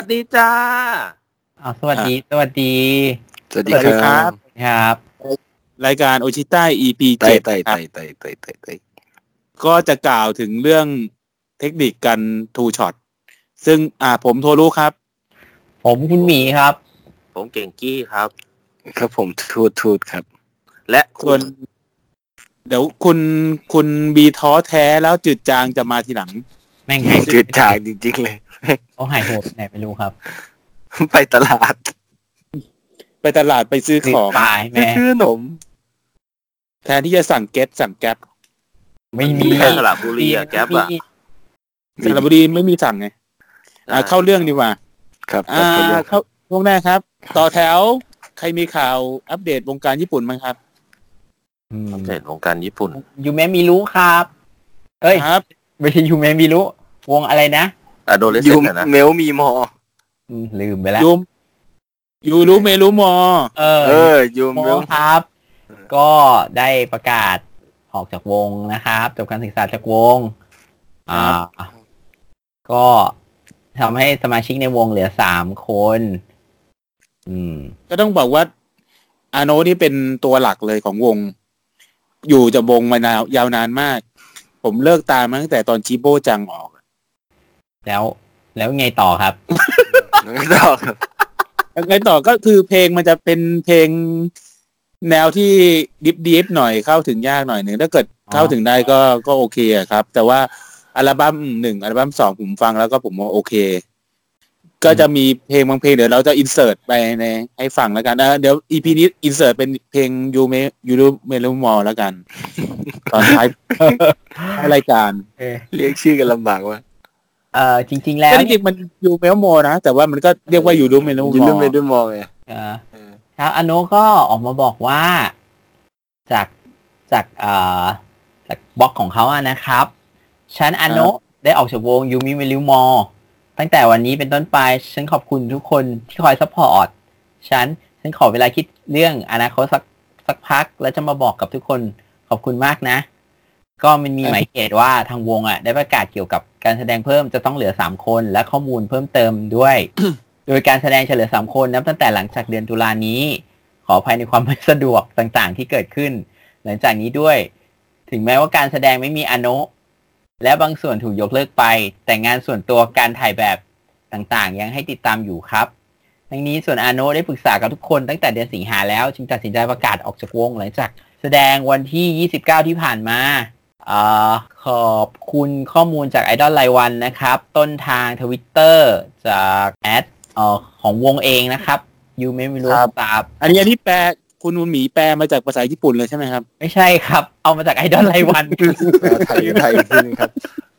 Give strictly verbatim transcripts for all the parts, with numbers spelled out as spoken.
ดีจ้าอ้าวสวัสดีสวัสดีสวัสดีครับครับรายการโอชิต้า อี พี เจ็ด ครับก็จะกล่าวถึงเรื่องเทคนิคการทูช็อตซึ่งอ่าผมโทรู้ครับผมคุณหมีครับผมเก่งกี้ครับครับผมทูดทูดครับและคุณเดี๋ยวคุณคุณบีท้อแท้แล้วจืดจางจะมาทีหลังแม่งหายจืดจางจริงๆเลยเขาหายโหดไหนไม่รู้ครับไปตลาดไปตลาดไปซื้อของขายแม่ซื้อขนมแทนที่จะสั่งเก็ตสั่งแก๊ปไม่มีสระบุรีอะแก๊ปอะสระบุรีไม่มีสั่งไงอ่าเข้าเรื่องดีกว่าครับอ่าเข้าพวกแม่ครับต่อแถวใครมีข่าวอัปเดตวงการญี่ปุ่นมั้งครับอัปเดตวงการญี่ปุ่นยูเมะมิรุครับเอ้ยครับไม่ใช่ยูเมะมิรุวงอะไรนะอะโดเลสเซนต์นะเมลมีมอลืมไปแล้วยูยูรู้เมรู้มอเออเออยูเมลครับก็ได้ประกาศออกจากวงนะครับจบการศึกษาจากวงอ่าก็ทำให้สมาชิกในวงเหลือสามคนอืมก็ต้องบอกว่าอาโนะนี่เป็นตัวหลักเลยของวงอยู่จะวงมานานยาวนานมากผมเลิกตามมาตั้งแต่ตอนจิโบจังออกแล้วแล้วไงต่อครับไงต่อครับไงต่อก็คือเพลงมันจะเป็นเพลงแนวที่ดิฟดิฟหน่อยเข้าถึงยากหน่อยหนึ่งถ้าเกิดเข้าถึงได้ก็ก็โอเคอะครับแต่ว่าอัลบั้มหนึ่งอัลบั้มสองผมฟังแล้วก็ผมว่าโอเคก็จะมีเพลงบางเพลงเดี๋ยวเราจะอินเสิร์ตไปในให้ฟังแล้วกันนะเดี๋ยว อี พี นี้อินเสิร์ตเป็นเพลงยูเมยูรูเมลูมอลแล้วกันตอนท้ายรายการเรียกชื่อกันลำบากว่ะเออจริงๆแล้วจริงๆมันยูเมลูมอลนะแต่ว่ามันก็เรียกว่ายูรูเมลูมอลยูรูเมลูมอลไงครับอโนะก็ออกมาบอกว่าจากจากเอ่อจากบล็อกของเขาอะนะครับฉันอโนะได้ออกจากวงยูมิเมลิวมอลตั้งแต่วันนี้เป็นต้นไปฉันขอบคุณทุกคนที่คอยซัพพอร์ตฉันฉันขอเวลาคิดเรื่องอนาคตสักสักพักแล้วจะมาบอกกับทุกคนขอบคุณมากนะก็มันมีหมายเหตุว่าทางวงอะได้ประกาศเกี่ยวกับการแสดงเพิ่มจะต้องเหลือสามคนและข้อมูลเพิ่มเติมด้วย โดยการแสดงเฉลี่ยสามคนนับตั้งแต่หลังจากเดือนตุลานี้ขออภัยในความไม่สะดวกต่างๆที่เกิดขึ้นหลังจากนี้ด้วยถึงแม้ว่าการแสดงไม่มีอโนะและบางส่วนถูกยกเลิกไปแต่งานส่วนตัวการถ่ายแบบต่างๆยังให้ติดตามอยู่ครับทั้งนี้ส่วนอโนะได้ปรึกษากับทุกคนตั้งแต่เดือนสิงหาแล้วจึงตัดสินใจประกาศออกจากวงหลังจากแสดงวันที่ยี่สิบเก้าที่ผ่านมาอ่าขอบคุณข้อมูลจากไอดอลรายวันนะครับต้นทาง Twitter จากแอดเอ่อของวงเองนะครับยูเมมิรุตาบอันนี้อันนี้แปลคุณหมีแปลมาจากภาษาญี่ปุ่นเลยใช่ไหมครับไม่ใช่ครับเอามาจากไอดอลรายวันไทยไทยจริงครับ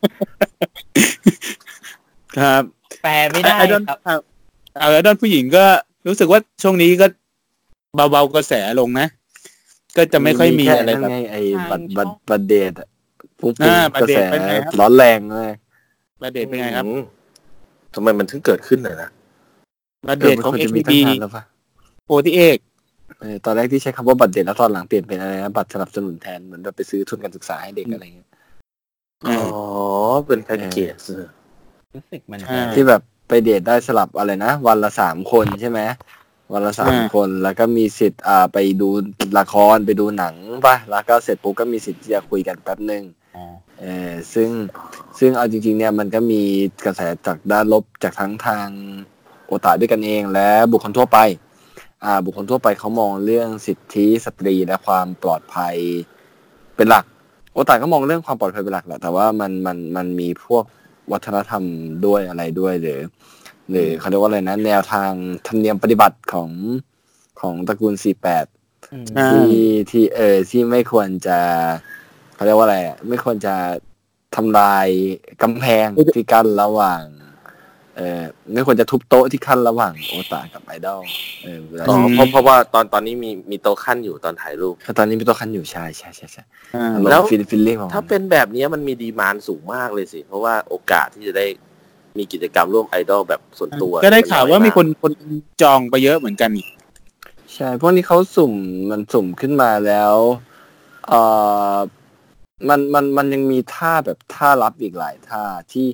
ครับแปลไม่ได้ครับเอาไอดอลผู้หญิงก็รู้สึกว่าช่วงนี้ก็เบาๆกระแสลงนะก็จะไม่ค่อยมีอะไรแบบไอ้บัตรบัตรบัตรเดทอ่ะปุ๊บกระแสร้อนแรงเลยบัตรเดทเป็นไงครับทำไมมันถึงเกิดขึ้นเลยนะบัตรเดทของ เอ็กซ์ บี บี โฟร์ตี้เอทเออตอนแรกที่ใช้คำว่าบัตรเดทแล้วตอนหลังเปลี่ยนเป็นอะไรนะบัตรสนับสนุนแทนเหมือนแบบไปซื้อทุนการศึกษาให้เด็กอะไรเงี้ยอ๋อเป็นแพ็กเกจรู้สึกมันที่แบบไปเดทได้สลับอะไรนะวันละสามคนใช่ไหมวันละสามคนแล้วก็มีสิทธิ์อ่าไปดูละครไปดูหนังป่ะแล้วก็เสร็จปุ๊บก็มีสิทธิ์ที่จะคุยกันแป๊บนึงเออซึ่งซึ่งเอาจริงๆเนี่ยมันก็มีกระแสจากด้านลบจากทั้งทางโอตาด้วยกันเองและบุคคลทั่วไปอ่าบุคคลทั่วไปเขามองเรื่องสิทธิสตรีและความปลอดภัยเป็นหลักโอตาก็มองเรื่องความปลอดภัยเป็นหลักแหละแต่ว่ามันมันมันมีพวกวัฒนธรรมด้วยอะไรด้วยหรือหรือเขาเรียกว่าอะไรนะแนวทางธรรมเนียมปฏิบัติของของตระกูลสี่สิบแปดที่ที่เออที่ไม่ควรจะเขาเรียกว่าอะไรไม่ควรจะทำลายกำแพงที่กั้นระหว่างเออไม่ควรจะทุบโต๊ะที่ขั้นระหว่างโอตากับไอดอลเออเพราะเพราะว่าตอนตอนนี้มีมีโต๊ะขั้นอยู่ตอนถ่ายรูปตอนนี้มีโต๊ะขั้นอยู่ใช่ใช่ใช่ใช่แล้วฟิลฟิลลิ่งถ้าเป็นแบบนี้มันมีดีมานด์สูงมากเลยสิเพราะว่าโอกาสที่จะได้มีกิจกรรมร่วมไอดอลแบบส่วนตัวก็ได้ข่าวว่ามีคนคนจองไปเยอะเหมือนกันใช่พวกนี้เขาสุ่มมันสุ่มขึ้นมาแล้วเอ่อมันมันมันยังมีท่าแบบท่ารับอีกหลายท่าที่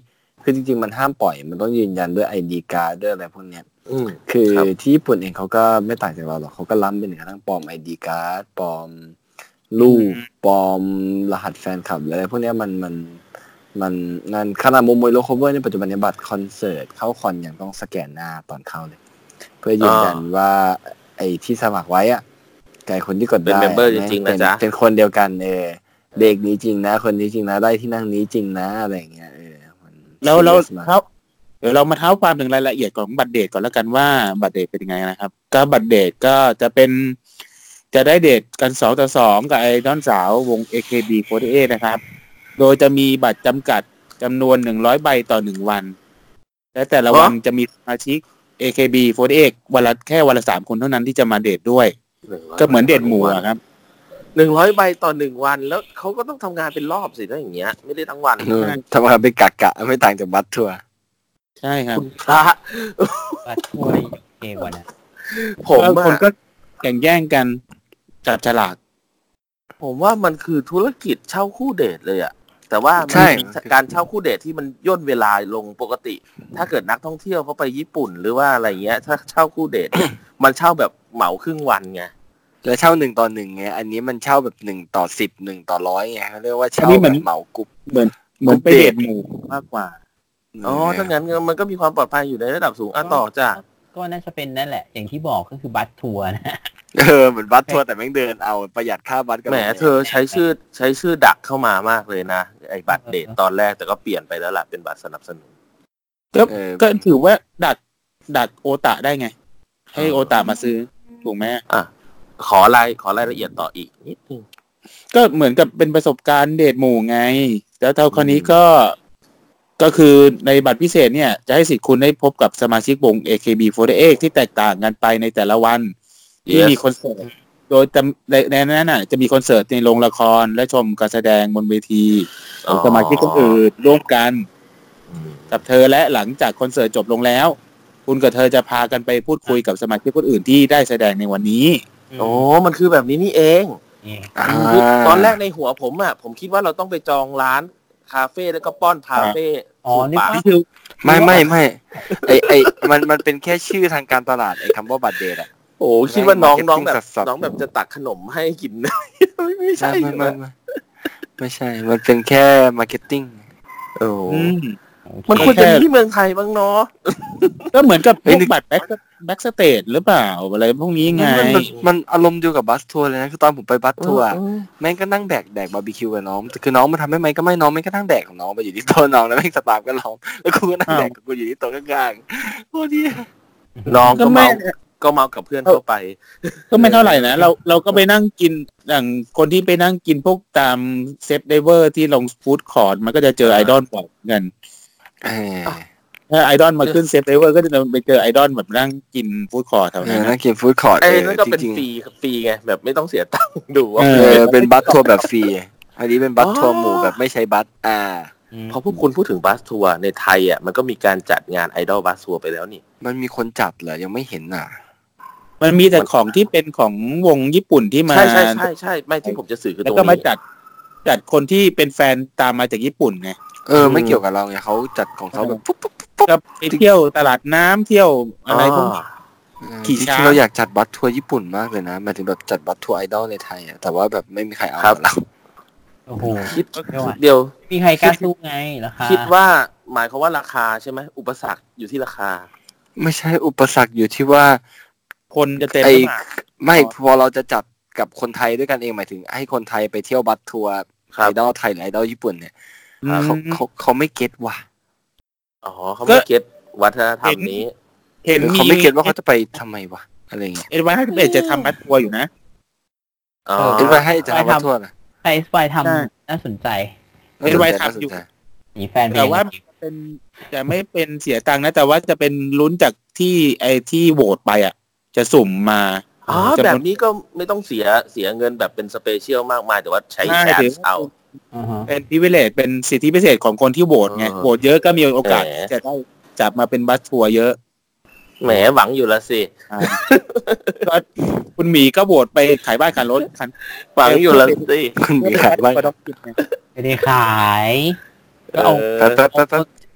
คือจริงๆมันห้ามปล่อยมันต้องยืนยันด้วย ไอ ดี การ์ดด้วยอะไรพวกเนี้ยอืมคือครับที่ญี่ปุ่นเองเขาก็ไม่ต่างจากเราหรอกเขาก็ล้ำไปถึงขั้นปลอม ไอ ดี การ์ดปลอมรูปปลอมรหัสแฟนคลับอะไรพวกเนี้ยมันมันมันนั่นขนาดโมโมโรโคเวอร์ในปัจจุบันในบัตรคอนเสิร์ตเข้าคอนยังต้องสแกนหน้าตอนเข้าเลย เพื่อยืนยันว่าไอ้ที่สมัครไว้อะไก่คนที่กดได้เป็นเมมเบอร์จริงๆนะจ๊ะเป็นคนเดียวกันเออเด็กนี้จริงนะ คนนี้จริงนะได้ที่นั่งนี้จริงนะอะไรอย่างเงี้ยเออมันแล้วเรา serious มากเท้าเดี๋ยวเรามาเท้าความถึงรายละเอียดของบัตรเดทก่อนแล้วกันว่าบัตรเดทเป็นยังไงนะครับ ก็บัตรเดทก็จะเป็นจะได้เดทกันสองต่อสองกับไอดอลสาววง เอ เค บี สี่สิบแปด นะครับ โดยจะมีบัตรจำกัดจำนวนหนึ่งร้อยใบต่อหนึ่งวัน และแต่ละวันจะมีสมาชิก เอ เค บี สี่สิบแปด วันละแค่วันละสามคนเท่านั้นที่จะมาเดทด้วย ก็เหมือนเดทหมู่อะครับหนึ่งร้อยใบต่อหนึ่งวันแล้วเขาก็ต้องทำงานเป็นรอบสิถ้าอย่างเงี้ยไม่ได้ทั้งวันเออทำงานเป็นกะกะไม่ต่างจากบัตรทัวร์ใช่ครับคุณพระบัตรทัวร์เกว่านะผมแล้วคนอะก็แข่งแย่งกันจับฉลากผมว่ามันคือธุรกิจเช่าคู่เดทเลยอะแต่ว่ามันใช่มีการเช่าคู่เดทที่มันย่นเวลาลงปกติ ถ้าเกิดนักท่องเที่ยวเขาไปญี่ปุ่นหรือว่าอะไรเงี้ย ถ้าเช่าคู่เดท มันเช่าแบบเหมาครึ่งวันไงแล้วเช่าหนึ่งต่อหนึ่งไงอันนี้มันเช่าแบบหนึ่งต่อสิบหนึ่งต่อร้อยไงเขาเรียกว่าเช่าแบบเหมากรุ๊ปเหมือนเหมือนไปเดทหมู่มากกว่าอ๋อถ้างั้นมันก็มีความปลอดภัยอยู่ในระดับสูงอ่ะต่อจ้ะก็น่าจะเป็นนั่นแหละ อย่างที่บอกก็คือบัตรทัวร์นะเออเหมือนบัตรทัวร์แต่แม่งเดินเอาประหยัดค่าบัตรกันแหมเธอใช้ชื่อใช้ชื่อดักเข้ามามากเลยนะไอ้บัตรเดทตอนแรกแต่ก็เปลี่ยนไปแล้วล่ะเป็นบัตรสนับสนุนก็ก็ถือว่าดักดักโอตะได้ไง ให้โอตะมาซื้อถูกไหมอ่ะขอรายขอรายละเอียดต่ออีกนิดนึงก็เหมือนกับเป็นประสบการณ์เดทหมู่ไง แล้วเท่าคราวนี้ก็ก็คือในบัตรพิเศษเนี่ยจะให้สิทธิ์คุณได้พบกับสมาชิกวง เอ เค บี สี่สิบแปด ที่แตกต่างกันไปในแต่ละวัน ที่มีคอนเสิร์ตโดยในในนั้นน่ะจะมีคอนเสิร์ตในโรงละครและชมการแสดงบนเวทีของสมาชิกคนอื่นร่วมกันกับเธอและหลังจากคอนเสิร์ตจบลงแล้ว คุณกับเธอจะพากันไปพูดคุยกับสมาชิกคนอื่นที่ได้แสดงในวันนี้โอ้มันคือแบบนี้นี่เองนี่คือตอนแรกในหัวผมอ่ะผมคิดว่าเราต้องไปจองร้านคาเฟ่แล้วก็ป้อนพาเฟ่อ๋อนี่ปากนี่คือไม่ไม่ไม่ไอไอมันมันเป็นแค่ชื่อทางการตลาดไอคำว่าบัตรเดทอะโอ้คิดว่าน้องน้องแบบสับๆน้องแบบจะตักขนมให้กิน ไม่ใช่ไม่ไม่ไม่ไม่ใช่ มันเป็นแค่มาร์เก็ตติ้งโอ้อืมมันควรจะมีที่เมืองไทยบ้างเนาะก็เหมือนกับพวกบัตรแบ็คแบ็คสเตจหรือเปล่าอะไรพวกนี้ไงมันมันมันอารมณ์เดียวกับบัสทัวร์เลยนะคือตอนผมไปบัสทัวร์แม่งก็นั่งแดกแดกบาร์บีคิวกับน้องคือน้องมันทำให้ไหมก็ไม่น้องแม่งก็นั่งแดกของน้องไปอยู่ที่โต๊ะน้องแล้วแม่งสตาฟก็ร้องแล้วกูก็นั่งแดกกับกูอยู่ที่โต๊ะข้างๆโอ้ดีน้องก็ก็ไม่เมาก็เมากับเพื่อนเข้าไปก็ไม่เท่าไหร่นะเราเราก็ไปนั่งกินอย่างคนที่ไปนั่งกินพวกตามเซฟไดเวอร์ที่ลงฟู้ดคอร์ทมันก็จะเจอไอดอลบ่อยเหมือนกันเออถ้าไอดอลมาขึ้นเซฟไดเวอร์ก็จะไปเจอไอดอลแบบนั่งกินฟู้ดคอร์ทแถวเอนั้อน นั่นะงกินฟู้ดคอร์ทไอ้เออนั่นก็เป็นจริงฟรีฟรีไงแบบไม่ต้องเสียตังค์ดูว่าเอๆเออเป็นบัสทัวร์แบบฟรีอันนี้เป็นบัสทัวร์หมู่แบบไม่ใช้บัสอ่าพอพวกคุณพูดถึงบัสทัวร์ในไทยอ่ะมันก็มีการจัดงานไอดอลบัสทัวร์ไปแล้วนี่มันมีคนจัดเหรอยังไม่เห็นอ่ะมันมีแต่ของที่เป็นของวงญี่ปุ่นที่มาใช่ใช่ใช่ใช่ไม่ที่ผมจะสื่อคือตแล้รวงก็มานี้จัดจัดคนที่เป็นแฟนตามมาจากญี่ปุ่นไงเออไม่เกี่ยวกับเราไงเขาจัดของเขาแบบปุ๊บปุ๊บปุ๊บปุ๊บก็ไปเที่ยวตลาดน้ำเที่ยวอะไรพวกนี้เออขี่จช้างริงๆเราอยากจัดบัสทัวร์ญี่ปุ่นมากเลยนะหมายถึงแบบจัดบัสทัวร์ไอดอลในไทยอ่ะแต่ว่าแบบไม่มีใครเอาเราโอ้โหคิดไม่ไหวเดียวมีใครกล้าสู้ไงราคาคิดว่าหมายความว่าราคาใช่ไหมอุปสรรคอยู่ที่ราคาไม่ใช่อุปสรรคอยู่ที่ว่าคนจะเต็มไอหรือเปล่าไม่พอเราจะจัดกับคนไทยด้วยกันเองหมายถึงให้คนไทยไปเที่ยวบัสทัวร์ครัไอบ ดอลไทยหรือไอดอลญี่ปุ่นเนี่ยอืมเขาเขาเขาไม่เก็ตว่ะอ๋อเขาไม่เก็ตวัฒนธรรมนี้เห็นมีเขาไม่เก็ตว่าเขาจะไปทำไมวะอะไรเงี้ยเอ็ดวันให้เอ็ดจะทำบัตรทัวร์อยู่นะอ๋อเอ็นไวให้จะทำบัสทัวร์นะใครสปายทใช่ำน่าสนใจเอ็นไวน่าสนใจทำอยู่น่าสนใจมีแฟนเพลแต่งว่าเป็นจะไม่เป็นเสียตังค์นะ แต่ว่าจะเป็นลุ้นจากที่ไอที่โหวตไปอ่ะ จะสุ่มมาอ๋อจำนวนแบบนี้ก็ไม่ต้องเสียเสียเงินแบบเป็นสเปเชียลมากมายแต่ว่าใช้ใช่แชทเดี๋ยวเอาอือฮะเป็นพิเวเลตเป็นสิทธิพิเศษของคนที่โหวตไงเออโหวตเยอะก็มีโอกาสแหมจะได้จับมาเป็นบัตรทัวร์เยอะแหมหวังอยู่ละสิอ่าก็คุณหมีก็โหวตไปขายบ้านขายรถคันหวังอยู่ละสิคุณมีขายบ้างก็ต้องคิดไงไม่ได้ขายก็เอาเออแป๊บแป๊บแป๊บแป๊บ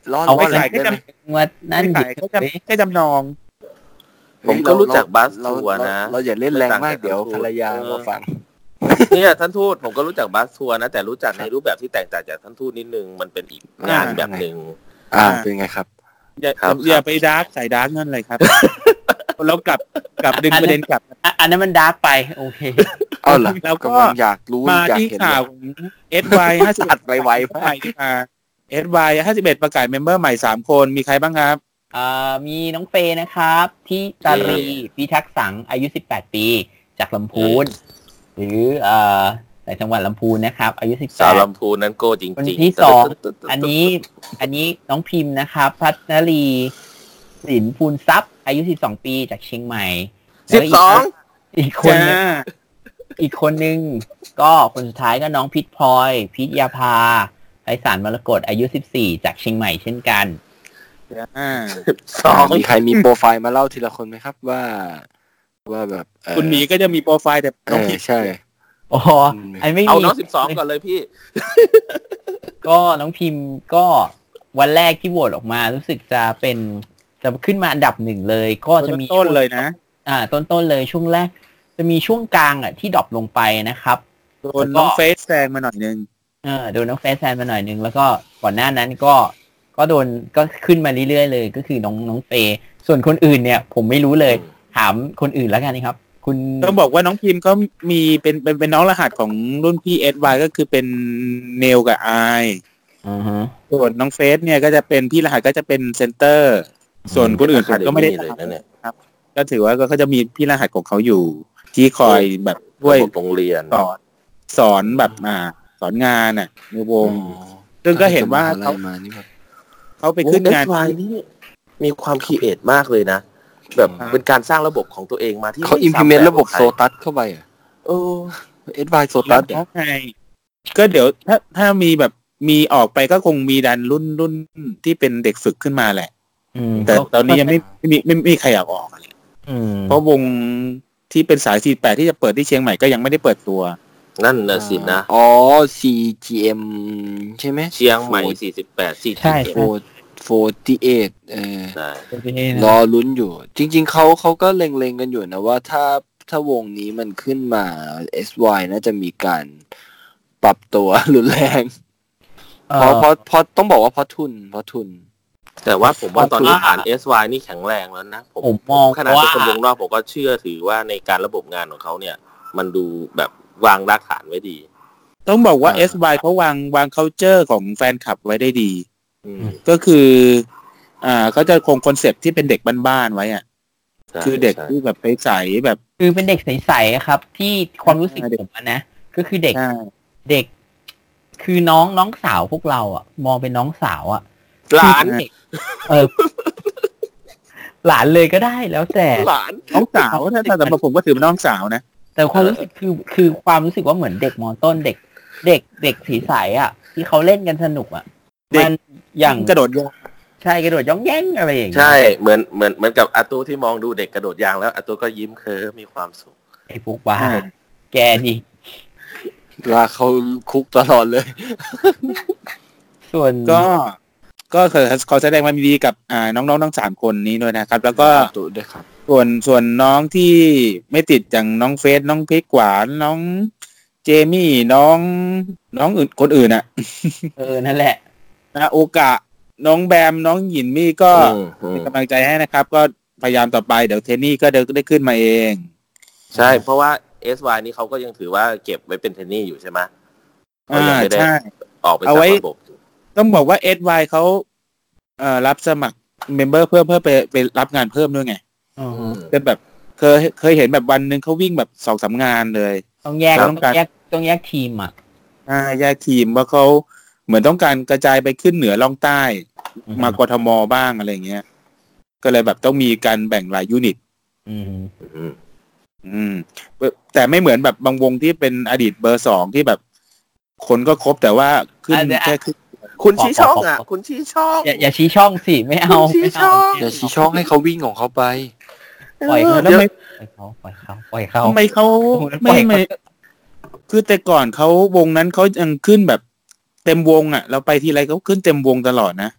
ล้อเอาล้ไว้อแหลขายกก็ได้จไหมว่านั่นำดิขายก็จำแค่จำนองผมก็รู้จักบัสเราทัวร์นะเราเราอย่าเล่นแรงมากไม่ต่างจากเดี๋ยวท่านทูตภรรยาเออมาฟังเนี่ยท่านทูตผมก็รู้จักบัสทัวร์นะแต่รู้จักในรูปแบบที่แตกต่างจากท่านทูตนิดนึงมันเป็นอีกงานอ่าแบบหนึ่งอ่าเป็นไงครับอย่าครับอย่าไปดาร์กใส่ดาร์กนั่นเลยครับ เรากลับกลับดึงประเด็นกลับอ่ะอันนั้นมันดาร์กไปโอเคเอาเหรอแล้วก็กำลังอยากรู้มาอยากที่เห็นข่าวเลยของ เอส วาย ห้าสิบเอ็อัดดไวๆมากเอส วาย ห้าสิบเอ็ดประกาศเมมเบอร์ใหม่สามคนมีใครบ้างครับอ่ามีน้องเฟย์นะครับ ที่ตารีพิทักษ์สังอายุสิบแปดปีจากลำพูนหรือเอ่อในจังหวัดลำพูนนะครับ อายุสิบแปสาวดลำพูนนั้นโก้จริงคนๆที่สองอันนี้อันนี้น้องพิมพ์นะครับพัฒนรีสินภูลทรัพย์อายุสิบสองปีจากเชียงใหม่สิบสองอีกคนจ้านึงอีกคนนึงก็คนสุดท้ายก็น้องพิษพลอยพิษยาภาไพศาลมรกตอายุสิบสี่จากเชียงใหม่เช่นกันอ่าสองมีใครมีโปรไฟล์มาเล่าทีละคนไหมครับว่า ว่าแบบเอ่อคุณหมีก็จะมีโปรไฟล์แต่เอน้องอพิษใช่โอ้โหไอ้ไม่เอามีน้องสิบสองก่อนเลยพี่ก็น้องพิมพ์ก็วันแรกที่โหวตออกมารู้สึกจะเป็นจะขึ้นมาอันดับหนึ่งเลย ก็จะมีต้นๆเลยนะอ่าต้นๆเลยช่วงแรก จะมีช่วงกลางอ่ะที่ดรอปลงไปนะครับโดนน้องเฟสแซงมาหน่อยนึงเออโดนน้องเฟสแซนมาหน่อยนึงแล้วก็ก่อนหน้านั้นก็ก็โดนก็ขึ้นมาเรื่อยๆเลยก็คือน้องน้องเฟย์ส่วนคนอื่นเนี่ย ผมไม่รู้เลย ถามคนอื่นแล้วกันนะครับ คุณต้องบอกว่าน้องพิมพ์ก็มีเป็นเป็นเป็นน้องรหัสของรุ่นพี่ เอส วาย ก็คือเป็นเนลกับไออือฮะส่วนน้องเฟสเนี่ยก็จะเป็นพี่รหัสก็จะเป็นเซนเตอร์ ส่วนคนอื่นผมก็ไม่ได้เลยนะเนี่ยครับ ก็ถือว่าก็เขาจะมีพี่รหัสของเขาอยู่ ที่คอยแบบช่วยระบบโรงเรียนสอนสอนแบบอ่า สอนงานน่ะในวงอ๋อซึ่งก็เห็นว่าเขาเขามานี่แบบเขาไปขึ้นงานเอส วาย นี่มีความคิดเอทมากเลยนะ แบบอ่าเป็นการสร้างระบบของตัวเองมาที่เขาไ implement ระบบซ้ำโซแบบตัสเข้าไปอ่ะเออเอสวายโซแล้ตัวสเขาไงก็เดี๋ยวถ้าถ้ามีแบบมีออกไปก็คงมีดันรุ่นรุ่นที่เป็นเด็กฝึกขึ้นมาแหละอืมแต่ตอนนี้ยังไม่ไม่มีไม่ไม่มีใครอยากออกอะไรอืมเพราะวงที่เป็นสายสี่แปดที่จะเปิดที่เชียงใหม่ก็ยังไม่ได้เปิดตัวนั่นน่ะสินะอ๋อ ซี จี เอ็ม ใช่ไหมเชียงใหม่สี่สิบแปด สี่ใช่โฟโฟร์ตี้เอทเออใช่รอลุ้นอยู่ จริงๆเขาเขาก็เล็งๆกันอยู่นะว่าถ้าถ้าวงนี้มันขึ้นมา เอส วาย น่าจะมีการปรับตัวรุนแรง เพราะเพราะเพราะต้องบอกว่าเพราะทุนเพราะทุนแต่ว่าผมว่าตอนนี้ว่าฐาน เอส วาย นี่แข็งแรงแล้วนะผมมองขนาดว่าเป็นคนวงนอกผมก็เชื่อถือว่าในการระบบงานของเขาเนี่ย มันดูแบบวางรากฐานไว้ดีต้องบอกว่าอ่าเอส วาย เขาวางวาง culture ของแฟนคลับไว้ได้ดีอืมก็คือ อ่าเขาจะคงคอนเซ็ปต์ที่เป็นเด็กบ้านๆไว้อ่ะใช่คือเด็กใช่ที่แบบใสๆแบบคือเป็นเด็กใสๆอะครับ ที่ความรู้สึกใช่เด็กผมอะนะก็คือเด็กใช่เด็ก คือน้องน้องสาวพวกเราอ่ะ มองเป็นน้องสาวอ่ะหลานคือเด็กเออ หลานเลยก็ได้แล้วแต่หลานน้องสาวถ้าถ้าสำหรับผมก็ถือเป็นน้องสาวนะแต่ความรู้สึกคือคือความรู้สึกว่าเหมือนเด็กมอต้นเด็ก เด็กเด็กสีใสอ่ะ ที่เขาเล่นกันสนุกอ่ะเด็กมันอย่างกระโดดยางใช่กระโดดย่องแย่งอะไรอย่างเงี้ยใช่เหมือนเหมือนเหมือนกับอาตูที่มองดูเด็กกระโดดยางแล้วอาตูก็ยิ้มเคิร์มมีความสุขไอ้พวกบ้าแกนี่ลากเขาคุกตลอดเลยส่วนก็ก็ขอขอแสดงความยินดีกับอ่าน้องๆทั้งสามคนนี้ด้วยนะครับ แล้วก็ตัวด้วยครับส่วนส่วนน้องที่ไม่ติดอย่างน้องเฟสน้องพริกหวานน้องเจมี่น้องน้องอื่นคนอื่นอ่ะเออนั่นแหละนะโอกะน้องแบมน้องหยินมี่ก็อืมอืมเป็นกำลังใจให้นะครับ ก็พยายามต่อไปเดี๋ยวเทนนี่ก็เดี๋ยวได้ขึ้นมาเองใช่ เพราะว่า เอส วาย นี่เขาก็ยังถือว่าเก็บไว้เป็นเทรนนี่อยู่ใช่ไหมเขาอ่ายังไม่ได้ใช่ออกไปเอาจากไว้ระบบต้องบอกว่า เอส วาย เขาเอ่อรับสมัครเมมเบอร์เพิ่มเพื่อไปไปรับงานเพิ่มด้วยไงอือฮึเป็นแบบเคยเคยเห็นแบบวันหนึ่งเขาวิ่งแบบสองสามงานเลยต้องแยกครับต้องแยกต้องแยกทีมอ่ะอ่าแยกทีมว่าเขาเหมือนต้องการกระจายไปขึ้นเหนือล่องใต้อือฮึมากทมบ้างอะไรเงี้ยก็เลยแบบต้องมีการแบ่งรายยูนิตอืมอืมอืมแต่ไม่เหมือนแบบบางวงที่เป็นอดีตเบอร์สองที่แบบ คนก็ครบแต่ว่าขึ้นแค่ขึ้นคุณชี้ช่องอ่ะ คุณชี้ช่องอย่าอย่าชี้ช่องสิไม่เอาชี้ไม่ช่เอาองอย่าชี้ช่องให้เขาวิ่งของเขาไปปล่อยเอเขาอแล้วไม่ปล่อยเขาปล่อยเขาปล่อยเขาทำไมเขาโอ้โหไม่ปล่อยไม่เขาคือแต่ก่อนเขาวงนั้นเขายังขึ้นแบบเต็มวงอ่ะ เราไปทีไรเขาขึ้นเต็มวงตลอดนะ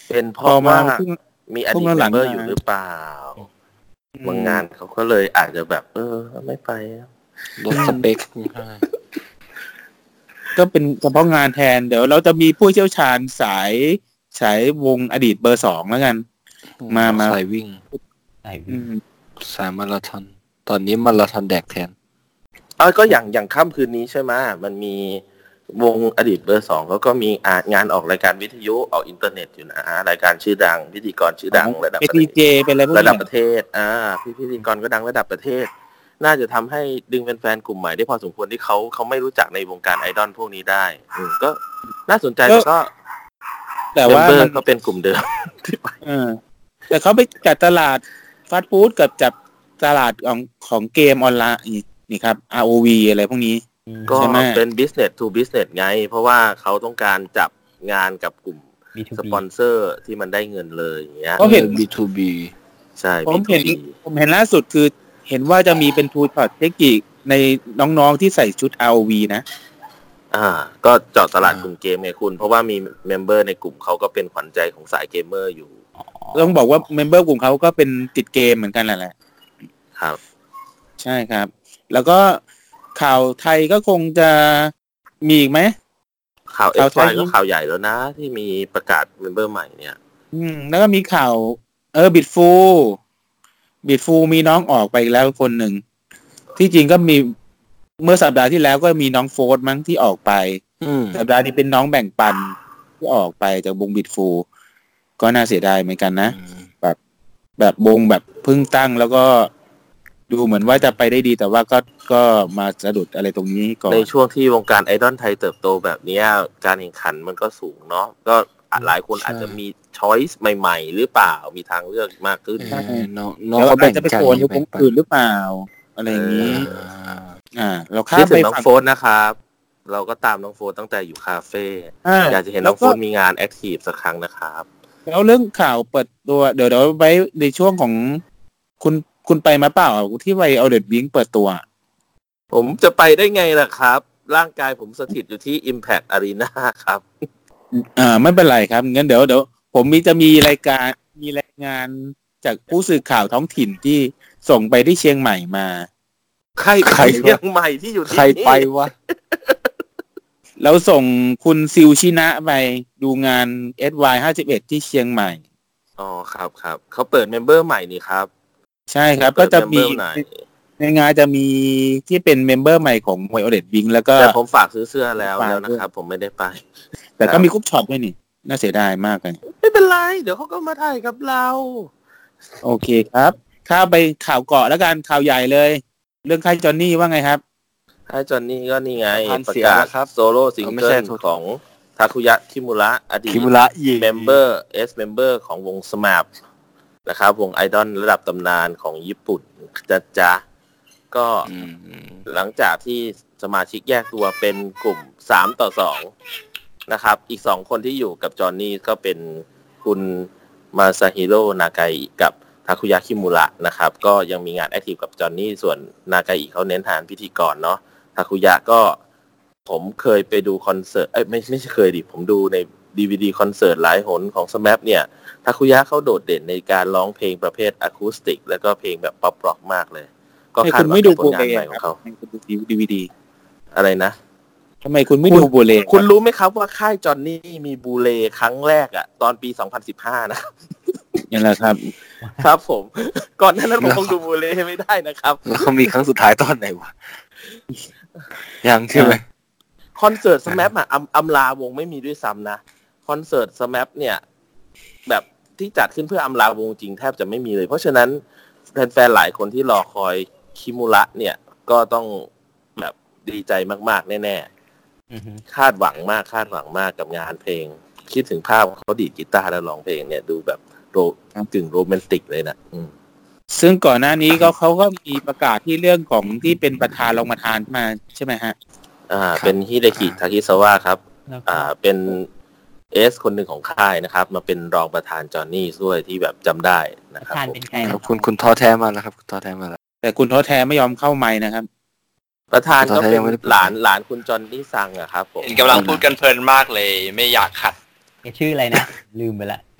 เป็นเพพอราะมาว่าเพิ่งมีอพวดีกตหลังๆเมมเบอร์มาอยู่หรือเปล่าอืบางมงานเขาก็เลยอาจจะแบบ เออ ไม่ไปลดสเปคก็เป็นเฉพาะงานแทน เดี๋ยวเราจะมีผู้เชี่ยวชาญสายสายวงอดีตเบอร์สองแล้วกัน มามาสายวิ่งใช่อืมสายมาราธอน ตอนนี้มาราธอนแดกแทนเออก็อย่างอย่างค่ำคืนนี้ใช่ไหมมันมีวงอดีตเบอร์สองเขาก็มีอ่างานออกรายการวิทยุออกอินเทอร์เน็ตอยู่นะรายการชื่อดังพิธีกรชื่อดังระดับเป็นดีเจเป็นอะไรพวกระนี้ดับเหรปอระเทศอ่าพี่พิธีกรก็ดังระดับประเทศ น่าจะทำให้ดึงแฟนๆกลุ่มใหม่ได้พอสมควรที่เขาเขาไม่รู้จักในวงการไอดอลพวกนี้ได้อืมก็น่าสนใจแต่ก็แต่เมมว่าเบอมันร์ก็เป็นกลุ่มเดิมเออแต่เขาไปจัดตลาดฟาสต์ฟู้ดกับจับตลาดของของเกมออนไลน์อีกนี่ครับ อาร์ โอ วี อะไรพวกนี้ก็ใช่ไหมเป็น business to business ไง เพราะว่าเขาต้องการจับงานกับกลุ่มบี ทูสบีปอนเซอร์ที่มันได้เงินเลยอย่างเงี้ยเขาเห็นบี ทู บีใช่ผมเห็นบี ทู บีผมเห็นล่าสุดคือเห็นว่าจะมีเป็นทูช็อตเทคนิคในน้องๆที่ใส่ชุด อาร์ โอ วี นะอ่า ก็เจาะตลาดกลุ่มเกมไงคุณ เพราะว่ามีเมมเบอร์ในกลุ่มเขาก็เป็นขวัญใจของสายเกมเมอร์อยู่ต้องบอกว่าเมมเบอร์กลุ่มเขาก็เป็นติดเกมเหมือนกันแหละครับใช่ครับ แล้วก็ข่าวไทยก็คงจะมีอีกไหมข่าวเอข่าวฟไทยก็ข่าวใหญ่แล้วนะ ที่มีประกาศเมมเบอร์ใหม่เนี่ยอืมแล้วก็มีข่าว เออบิดฟูบิดฟูมีน้องออกไปอีกแล้วคนหนึ่ง ที่จริงก็มีเมื่อสัปดาห์ที่แล้วก็มีน้องโฟร์มั้งที่ออกไปอืมสัปดาห์นี้เป็นน้องแบ่งปันที่ออกไปจากวงบิดฟู ก็น่าเสียดายเหมือนกันนะ แบบแบบวงแบบเพิ่งตั้งแล้วก็ดูเหมือนว่าจะไปได้ดี แต่ว่าก็ก็มาสะดุดอะไรตรงนี้ก่อนในช่วงที่วงการไอดอลไทยเติบโตแบบเนี้ยการแข่งขันมันก็สูงเนาะก็หลายคนใช่อาจจะมีช้อยส์ใหม่ๆ หรือเปล่ามีทางเลือกมากขึ้นเออน้องน้องแล้วเขาอาแบ่จงจะไปใจโผล่ในวแบ่งงปันอื่นหรือเปล่า อะไรอย่างนี้อ่าอ่า เราข้าคิดมถึไปงน้องฝั่งโฟนนะครับ เราก็ตามน้องโฟนตั้งแต่อยู่คาเฟ่อ่าอยากจะเห็นน้องโฟนมีงานแอคทีฟสักครั้งนะครับแล้วเรื่องข่าวเปิดตัวเดี๋ยวเดี๋ยวไว้ในช่วงของคุณคุณไปมาเปล่าที่ไวเอาเดดวิงเปิดตัวผมจะไปได้ไงล่ะครับ ร่างกายผมสถิตอยู่ที่ Impact Arena ครับอ่าไม่เป็นไรครับงั้นเดี๋ยวเดี๋ยวผมมีจะมีรายการมีรายงานจากผู้สื่อข่าวท้องถิ่นที่ส่งไปที่เชียงใหม่มาใครใครไปเชียงใหม่ที่อยู่ที่ใครนี่ไปวะแล้วส่งคุณซิลชินะไปดูงาน เอส วาย ห้าสิบเอ็ดที่เชียงใหม่อ๋อครับครับเขาเปิดเมมเบอร์ใหม่นี่ครับใช่ครับเปิก็ดจะเมมเบมีอร์ไหนในงานจะมีที่เป็นเมมเบอร์ใหม่ของ Violet Wing แล้วก็แต่ผมฝากซื้อเสื้อแล้วฝากแล้วด้วยนะครับ ผมไม่ได้ไปแต่ก็มีคุกช็อตด้วยนี่ น่าเสียดายมากเลยไม่เป็นไร เดี๋ยวเขาก็มาถ่ายกับเราโอเคครับข้ามไปข่าวเกาะแล้วกันข่าวใหญ่เลย เรื่องค่ายจอห์นนี่ว่าไงครับให้จอนนี่ก็นี่ไงพันประเสียกาศแล้วครับโซโล่ซิงเออไม่เกิใช่ลโทษของทาคุยะคิมุระอดีตคิมุระยิงเมมเบอร์เอสเมมเบอร์ของวงสมาร์นะครับ วงไอดอลระดับตำนานของญี่ปุ่นจะจะก็อืมหลังจากที่สมาชิกแยกตัวเป็นกลุ่มสามต่อสองนะครับ อีกสองคนที่อยู่กับจอห์นนี่ก็เป็นคุณมาซาฮิโร่นากาอิกับทาคุยะคิมุระนะครับ ก็ยังมีงานแอคทีฟกับจอห์นนี่ส่วนนากาอิเขาเน้นฐานพิธีกรเนาะทาคุยะก็ผมเคยไปดูคอนเสิร์ตเอ้ยไม่ไม่ใช่เคยดิผมดูใน ดี วี ดี คอนเสิร์ตหลายหนของสแมปเนี่ยทาคุยะเขาโดดเด่นในการร้องเพลงประเภทอะคูสติกแล้วก็เพลงแบบป๊อปร็อกมากเลย ก็ให้คาคุดณหวัไม่งดูกับผบูลเลงานใหม่คของรับเขาให้คุณดูดีวีดีอะไรนะทำไมคุณไม่ดูบูเลคุณรู้ไหมครับว่าค่ายจอห์นนี่มีบูเลครั้งแรกอะตอนปี สองพันสิบห้า นะอย่างไรครับครับผม ก่อนหน้านั้นผมคงดูบูเลไม่ได้นะครับแล้วเขามีครั้งสุดท้ายตอนไหนวะ ยังใช่ไหมคอนเสิร์ตสแมปอะอำอำลาวงไม่มีด้วยซ้ำนะคอนเสิร์ตสแมปเนี่ยแบบที่จัดขึ้นเพื่ออำลาวงจริงแทบจะไม่มีเลย เพราะฉะนั้นแฟนๆหลายคนที่รอคอยคิมุระเนี่ยก็ต้องแบบดีใจมากๆแน่ๆอือฮึคาดหวังมากคาดหวังมากกับงานเพลง คิดถึงภาพเขาดีดกีตาร์แล้วร้องเพลงเนี่ยดูแบบโรกึ่งโรแมนติกเลยนะอืมซึ่งก่อนหน้านี้ก็เขาก็มีประกาศที่เรื่องของที่เป็นประธานรองประธานมาใช่ไหมฮะอ่าครับเป็นฮิเดกิทาคิซาวะครับแล้วก็อ่าเป็นเอสคนหนึ่งของค่ายนะครับ มาเป็นรองประธานจอห์นนี่ด้วยที่แบบจำได้นะปครับระธานผมเป็นใครครับคุณคุณท้อแท้มาแล้วครับคุณท้อแท้มาแล้วแต่คุณท้อแท้ไม่ยอมเข้าไมค์นะครับประธานก็ตอนนั้นเป็ยันงไม่ได้เปิดหลานหลานคุณจอห์นนี่ซังอะครับผมเห็นกำลังพูดกันเพลินมากเลยไม่อยากขัดแกชื่ออะไรนะ ลืมไปละ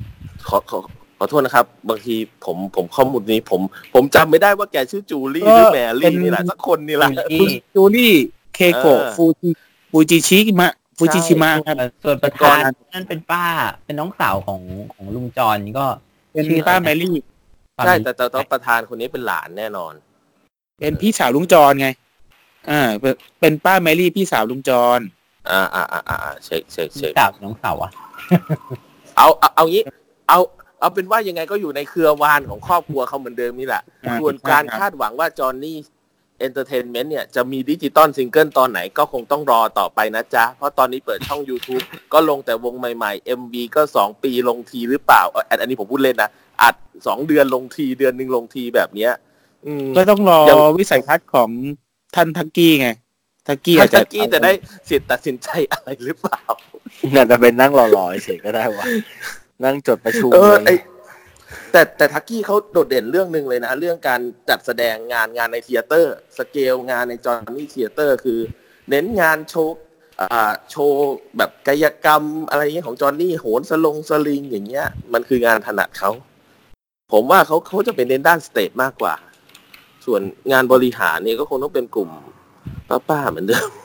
ขอขอขอโทษนะครับบางทีผมผมข้อมูลนี้ผมผมจำไม่ได้ว่าแกชื่อจูลี่หรือแมรี่นี่แหละสักคนนี่แหละจูลี่เคโกะฟูจิฟูจิชิมะฟูจิชิมะครับส่วนประธานนั่นเป็นป้าเป็นน้องสาวของของลุงจอนก็เป็นป้าแมรี่ใช่แต่แต่ต้องประธานคนนี้เป็นหลานแน่นอนเป็นพี่สาวลุงจรไงอ่าเป็นป้าแมรี่พี่สาวลุงจรอ่าอ่าอ่าอ่าเช็คเช็คเช็คสาวน้องสาวอ่ะเอาเอาเอางี้เอาเอาเป็นว่ายังไงก็อยู่ในเครือวานของครอบครัวเขาเหมือนเดิมนี่แหละส่วนการคาดหวังว่าจอห์นนี่เอนเตอร์เทนเมนต์เนี่ยจะมีดิจิตอลซิงเกิลตอนไหนก็คงต้องรอต่อไปนะจ๊ะเพราะตอนนี้เปิดช่อง YouTube ก็ลงแต่วงใหม่ๆ เอ็ม วี ก็สองปีลงทีหรือเปล่าอันนี้ผมพูดเล่นนะอัดสองเดือนลงทีเดือนนึงลงทีแบบเนี้ยก็ต้องรอวิสัยทัศน์ของท่านทักกี้ไงทักกี้อาจจะทักกี้จะได้สิทธิ์ตัดสินใจอะไรหรือเปล่าน่าจะเป็นนั่งรอๆเฉยก็ได้วะนั่งจดประชุมเลยแต่แต่ทักกี้เขาโดดเด่นเรื่องนึงเลยนะเรื่องการจัดแสดงงานงานในเธียเตอร์สเกลงานในจอห์นนี่เธียเตอร์คือเน้นงานโชว์อ่าโชว์แบบกายกรรมอะไรเงี้ยของจอห์นนี่โหนสลงสลิงอย่างเงี้ยมันคืองานถนัดเขาผมว่าเขาเขาจะเป็นเน้นด้านสเตจมากกว่าส่วนงานบริหารนี่ก็คงต้องเป็นกลุ่มป้าๆเหมือนเดิม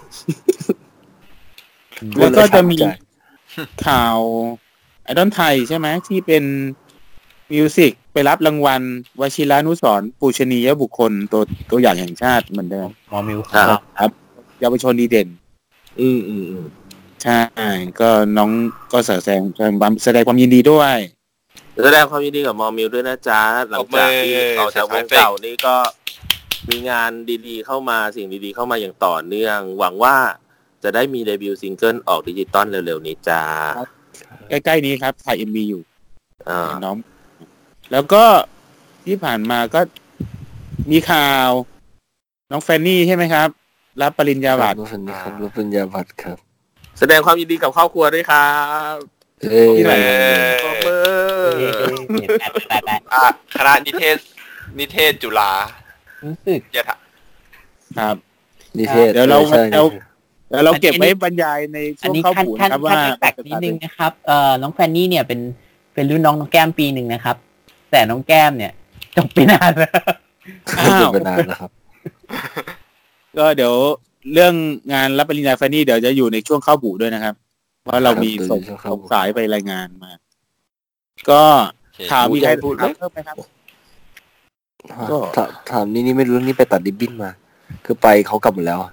แล้วก็จะมีข่าวไอดอลไทยใช่ไหมที่เป็นมิวสิกไปรับรางวัลวชิรานุสรณ์ปูชนียบุคคลตัวตัวอย่างแห่งชาติเหมือนเดิมมอมิวครับครับเยาวชนดีเด่นอืมอืมอืมใช่ก็น้องก็แสดงแสดงความยินดีด้วยแสดงความยินดีกับมอมิวด้วยนะจ๊ะหลังจากที่ออกจากวงเก่านี้ก็มีงานดีๆเข้ามาสิ่งดีๆเข้ามาอย่างต่อเนื่องหวังว่าจะได้มีเดบิวต์ซิงเกิลออกดิจิตอลเร็วๆนี้จ้าใกล้ๆนี้ครับถ่าย เอ็ม วี อยู่อ่าน้องแล้วก็ที่ผ่านมาก็มีข่าวน้องแฟนนี่ใช่ไหมครับรับปริญญาบัตรครับรับปริญญาบัตรครับแสดงความยินดีกับครอบครัวด้วยครับที่ไหนขอบคุณคณะนิเทศนิเทศจุฬารู้สึกจะครับนิเทศเดี๋ยวเราเราแล้วเราเก็บไว้บรรยายในช่วงเข้าผูนะครับว่าแตกนิดนึงนะครับเอ่อน้องแฟนนี่เนี่ยเป็นเป็นรุ่นน้องน้องแก้มปีหนึ่งนะครับแต่น้องแก้มเนี่ยจบไปนานแล้วจบไปนานแล้วครับก็เดี๋ยวเรื่องงานรับปริญญาแฟนนี่เดี๋ยวจะอยู่ในช่วงเข้าผูด้วยนะครับเพราะเรามีส่งส่งสายไปรายงานมาก็ถามมีใครพูดเพิ่มไหมครับก็ถามนี่นี่ไม่รู้นี่ไปตัดริบบิ้นมาคือไปเขากลับหมดแล้ว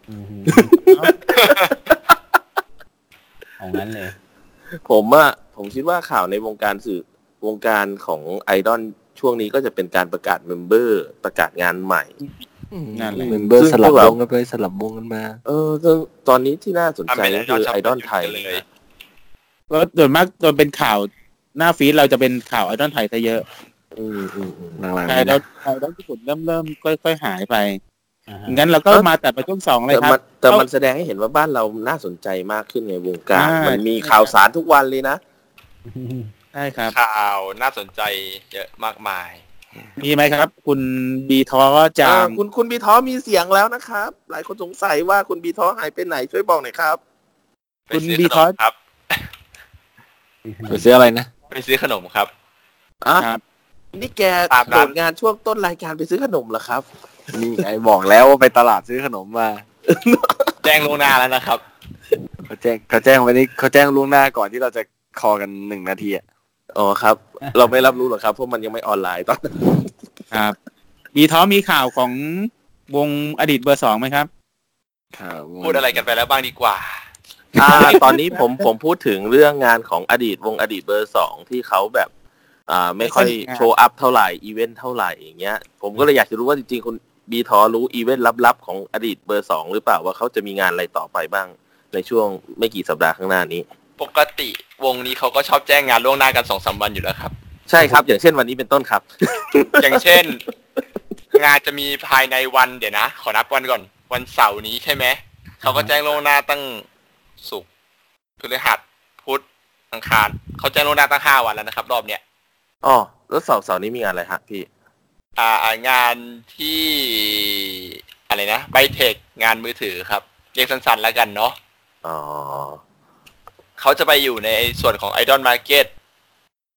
ของนั้นเลยผมอะผมคิดว่าข่าวในวงการสื่อวงการของไอดอลช่วงนี้ก็จะเป็นการประกาศเมมเบอร์ประกาศงานใหม่งานอะไรเมมเบอร์สลับวงกันไปสลับวงกันมาเออซึ่งตอนนี้ที่น่าสนใจก็คือไอดอลไทยก็โดยมากโดยเป็นข่าวหน้าฟีดเราจะเป็นข่าวไอดอลไทยซะเยอะอืมอืมไอดอลไอดอลญี่ปุ่นเริ่มเริ่มค่อยๆหายไปงั้นเราก็มาแต่ไปช่วงสองเลยครับแต่มันแสดงให้เห็นว่าบ้านเราน่าสนใจมากขึ้นในวงการมันมีข่าวสารทุกวันเลยนะใช่ครับข่าวน่าสนใจเยอะมากมายมีไหมครับคุณบีท้อจางคุณคุณบีท้อมีเสียงแล้วนะครับหลายคนสงสัยว่าคุณบีท้อหายไปไหนช่วยบอกหน่อยครับคุณบีท้อครับไปซื้ออะไรนะไปซื้อขนมครับอ่ะนี่แกโดดงานช่วงต้นรายการไปซื้อขนมเหรอครับนี่ไงบอกแล้วว่าไปตลาดซื้อขนมมาแจ้งล่วงหน้าแล้วนะครับเขาแจ้งเขาแจ้งไว้นี่เขาแจ้งล่วงหน้าก่อนที่เราจะคอกันหนึ่งนาทีอ่ะอ๋อครับเราไม่รับรู้หรอกครับเพราะมันยังไม่ออนไลน์ตอนนั้นครับมีท้อมีข่าวของวงอดีตเบอร์สองไหมครับพูดอะไรกันไปแล้วบ้างดีกว่าอ่าตอนนี้ผมผมพูดถึงเรื่องงานของอดีตวงอดีตเบอร์สองที่เขาแบบอ่าไม่ค่อยโชว์อัพเท่าไหร่อีเวนต์เท่าไหร่อย่างเงี้ยผมก็เลยอยากจะรู้ว่าจริงๆคุณบีทอรู้อีเวนต์ลับๆของอดีตเบอร์สองหรือเปล่าว่าเขาจะมีงานอะไรต่อไปบ้างในช่วงไม่กี่สัปดาห์ข้างหน้านี้ปกติวงนี้เขาก็ชอบแจ้งงานล่วงหน้ากัน สองสาม วันอยู่แล้วครับใช่ครับอย่างเช่นวันนี้เป็นต้นครับอย่างเช่นงานจะมีภายในวันเดี๋ยวนะขอนับวันก่อนวันเสาร์นี้ใช่ไหมเขาก็แจ้งล่วงหน้าตั้งศุกร์พฤหัสพุธอังคารเขาแจ้งล่วงหน้าตั้งห้าวันแล้วนะครับรอบเนี้ยอ๋อแล้วเสาร์เสาร์นี้มีงานอะไรฮะพี่อ่างานที่อะไรนะไบเทคงานมือถือครับเรียกสั้นๆแล้วกันเนาะอ๋อเขาจะไปอยู่ในส่วนของ Idol Market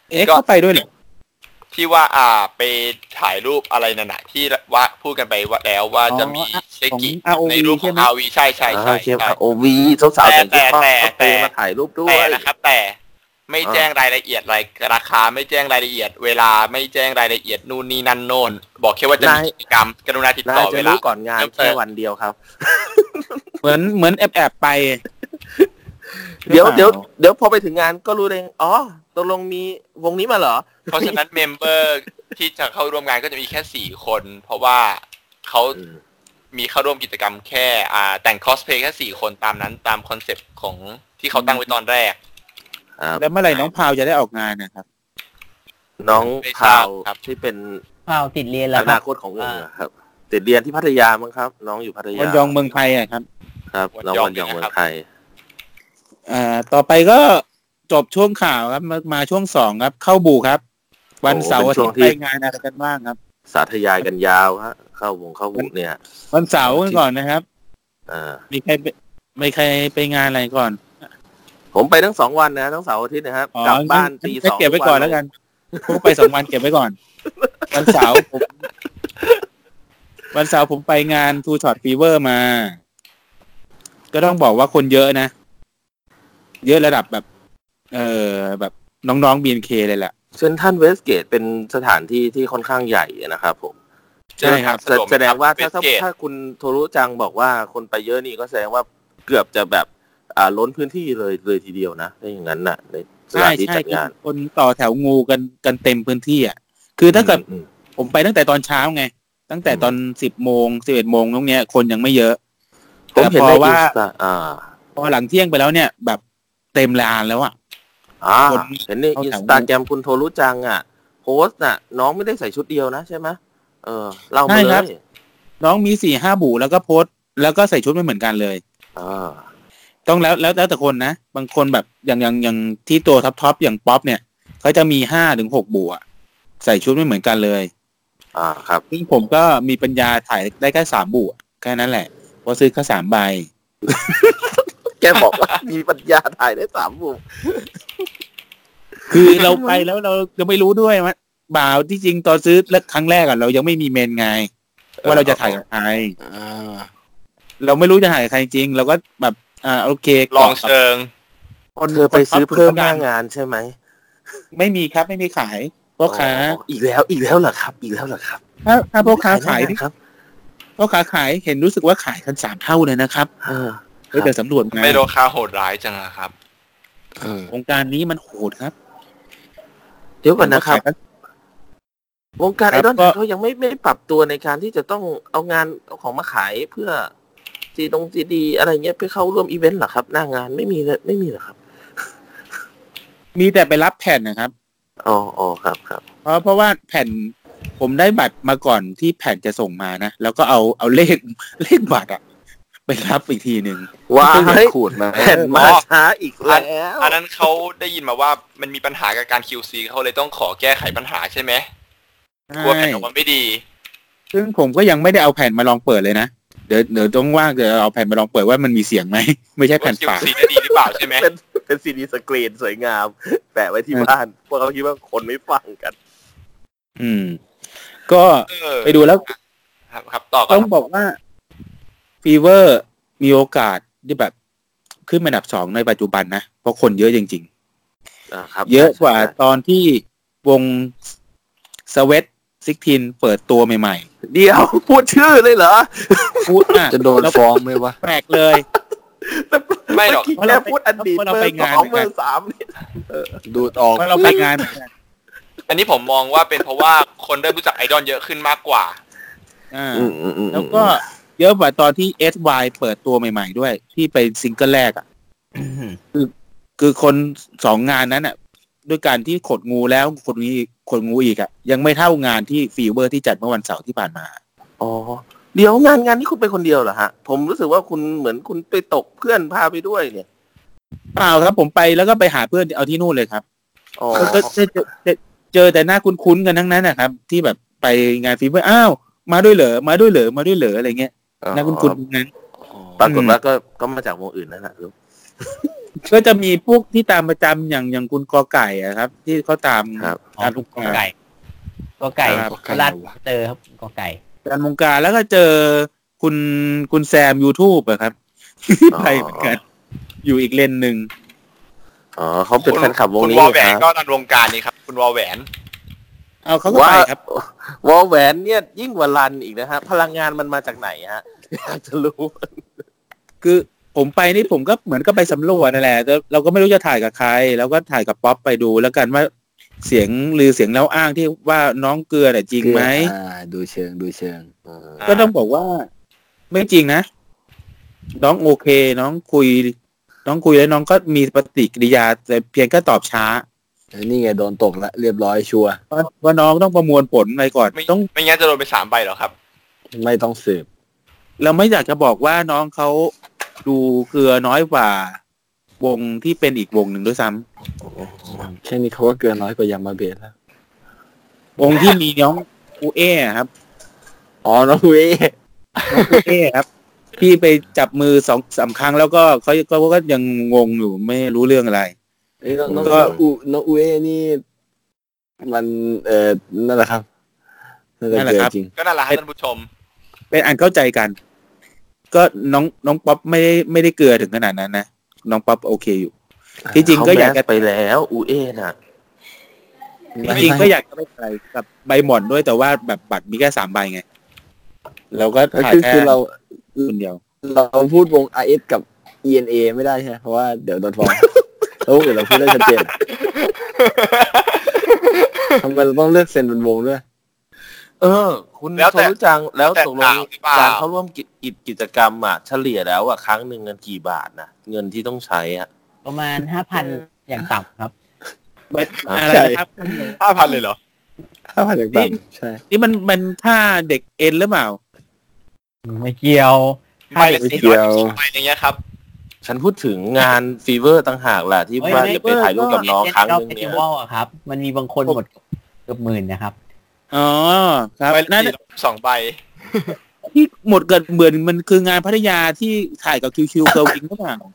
เอ๊ะเขาไปด้วยเหรอที่ว่าอ่าไปถ่ายรูปอะไรนั่นน่ะที่ว่าพูดกันไปว่าแล้วว่าจะมีเซกิในรูปของ อาร์ วี ใช่ใช่ใช่เกม อาร์ โอ วี สาวๆแต่งชุดแต่คอสเพแต่ลย์มาถ่ายรูปด้วแต่ยนะครับแต่ไม่แจ้งรายละเอียดอะไรราคาไม่แจ้งรายละเอียดเวลาไม่แจ้งรายละเอียดนู่นนี่นั่นโน่นบอกแค่ว่าจะมีกิจกรรมกรุณาติดน่าต่อจะเวลารู้ก่อนงานแค่วันเดียวครับเหมือนเหมือนแอบแอบไปเดี๋ยวเดี๋ยวเดี๋ยวพอไปถึงงานก็รู้เองอ๋อตกลงมีวงนี้มาเหรอเพราะฉะนั้นเมมเบอร์ที่จะเข้าร่วมงานก็จะมีแค่สี่คน เพราะว่าเขามีเข้าร่วมกิจกรรมแค่อ่าแต่งคอสเพลย์แค่สี่คนตามนั้นตามคอนเซปต์ของที่เขาตั้งไว้ตอนแรกแล้วเมื่อไหร่น้องพาวจะได้ออกงานนะครับน้องไม่ทพาราบวครับที่เป็นเปล่าติดเรียนอแล้วคนารับคตของวงอะครับติดเรียนที่พัทยามั้งครับ น้องอยู่พัทยาวันยองเมืองไทยอะครับครับน้องวันยองเมืองไทยอ่าต่อไปก็จบช่วงข่าวครับมามาช่วงสองครับ เข้าบูครับ วันเสาร์อาทิตย์ไปงานอะไรกันบ้างครับสาธยายกันยาวฮะเข้าวงเข้าบุเนี่ยวันเสาร์กันก่อนนะครับอ่ามีใครไปมีใครไปงานอะไรก่อนผมไปทั้งสองวันนะทั้งเสาร์อาทิตย์นะครับอ๋อกลับบ้านตีงั้สองเก็บไว้ก่อนแล้วกันพวกไปสองวันเก็บไว้ก่อน วันเสาร์ผม วันเสาร์ผมไปงาน Two Shot Fever มา ก็ต้องบอกว่าคนเยอะนะ เยอะระดับแบบ เออแบบน้องๆ บี เอ็น เค เลยแหละเซนทรัลเวสเกตเป็นสถานที่ที่ค่อนข้างใหญ่นะครับผมใช่ครับแสแสดงว่าถ้าถ้า Westgate ถ้าคุณโทรุจังบอกว่าคนไปเยอะนี่ก็แสดงว่าเกือบจะแบบอ่าล้นพื้นที่เลยเลยทีเดียวนะถ้าอย่างนั้นน่ะในสใช่ถานที่ใช่จัดงานคนต่อแถวงูกันกันเต็มพื้นที่อ่ะ คือถ้าเกิดอืมผมไปตั้งแต่ตอนเช้าไง ตั้งแต่ตอนสิบโมงสิบเอ็ดโมงตรงเนี้ย คนยังไม่เยอะผมแต่เห็นพอในว่าอินสตาอ่าพอหลังเที่ยงไปแล้วเนี่ย แบบเต็มลานแล้วอ่ะอ่าคนเห็นในเข้าอินแถวสตาแกรมคุณโทรุจังอ่ะโพสต์น่ะ น้องไม่ได้ใส่ชุดเดียวนะใช่ไหมเออเล่ามาเลยน้องมีสี่ห้าบูแล้วก็โพสต์แล้วก็ใส่ชุดไม่เหมือนกันเลยอ่าต้องแล้วแล้วแล้วแต่คนนะ บางคนแบบอย่างอย่างอย่างที่ตัวท็อปท็อปอย่างป๊อปเนี่ยเขาจะมีห้าถึงหกบูอะใส่ชุดไม่เหมือนกันเลยอ่าครับซึ่งผมก็มีปัญญาถ่ายได้แค่สามบูอะแค่นั้นแหละเพราะซื้อแค่สามใบแกบอกว่ามีปัญญาถ่ายได้สามบุกคือเราไปแล้วเราจะไม่รู้ด้วยว่าบ่าวที่จริงตอนซื้อครั้งแรกอะเรายังไม่มีเมนไงว่าเราจะถ่ายกับใครอ่าเราไม่รู้จะถ่ายกับใครจริงเราก็แบบอ่าโอเคลองเชิงเธอไปซื้อเพิ่มหน้างานใช่ไหมไม่มีครับไม่มีขายพ่อค้าอ๋ออีกแล้วอีกแล้วเหรอครับ อีกแล้วเหรอครับถ้าถ้าพ่อค้าขายได้นี่ครับพ่อค้าขายเห็นรู้สึกว่าขายกันสามเท่าเลยนะครับเออเฮ้ยเดี๋ยวสำรวจมาไม่โดนค่าโหดร้ายจังอะครับเออวงการนี้มันโหดครับเดี๋ยวก่อนนะครับขายกัวงการคไอรับดอลก็เขายังไม่ไม่ปรับตัวในการที่จะต้องเอางานเอาของมาขายเพื่อซีดงซีดีอะไรเงี้ยเพื่อเข้าร่วมอีเวนต์เหรอครับ หน้างานไม่มีเลยไม่มีเหรอครับมีแต่ไปรับแผ่นนะครับอ๋ออ๋อครับครับเพราะเพราะว่าแผ่นผมได้บัตรมาก่อนที่แผ่นจะส่งมานะแล้วก็เอาเอาเลขเลขบัตรอะไปรับอีกทีหนึ่งว้าเพิ่งยขูดมาแผ่นมาช้าอีกแล้วอันนั้นเขาได้ยินมาว่ามันมีปัญหากับการ คิว ซี เขาเลยต้องขอแก้ไขปัญหาใช่ไหมกลัวแผ่นออกมาไม่ดีซึ่งผมก็ยังไม่ได้เอาแผ่นมาลองเปิดเลยนะเดี๋ยวเดี๋ยวต้องว่างเดี๋ยวเอาแผ่นมาลองเปิดว่ามันมีเสียงไหมไม่ใช่แผ่นคิวเปล่าซีได้ดีหรือเปล่าใช่ไหมเป็นเป็นซีดีสกรีนสวยงาม แปะไว้ที่บ้านพวกเขาคิดว่าคนไม่ฟังกันอืม ก็เออไปดูแล้วครับครับต่อก่อนต้องบอกว่าฟีเวอร์มีโอกาสที่แบบขึ้นมาอันดับสองในปัจจุบันนะ เพราะคนเยอะจริงอ่าครับๆ เยอะกว่าตอนที่วงสเวตซิกทีนเปิดตัวใหม่เดี๋ยวพูดชื่อเลยเหรอๆพูดอ่ะจะโดนฟ้องไหมวะแปลกเลยไม่หรอกแค่พูดอดีตเพราะเราเบอไปร์งานสองเบอร์สามนี่ดูดออกเพราะเราไปงานอันนี้ผมมองว่าเป็นเพราะว่าคนเริ่มรู้จักไอดอลเยอะขึ้นมากกว่าอ่าอืมอืมอืมแล้วก็เยอะกว่าตอนที่ เอส วาย เปิดตัวใหม่ๆด้วย ที่ไปซิงเกิลแรกอ่ะ คือคือคนสองงานนั้นอ่ะ ด้วยการที่ขดงูแล้วขดงูอีกขดงูอีกอ่ะ ยังไม่เท่างานที่ฟีเวอร์ที่จัดเมื่อวันเสาร์ที่ผ่านมาอ๋อเดี๋ยวงานงานนี้คุณไปคนเดียวเหรอฮะ ผมรู้สึกว่าคุณเหมือนคุณไปตกเพื่อนพาไปด้วยเนี่ยเปล่าครับ ผมไปแล้วก็ไปหาเพื่อนเอาที่นู่นเลยครับอ๋อก็เจอเจอเจอเจอแต่หน้าคุ้นๆกันทั้งนั้นนะครับ ที่แบบไปงานฟีเวอร์อ้าวมาด้วยเหรอมาด้วยเหรอมาด้วยเหรออะไรเงี้ยหน้าคุ้นๆทั้งนั้นปรากฏว่าก็ก็มาจากวงอื่นนั่นแหละลูกก็จะมีพวกที่ตามประจำอย่างอย่างคุณกอไก่อะครับ ที่เขาตามครับการกอไก่กอไก่ครับลาดเจอครับกอไก่การวงการแล้วก็เจอคุณคุณแซม YouTube อะครับอ๋อไปเหมือนกัน อยู่อีกเลนหนึ่งอ๋อเขาเป็นแฟนคลับวงคุณนี้วอลแหวคน รับก็ดันวงการนี้ครับ คุณวอลแหวนเอาเขาก็ว่าไปครับวอลแหวนเนี่ยยิ่งกว่ารันอีกนะฮะพลังงานมันมาจากไหนฮะอยากจะรู้คือผมไปนี่ผมก็เหมือนก็ไปสำรวจนั่นแหละแต่เราก็ไม่รู้จะถ่ายกับใครแล้วก็ถ่ายกับป๊อปไปดูแล้วกันว่าเสียงลือเสียงเล่าอ้างที่ว่าน้องเกลือเนี่ยจริงไหมอ่าดูเชิงดูเชิงก็ต้องบอกว่าไม่จริงนะ น้องโอเค น้องคุย น้องคุยแล้วน้องก็มีปฏิกิริยาแต่เพียงแค่ตอบช้านี่ไงโดนตกละเรียบร้อยชัวร์ว่าว่าน้องต้องประมวลผลอะไรก่อนไม่ต้องไม่งั้นจะโดนไปสามใบเหรอครับไม่ต้องสืบเราไม่อยากจะบอกว่าน้องเขาดูเกลือน้อยกว่าวงที่เป็นอีกวงหนึ่งด้วยซ้ำแค่นี้เขาก็เกินน้อยกว่ายามาเบสแล้ววงที่มีน้องอูเอครับอ๋อน้องเวน้องอูเอครับ ที่ไปจับมือสองสามครั้งแล้วก็เขาเขาก็ยังงงอยู่ไม่รู้เรื่องอะไรเอ้ยน้องน้องก็อูน้องอูเอนี่ มันเอ่อนั่นแหละครับนั่นแหละนั่นแหละเกิครับนจริงก็นั่นแหละครับท่านผู้ชมเป็นอันเข้าใจกัน ก็น้องน้องป๊อปไม่ได้ไม่ได้เกลือถึงขนาดนั้นนะน้องป๊อปโอเคอยู่ ที่จริงก็อยากจะเขแมสไปแล้วอูเอน่ะจริงๆก็อยากจะไม่ไปกับใบหม่อนด้วยแต่ว่าแบบบัตรมีแค่สามใบไงเราก็ก็ถ่ายคือแค่คือเราคนเดียวเราพูดวง อาร์ เอส กับ อี เอ็น เอ ไม่ได้ใช่ไหมเพราะว่าเดี๋ยวโดนฟ้อง แล้วเดี๋ยวเราพูดได้ชัดเจนทำไมเราต้องเลือกเซ็นเป็นวงด้วยเออ คุณแล้วโทแต่รุจังแล้วแต่ตกลข่าง วหรือเปล่าการเข้าร่วมกิจกิจกรรมอ่ะเฉลี่ยแล้วอ่ะครั้งหนึ่งเงินกี่บาทนะเงินที่ต้องใช้อ่ะประมาณห้าพันอย่างต่ำครับอะไรใช่นะครับห้าพันเลยเหรอห้าพันอย่างต่ำใช่นี่มันมันท่าเด็กเอ็นหรือเปล่าไม่เกี่ยวไม่เลยสี่ร้อยสิบใบอย่างเงี้ยครับฉันพูดถึงงานฟีเวอร์ต่างหากล่ะที่ว่าจะไปถ่ายรูปกับน้องครั้งหนึ่งเฟสเนี่ติยวัลอะครับ มันมีบางคนหมดเกือบหมื่นนะครับอ๋อครับใบนั่นสี่ร้อยสองใบที่หมดเกิดเบื่อมันคืองานพัทยาที่ถ่ายกับคิวคิวเกิร์ลวิงหรือเปล่า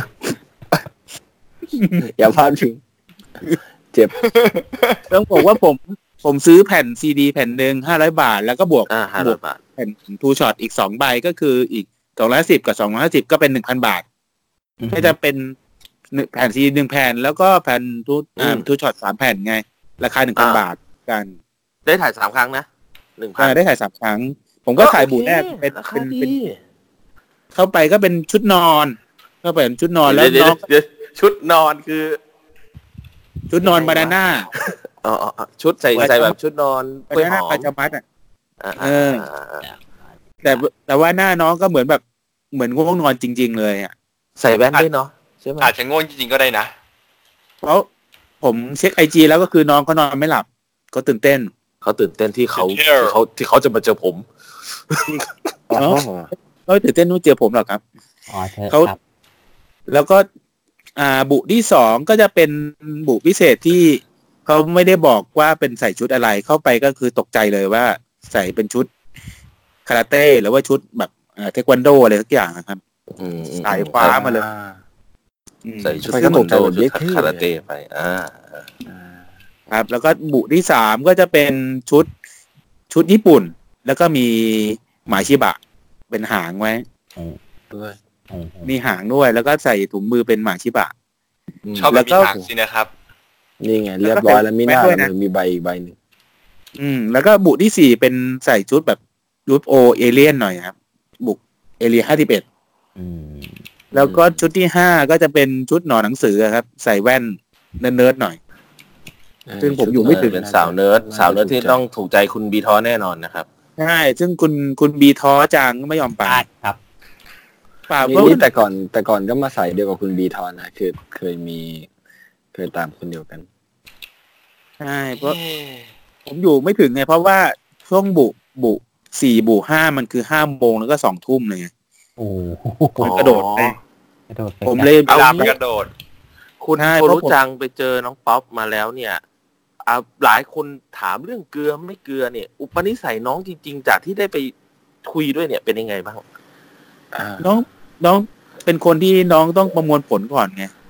อย่าพลาดถึง เจ็บต้องบอกว่าผมผมซื้อแผ่นซีดีแผ่นหนึ่งห้าร้อยบาท แล้วก็บวกอ่าห้าบร้วอก ยบาทแผ่นทูช็อตอีกสองใบก็คืออีกสองร้อยสิบกับสองร้อยห้าสิบก็เป็นหนึ่งพันบาทอืมก็จะเป็นหนึ่งแผ่นซีดีหนึ่งแผ่นแล้วก็แผ่นทูอ่าทูช็อตสามแผ่นไง ราคาหนึ่งพันบาทกันได้ถ่ายสามครั้งนะหนึ่งพันอ่าได้ถ่ายสามครั้ง ผมก็ถ่ายบูแรกเป็นราคาเป็นดีเป็นเข้าไปก็เป็นชุดนอน เข้าไปเป็นชุดนอนแล้วเดี๋ยน้องเดี๋ยวชุดนอนคือชุดนอนบานาน่าอ๋ออ๋อชุดใส่ใส่แบบชุดนอนบากล้วยนาหน่าอมปาจามัดอ่ะอ่าเอออ่าแต่แต่ว่าหน้าน้องก็เหมือนแบบเหมือนง่วงนอนจริง ๆ เลยอ่ะใส่แว่นด้วยเนาะใช่ไหมอาจจะง่วงจริงๆก็ได้นะเพราะผมเช็คไอจีแล้วก็คือน้องเขานอนไม่หลับก็ตื่นเต้นเขาตื่นเต้นที่เขาเที่ยวที่เขาที่เขาจะมาเจอผมอ๋อ เขาตื่นเต้นไม่เจอผมหรอกครับอ๋อเธอเขาครับแล้วก็อ่าบุที่สองก็จะเป็นบุพิเศษที่เขาไม่ได้บอกว่าเป็นใส่ชุดอะไรเข้าไปก็คือตกใจเลยว่าใส่เป็นชุดคาราเต้หรือว่าชุดแบบอ่าเทควันโดอะไรสักอย่างนะครับอืมอืมสายฟ้ามาเลย อืมใส่ชุดไปก็คาตโมกใจโดแบบชุดเด็กเท่คาราเต้ไปอ่าครับ แล้วก็บุที่สามก็จะเป็นชุดชุดญี่ปุ่น แล้วก็มีหมาชิบะเป็นหางไว้ด้วยอืมมีหางด้วย แล้วก็ใส่ถุงมือเป็นหมาชิบะชอบแบแล้บวมีก็ทางสินะครับนี่ไงเรียบร้อยแล้วมีหน้าแว่นด้วยนะแล้วมีใบอีกใบหนึ่งอืม แล้วก็บุที่สี่เป็นใส่ชุดแบบยูฟโอเอเลียนหน่อยครับ บุกเอเลียห้าสิบเอ็ดอืมแล้วก็ชุดที่ห้าก็จะเป็นชุดหนอนหนังสือครับ ใส่แว่นเนิร์ดๆหน่อย ซึ่งผมอยู่ไม่ถึงเป็นสาวเนิร์ดสาวเนิร์ดที่ต้องถูกใจคุณบีทอแน่นอนนะครับใช่ ซึ่งคุณคุณบีท้อจังก็ไม่ยอมไปพลาดครับเปล่านี่เพราะนี่แต่ก่อนแต่ก่อนก็มาใส่เดียวกับคุณบีทอนนะคือเคยมี เคยตามคนเดียวกันใช่เพราะผมอยู่ไม่ถึงไง เพราะว่าช่วงบุบุสี่บุห้ามันคือห้าโมงแล้วก็สองทุ่มเลยไงโอ้โหผมกระโดดไปกระโดดไปผมเลยเอาเอาไปกระโดดคุณใช่โทเพราะรุผมจังไปเจอน้องป๊อปมาแล้วเนี่ยอ่าหลายคนถามเรื่องเกลือไม่เกลือเนี่ย อุปนิสัยน้องจริง ๆ จากที่ได้ไปคุยด้วยเนี่ยเป็นยังไงบ้างน้องน้องเป็นคนที่น้องต้องประมวลผลก่อนไง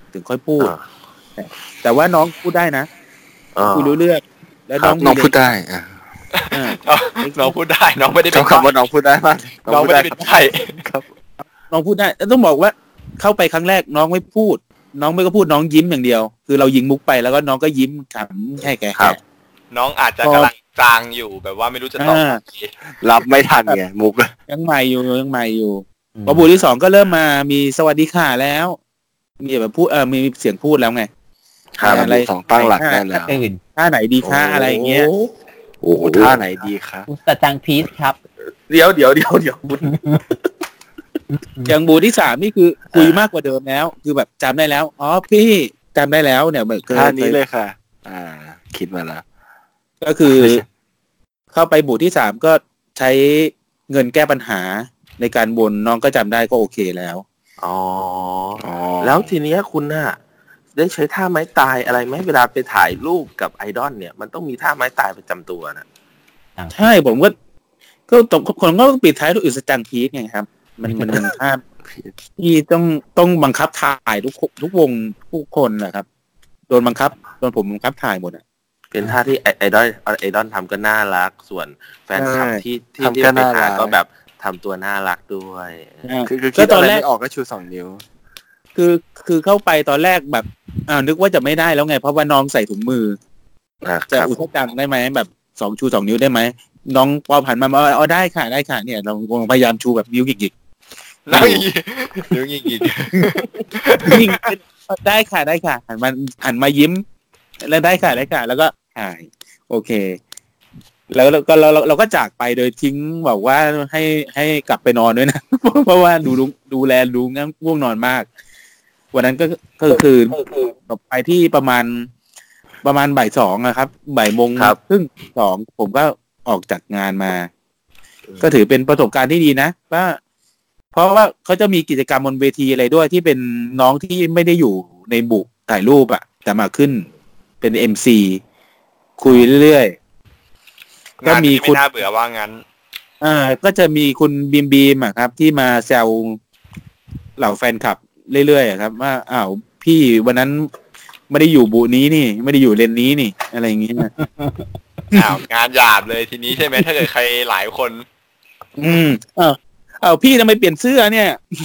ถึงค่อยพูดอ่าแต่ว่าน้องพูดได้นะอ่าคุยรู้เรื่องแล้วคน้รัอบ งน้องพูดได้อ่ะอ่าน้องพูดได้น้องไม่ได้เป็เจ้าน คำว่าน้องพูดได้มากน้องไม่ได้เป็นใครครับน้องพูดได้แล้วต้องบอกว่าเข้าไปครั้งแรกน้องไม่พูด น้องไม่ก็พูดน้องยิ้มอย่างเดียว คือเรายิงมุกไปแล้วก็น้องก็ยิ้มขำให้แกครับน้องอาจจะกำลังจางอยู่แบบว่าไม่รู้จะตอบอ่าไงรับไม่ทันไงมุกยังใหม่อยู่ยังใหม่อยู่พอบูที่สองก็เริ่มมามีสวัสดีค่ะแล้ว มีแบบพูดเออมีเสียงพูดแล้วไงครับอะไรสองตั้งหลักได้แล้วตื่นท่าไหนดีคะอะไรอย่างเงี้ยโอ้โหท่าไหนดีคะอุสจังพีซครับเดี๋ยวเดี๋ยวเดี๋ยวเดี๋ยวคุณอย่างบูที่สามนี่คือคุยมากกว่าเดิมแล้ว คือแบบจำได้แล้วอ๋อพี่จำได้แล้วเนี่ยเหมือนท่านี้เลยค่ะ อ่า คิดมาแล้วก็คือ เข้าไปบูที่สามก็ใช้เงินแก้ปัญหาในการบนน้องก็จำได้ก็โอเคแล้วอ๋ออ๋อแล้วทีเนี้ยคุณน่ะได้ใช้ท่าไม้ตายอะไรไหมเวลาไปถ่ายรูปกับไอดอลเนี่ยมันต้องมีท่าไม้ตายประจำตัวนะใช่ผมก็ก็ตกคนก็ต้องปิดท้ายด้วยอุสจังพีซไงครับ มันมันเป็นภาพที่ต้องต้องบังคับถ่ายทุกคนทุกวงทุกคนนะครับโดนบังคับโดนผมบังคับถ่ายหมดอ่ะเป็นท่าที่ไอไอดอลไอดอลทำก็น่ารัก ส่วนแฟนคลับใช่ที่ที่ที่ไปถ่ายก็แบบทำตัวน่ารักด้วยคือคือก็คิดตออะนไรแรกไม่ออกก็ชูสองนิ้วคือคือเข้าไปตอนแรกแบบอ้าวนึกว่าจะไม่ได้แล้วไง เพราะว่าน้องใส่ถุงมือนะคจะรับอุทจังได้ไหมแบบสองชูสองนิ้วได้ไหมน้องปอผันมาเอาเอาได้ค่ะได้ค่ะเนี่ยเราพยายามชูแบบนิ้วหยิกนั่งอีกนิ้วยิงอีกๆยิ่งได้ค่ะได้ค่ะหันมาหันมายิ้ม แล้วได้ค่ะได้ค่ะ แล้วก็ถ่าย โอเค แล้วเราก็เราเราเราก็จากไปโดยทิ้งบอกว่าให้ให้กลับไปนอนด้วยนะ เพราะว่าดูดูดูแลดูงั้นง่วงนอนมาก วันนั้นก็ก็คือต่อไปที่ประมาณประมาณบ่ายสองนะครับบ่ายโมงครึ่งสองผมก็ออกจากงานมา ก็ถือเป็นประสบการณ์ที่ดีนะว่าเพราะว่าเขาจะมีกิจกรรมบนเวทีอะไรด้วยที่เป็นน้องที่ไม่ได้อยู่ในบุกถ่ายรูปอะแต่มาขึ้นเป็นเอ็มซีคุยเรื่อยๆก็งานมีที่คุไม่ณน่าเบื่อว่างั้นอ่าก็จะมีคุณบีมบีมอะครับ ที่มาแซวเหล่าแฟนคลับเรื่อยๆอะครับ ว่าอ้าวพี่วันนั้นไม่ได้อยู่บูนี้นี่ ไม่ได้อยู่เลนนี้นี่ อะไรอย่างเงี้ยอ้าวงานหยาบเลยทีนี้ใช่ไหมถ้าเกิดใครหลายคนอืมอ้าวอ้าวพี่ทำไมเปลี่ยนเสื้อเนี่ย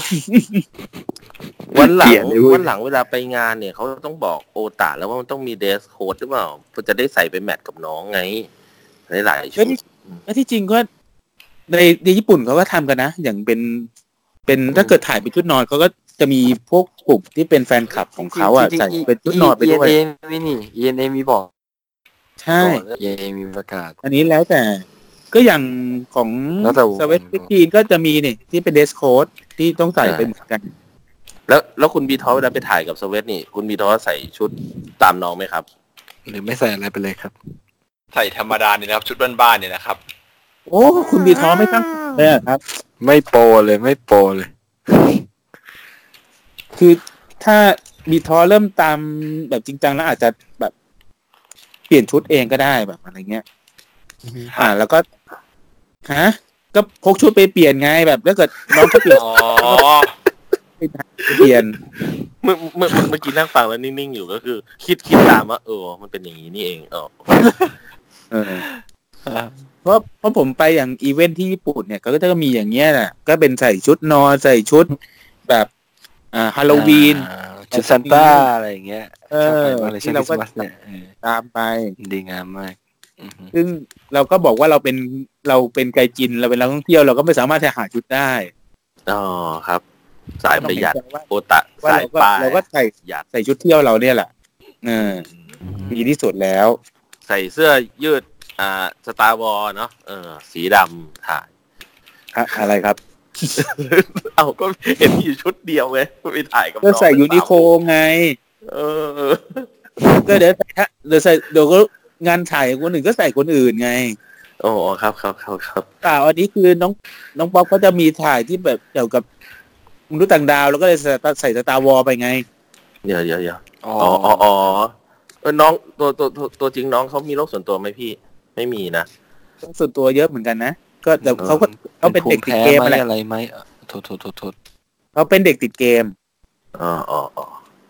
วันหลัเปงลี่ยนเลยเว้ยวันหลังเวลาไปงานเนี่ยเขาต้องบอกโอตาแล้วว่ามันต้องมีเดรสโค้ดหรือเปล่าเพื่อจะได้ใส่ไปแมทกับน้องไงหลายๆชุแล้วดที่แล้วที่จริงก็ในในญี่ปุ่นเขาก็ทำกันนะ อย่างเป็นเป็นถ้าเกิดถ่ายเป็นชุดนอนเขาก็จะมีพวกกลุ่มที่เป็นแฟนคลับของเขาอ่ะใส่เป็นชุดนอนไปด้วยเอ็น เอ ไม่นี่ เอ็น เอ มีบอกใช่เอ็น เอ มีประกาศอันนี้แล้วแต่ก็อย่างของแล้วแต่วงสเวตทีนก็จะมีนี่ที่เป็นเดสโค้ดที่ต้องใส่เป็นเหมือนกันแล้วแล้วคุณบีทอเวลาไปถ่ายกับสเวตนี่คุณบีทอใส่ชุดตามน้องไหมครับหรือไม่ใส่อะไรไปเลยครับใส่ธรรมดานี่นะครับชุดบ้านๆเนี่ยนะครับโอ้คุณบีทอไม่ตั้งเลยอะครับไม่โปรเลยไม่โปรเลยคือถ้าบีทอเริ่มตามแบบจริงจังแล้วอาจจะแบบเปลี่ยนชุดเองก็ได้แบบอะไรเงี้ย อ่า แล้วก็ฮะก็พกชุดไปเปลี่ยนไงแบบถ้าเกิดน้องเขาเปลี่ยนอ๋อเปลี่ยนเมื่อเมื่อเมื่อกี้นั่งฟังแล้วนิ่งๆอยู่ก็คือ คิดคิดตามว่าเออมันเป็นอย่างนี้นี่เองเออเออเพราะเพราะผมไปอย่างอีเวนท์ที่ญี่ปุ่นเนี่ยเขาก็จะมีอย่างเงี้ยแหละก็เป็นใส่ชุดนอนใส่ชุดแบบอ่าฮาโลวีนอ่าชุดซานต้าอะไรอย่างเงี้ยเอชอบอไปมากเลยช่วที่งคเราริสก็ต์มาสเนี่ยเออตามไปดีงามมากอือฮึซึ่งเราก็บอกว่าเราเป็นเราเป็นไกจินเราเป็นนักท่องเที่ยวเราก็ไม่สามารถจะหาชุดได้อ๋อครับ สายประหยัดว่าโอตะว่าสายเราก็ป้ายเราก็ใส่หยัดใส่ชุดเที่ยวเราเนี่ยแหละเออดีที่สุดแล้วใส่เสื้อยืดอ่าสตาร์วอลเนาะเออสีดำถ่ายอะอะไรครับเอาก็เห็นอยู่ชุดเดียวไงไปถ่ายกับก็ใส่น้องยูนิโคไงเออก็เดี๋ยวใส่ฮะเดี๋ยวใส่เดี๋ยวก็งานถ่ายคนอื่นก็ใส่คนอื่นไงโอ้ครับครับครับครับเปล่าอันนี้คือน้องน้องป๊อปเขาจะมีถ่ายที่แบบเกี่ยวกับมนุษย์ต่างดาวแล้วก็เลยใส่สตาร์วอลไปไงเดี๋ยวเดี๋ยวเดี๋ยวอ๋ออ๋ออ๋ออ๋อเออน้องตัวตัวตัวตัวจริงน้องเขามีโรคส่วนตัวไหมพี่ ไม่มีนะส่วนตัวเยอะเหมือนกันนะก็แต่เขาก็เขาเป็นเด็กติดเกมไหมอะไรอะไรไหมเออโทษโทษโทษโทษเขาเป็นเด็กติดเกมอ๋ออ๋ออ๋อ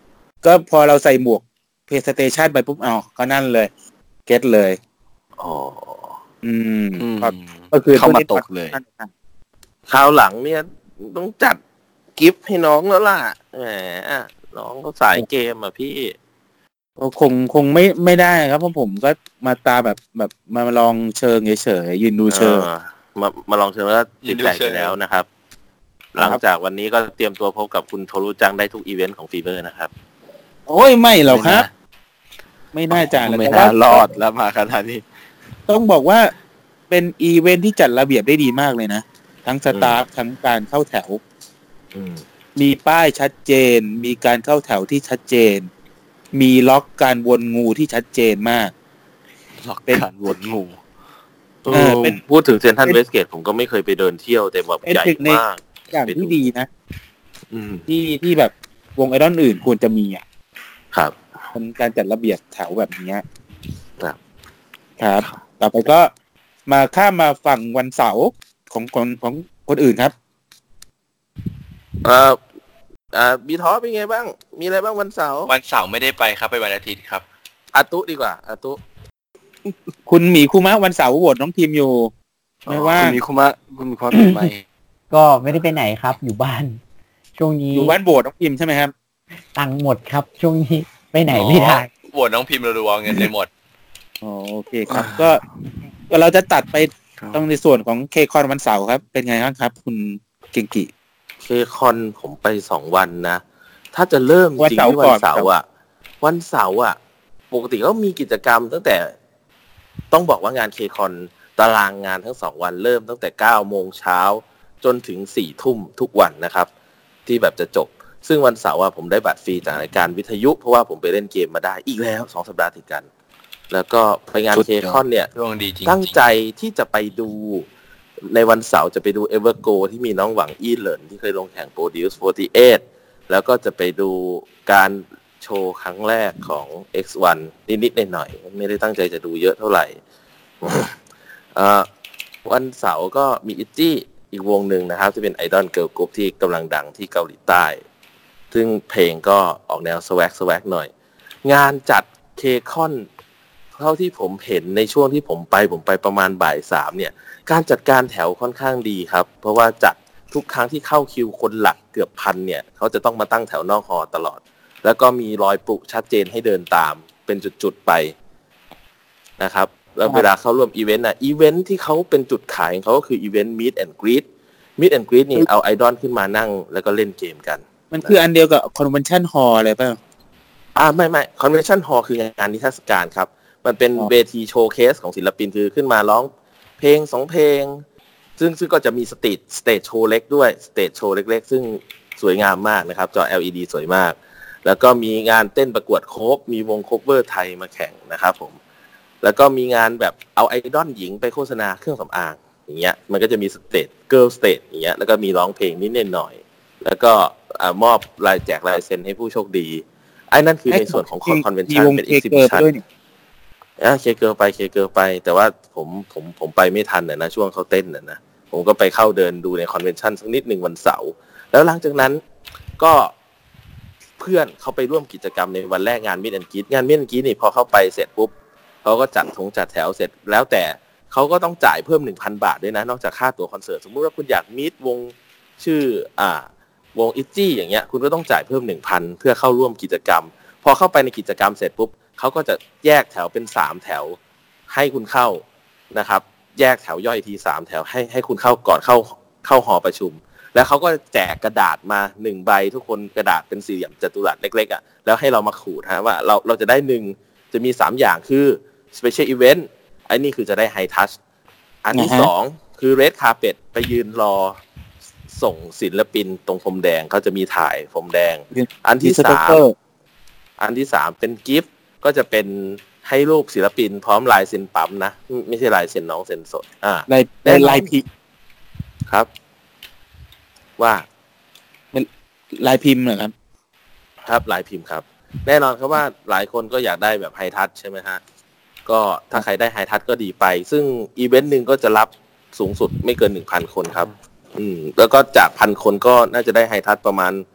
ก็พอเราใส่หมวก PlayStation ไปปุ๊บเอาก็นั่นเลยเก็ตเลยอ๋ออืมอืมก็คือเข้ามาตกเลยคราวหลังเนี่ยต้องจัดกิฟต์ให้น้องแล้วล่ะแหมน้องก็สายเกมอ่ะพี่ก็คงคงไม่ไม่ได้ครับเพราะผมก็มาตาแบบแบบมาลองเชิงเฉยๆยืนดูเชิงออมามาลองเชิญแล้วติดใจไปแล้วนะครับ หลังจากวันนี้ก็เตรียมตัวพบกับคุณโทรุจังได้ทุกอีเวนต์ของฟีเวอร์นะครับโอ้ยไม่หรอกครับ ไม่น่าจะไม่แต่น่าว่ารอดแล้วมาขนาดนี้ต้องบอกว่าเป็นอีเวนท์ที่จัดระเบียบได้ดีมากเลยนะ ทั้งสตาฟทั้งการเข้าแถวอืมมีป้ายชัดเจน มีการเข้าแถวที่ชัดเจน มีล็อกการวนงูที่ชัดเจนมากล็อกเป็นการวนงูเออเป็นพูดถึงเซ็นทรัลเวสเกตผมก็ไม่เคยไปเดินเที่ยวแต่แบบเป็นใหญ่ตึกในมากอย่างที่ดีนะอืมที่ที่แบบวงไอดอลอื่นควรจะมีอ่ะครับเป็นการจัดระเบียบแถวแบบนี้ครับครับ ต่อไปก็มาข้ามมาฝั่งวันเสาร์ของของของคนอื่นครับเอ่ออ่าบีท็อปเป็นไงบ้าง มีอะไรบ้างวันเสาร์วันเสาร์ไม่ได้ไปครับไปวันอาทิตย์ครับอาตุดีกว่าอาตุคุณหมีคุมะวันเสาร์โหวตน้องทีมอยู่ ไม่ว่าคุณมีคุมะคุณมีความเป็นไหมก็ไม่ได้ไปไหนครับ อยู่บ้าน ช่วงนี้อยู่บ้านโหวตน้องทีมใช่ไหมครับตังค์หมดครับ ช่วงนี้ไปไหนไม่ได้โหวตน้องพิมพ์รัวๆเงินเลยหมดอ๋อโอเคครับ ก็ก็เราจะตัดไปตรงในส่วนของเคคอนวันเสาร์ครับ เป็นไงบ้างครับ คุณเก่งกิเคคอนผมไปสองวันนะ ถ้าจะเริ่มจริงที่วันเสาร์อ่ะ วันเสาร์อ่ะ ปกติก็มีกิจกรรมตั้งแต่ต้องบอกว่างานเคคอนตารางงานทั้งสองวันเริ่มตั้งแต่เก้าโมงเช้าจนถึงสี่ทุ่มทุกวันนะครับ ที่แบบจะจบ ซึ่งวันเสาร์อ่ะผมได้บัตรฟรีจากรายการวิทยุเพราะว่าผมไปเล่นเกมมาได้อีกแล้วสองสัปดาห์ติดกัน แล้วก็ไปงานเคคอนเนี่ยช่วงดีจริงๆตั้งใจที่จะไปดูในวันเสาร์จะไปดู Evergo ที่มีน้องหวังอี้เหลินที่เคยลงแข่ง Produce สี่สิบแปดแล้วก็จะไปดูการโชว์ครั้งแรกของ เอ็กซ์ วัน นิดๆหน่อยๆไม่ได้ตั้งใจจะดูเยอะเท่าไหร่ เอ่อวันเสาร์ก็มีอิจี้อีกวงหนึ่งนะครับที่เป็นไอดอลเกิร์ลกรุ๊ปที่กำลังดังที่เกาหลีใต้ ซึ่งเพลงก็ออกแนวสแวกสแวกหน่อย งานจัดเคคอนเท่าที่ผมเห็นในช่วงที่ผมไปผมไปประมาณบ่ายสามเนี่ยการจัดการแถวค่อนข้างดีครับ เพราะว่าจัดทุกครั้งที่เข้าคิวคนหลักเกือบพันเนี่ยเขาจะต้องมาตั้งแถวนอกฮอตลอด แล้วก็มีรอยปลุกชัดเจนให้เดินตามเป็นจุดๆไปนะครับแล้วเวลาเข้าร่วมอีเวนต์นะอีเวนต์ที่เขาเป็นจุดขายของเขาก็คืออีเวนต์ Meet and Greet Meet and Greet นี่เอาไอดอลขึ้นมานั่งแล้วก็เล่นเกมกันมันคืออันเดียวกับคอนเวนชั่นฮอลอะไรป่ะอ่าไม่ไม่คอนเวนชั่นฮอลคืองานนิทรรศการครับมันเป็นอ๋อเวทีโชว์เคสของศิลปินคือขึ้นมาร้องเพลงสองเพลงซึ่งซึ่งก็จะมีสเตจสเตจโชว์เล็กด้วยสเตจโชว์เล็กๆซึ่งสวยงามมากนะครับจอ แอล อี ดี สวยมากแล้วก็มีงานเต้นประกวดโคฟมีวงโคเวอร์ไทยมาแข่งนะครับผมแล้วก็มีงานแบบเอาไอดอลหญิงไปโฆษณาเครื่องสำอางอย่างเงี้ยมันก็จะมีสเตจเกิร์ลสเตจอย่างเงี้ยแล้วก็มีร้องเพลงนิดหน่อยแล้วก็อ่ามอบลายแจกลายเซ็นให้ผู้โชคดีไอ้นั่นคือในส่วนของคอนเวนชั่นเป็น exhibition อ่ะเคเกิลไปเคเกิลไปแต่ว่าผมผมผมไปไม่ทันนะนะช่วงเขาเต้นนะนะผมก็ไปเข้าเดินดูในคอนเวนชั่นสักนิดหนึ่งวันเสาร์แล้วหลังจากนั้นก็เพื่อนเขาไปร่วมกิจกรรมในวันแรกงานมิดแอนด์กรีดงานมิดแอนด์กรีดนี่พอเข้าไปเสร็จปุ๊บเขาก็จัดทงจัดแถวเสร็จแล้วแต่เขาก็ต้องจ่ายเพิ่ม หนึ่งพัน บาทด้วยนะนอกจากค่าตั๋วคอนเสิร์ตสมมุติว่าคุณอยากมีดวงชื่ออ่าวงอิจี้อย่างเงี้ยคุณก็ต้องจ่ายเพิ่ม หนึ่งพัน เพื่อเข้าร่วมกิจกรรมพอเข้าไปในกิจกรรมเสร็จปุ๊บเขาก็จะแยกแถวเป็นสามแถวให้คุณเข้านะครับแยกแถวย่อยทีสามแถวให้ให้คุณเข้าก่อนเข้าเข้าหอประชุมแล้วเขาก็แจกกระดาษมาหนึ่งใบทุกคนกระดาษเป็นสี่เหลี่ยมจัตุรัสเล็กๆอ่ะแล้วให้เรามาขูดฮะว่าเราเราจะได้หนึ่งจะมีสามอย่างคือ special event ไอ้นี่คือจะได้ high touch อันที่สองคือ red carpet ไปยืนรอส่งศิลปินตรงพรมแดงเขาจะมีถ่ายพรมแดงอันที่สามอันที่สามเป็นกิฟต์ก็จะเป็นให้รูปศิลปินพร้อมลายเซ็นปั๊มนะไม่ใช่ลายเซ็นน้องเซ็นสดอ่าลายลายพิมพ์ครับว่าลายพิมพ์เหรอครับครับลายพิมพ์ครับแน่นอนครับว่าหลายคนก็อยากได้แบบไฮทัชใช่ไหมฮะก็ถ้าใครได้ไฮทัชก็ดีไปซึ่งอีเวนต์หนึ่งก็จะรับสูงสุดไม่เกิน หนึ่งพัน คนครับอืมแล้วก็จากพันคนก็น่าจะได้ไฮทัชประมาณ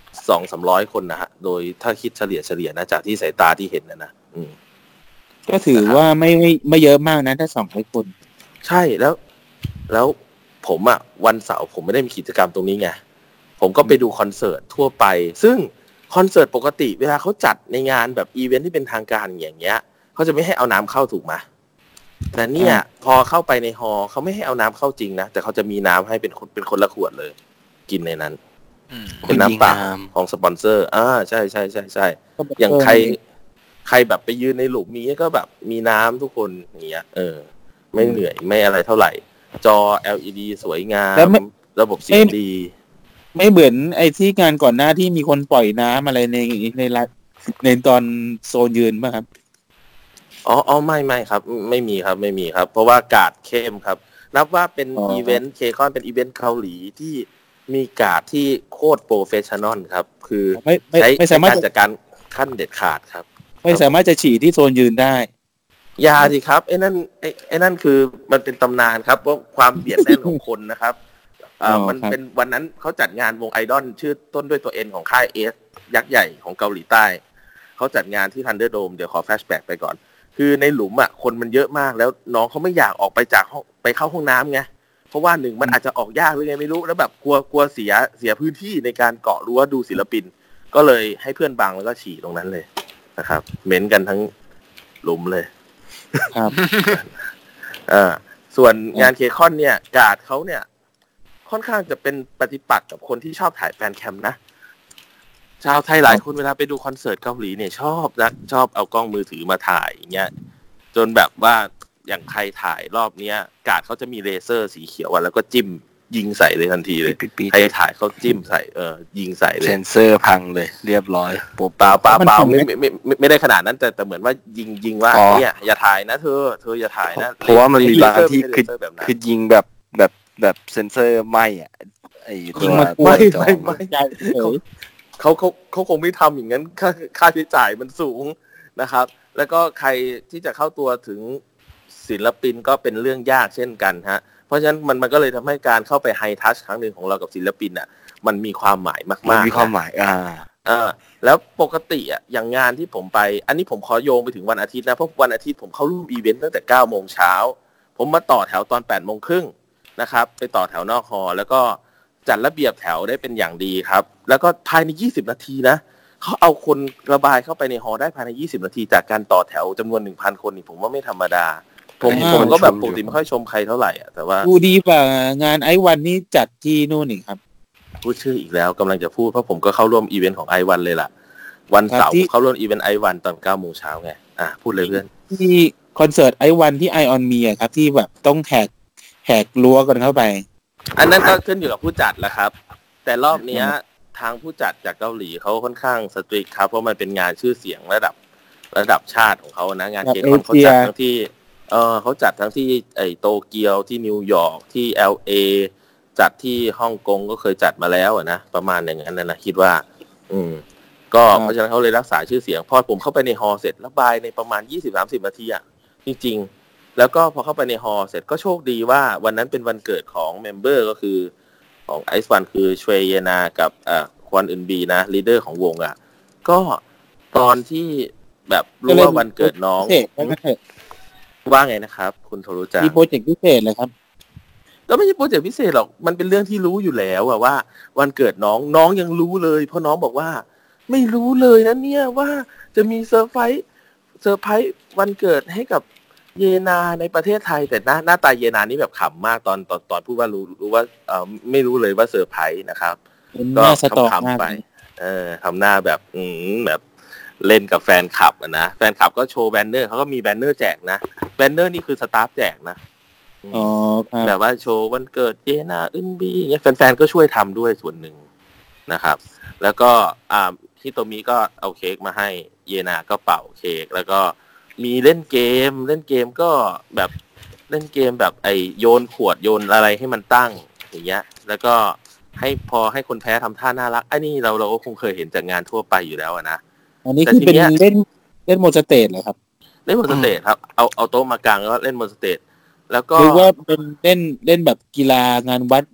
สองสามร้อยคนนะฮะโดยถ้าคิดเฉลี่ยเฉลี่ยนะจากที่สายตาที่เห็นนะนะอืมก็ถือว่าไม่ไม่ไม่เยอะมากนะถ้าสองร้อยคนใช่แล้วแล้วผมอ่ะวันเสาร์ผมไม่ได้มีกิจกรรมตรงนี้ไงผมก็ไปดูคอนเสิร์ตทั่วไปซึ่งคอนเสิร์ตปกติเวลาเขาจัดในงานแบบอีเวนท์ที่เป็นทางการอย่างเงี้ยเขาจะไม่ให้เอาน้ำเข้าถูกไหมแต่เนี่ยพอเข้าไปในฮอลล์เขาไม่ให้เอาน้ำเข้าจริงนะแต่เขาจะมีน้ำให้เป็นคนเป็นคนละขวดเลยกินในนั้นเป็นน้ำเปล่าของสปอนเซอร์อ่าใช่ใช่ใช่ใช่อย่างใครใครแบบไปยืนในหลุมมีก็แบบมีน้ำทุกคนอย่างเงี้ยเออไม่เหนื่อยไม่อะไรเท่าไหร่จอ แอล อี ดี สวยงามระบบเสียงดีไม่เหมือนไอ้ที่งานก่อนหน้าที่มีคนปล่อยน้ำอะไรในในในตอนโซนยืนป่ะครับอ๋ออ๋อไม่ไม่ครับไม่มีครับไม่มีครับเพราะว่าการ์ดเข้มครับนับว่าเป็นอีเวนต์เคคอนเป็นอีเวนต์เกาหลีที่มีการ์ดที่โคตรโปรเฟชชั่นอลครับคือใช้ไม่สามารถจัดการขั้นเด็ดขาดครับไม่สามารถจะฉี่ที่โซนยืนได้ยาสิครับไอ้นั่นไอ้ไอ้นั่นคือมันเป็นตำนานครับเพราะความเบียดแน่นของคนนะครับอ่ามันเป็นวันนั้นเขาจัดงานวงไอดอลชื่อต้นด้วยตัวเอ็นของค่ายเอสยักษ์ใหญ่ของเกาหลีใต้เขาจัดงานที่ทันเดอร์โดมเดี๋ยวขอแฟลชแบ็กไปก่อนคือในหลุมอ่ะคนมันเยอะมากแล้วน้องเขาไม่อยากออกไปจากห้องไปเข้าห้องน้ำไงเพราะว่าหนึ่งมันอาจจะออกยากหรือไงไม่รู้แล้วแบบกลัวกลัวเสียเสียพื้นที่ในการเกาะรั้วดูศิลปินก็เลยให้เพื่อนบังแล้วก็ฉี่ตรงนั้นเลยนะครับเหม็นกันทั้งหลุมเลยครับอ่าส่วนงานเคคอนเนี่ยการ์ดเขาเนี่ยค่อนข้างจะเป็นปฏิปักษ์กับคนที่ชอบถ่ายแฟนแคมนะชาวไทยหลายคนเวลาไปดูคอนเสิร์ตเกาหลีเนี่ยชอบนะชอบเอากล้องมือถือมาถ่ายอย่างเงี้ยจนแบบว่าอย่างใครถ่ายรอบเนี้ยการ์ดเขาจะมีเลเซอร์สีเขียวแล้วก็จิ้มยิงใส่เลยทันทีเลยใครถ่ายเขาจิ้มใส่เออยิงใส่เลยเซนเซอร์พังเลยเรียบร้อยเปล่าเปล่าเปล่าไม่ไม่ไม่ไม่ได้ขนาดนั้นแต่แต่เหมือนว่ายิงยิงว่าเนี่ยอย่าถ่ายนะเธอเธออย่าถ่ายนะเพราะว่ามันมีบางที่คือคือยิงแบบแบบแบบเซนเซอร์ไม่อ่ะไอ้ตัวไม่ไม่ไม่เขาเขาเขาเขาคงไม่ทำอย่างนั้นค่าค่าใช้จ่ายมันสูงนะครับแล้วก็ใครที่จะเข้าตัวถึงศิลปินก็เป็นเรื่องยากเช่นกันฮะเพราะฉะนั้นมันมันก็เลยทำให้การเข้าไปไฮทัชครั้งหนึ่งของเรากับศิลปินอ่ะมันมีความหมายมากๆมีความหมายอ่าอ่าแล้วปกติอ่ะอย่างงานที่ผมไปอันนี้ผมขอโยงไปถึงวันอาทิตย์นะเพราะวันอาทิตย์ผมเข้าร่วมอีเวนต์ตั้งแต่เก้าโมงเช้าผมมาต่อแถวตอนแปดโมงครึ่งนะครับไปต่อแถวนอกฮอลล์แล้วก็จัดระเบียบแถวได้เป็นอย่างดีครับแล้วก็ภายในยี่สิบนาทีนะเขาเอาคนระบายเข้าไปในฮอลล์ได้ภายในยี่สิบนาทีจากการต่อแถวจำนวน หนึ่งพัน คนนี่ผมว่าไม่ธรรมดาผมผมก็แบบปกติไม่ค่อยชมใครเท่าไหร่อ่ะแต่ว่าดูดีกว่างานไอวันนี่จัดที่นู่นนี่ครับพูดชื่ออีกแล้วกำลังจะพูดเพราะผมก็เข้าร่วมอีเวนต์ของไอวันเลยล่ะวันเสาร์เข้าร่วมอีเวนต์ไอวันตอนเก้าโมงเช้าไงอ่ะพูดเลยเพื่อนที่คอนเสิร์ตไอวันที่ไอออนมีอ่ะครับที่แบบต้องแหกแหกรั้วกันเข้าไปอันนั้นก็ขึ้นอยู่กับผู้จัดแหละครับแต่รอบนี้ทางผู้จัดจากเกาหลีเขาค่อนข้างสตริกครับเพราะมันเป็นงานชื่อเสียงระดับระดับชาติของเขานะงานเคคอนเขาจัดทั้งที่เออเขาจัดทั้งที่ไอโตเกียวที่นิวยอร์กที่ แอล เอ จัดที่ฮ่องกงก็เคยจัดมาแล้วนะประมาณอย่างนั้นนะคิดว่าอืมก็เพราะฉะนั้นเขาเลยรักษาชื่อเสียงพอผมเข้าไปในฮอลล์เสร็จระบายในประมาณ ยี่สิบถึงสามสิบ นาทีอ่ะจริงๆแล้วก็พอเข้าไปในฮอลล์เสร็จก็โชคดีว่าวันนั้นเป็นวันเกิดของเมมเบอร์ก็คือของไอซ์วันคือชเวเยนากับอ่าควอนอึนบีนะลีดเดอร์ของวงอ่ะก็ตอนที่แบบรู้ว่าวันเกิดน้องว่าไงนะครับคุณโทรุจังมีโปรเจกต์พิเศษเลยครับก็ไม่ใช่โปรเจกต์พิเศษหรอกมันเป็นเรื่องที่รู้อยู่แล้วอะว่าวันเกิดน้องน้องยังรู้เลยเพราะน้องบอกว่าไม่รู้เลยนะเนี่ยว่าจะมีเซอร์ไพรส์เซอร์ไพรส์วันเกิดให้กับเยนาในประเทศไทยแต่หน้าหน้าตาเยนานี่แบบขำมากตอนตอนตอนพูดว่ารู้รู้ว่าเออไม่รู้เลยว่าเซอร์ไพรส์นะครับก็ขำๆไปเออทำหน้าแบบอืมแบบเล่นกับแฟนคลับอ่ะนะแฟนคลับก็โชว์แบนเนอร์เขาก็มีแบนเนอร์แจกนะแบนเนอร์นี่คือสตาฟแจกนะอ๋อครับแบบว่าโชว์วันเกิดเจนาอึนบีอย่างเงี้ยแฟนๆก็ช่วยทำด้วยส่วนหนึ่งนะครับแล้วก็อ่าฮิโตมิก็เอาเค้กมาให้เยนาก็เป่าเค้กแล้วก็มีเล่นเกมเล่นเกมก็แบบเล่นเกมแบบไอโยนขวดโยนอะไรให้มันตั้งอย่างเงี้ยแล้วก็ให้พอให้คนแพ้ทำท่าน่ารักไอ้นี่เราเราก็คงเคยเห็นจากงานทั่วไปอยู่แล้วนะอันนี้คือเป็นเล่นเล่นโมสเตทเหรอครับเล่นโมสเตทครับเอาเอาโต๊ะมากางแล้วเล่นโมสเตทแล้วก็หรือว่าเป็นเล่นเล่นแบบกีฬางานวัด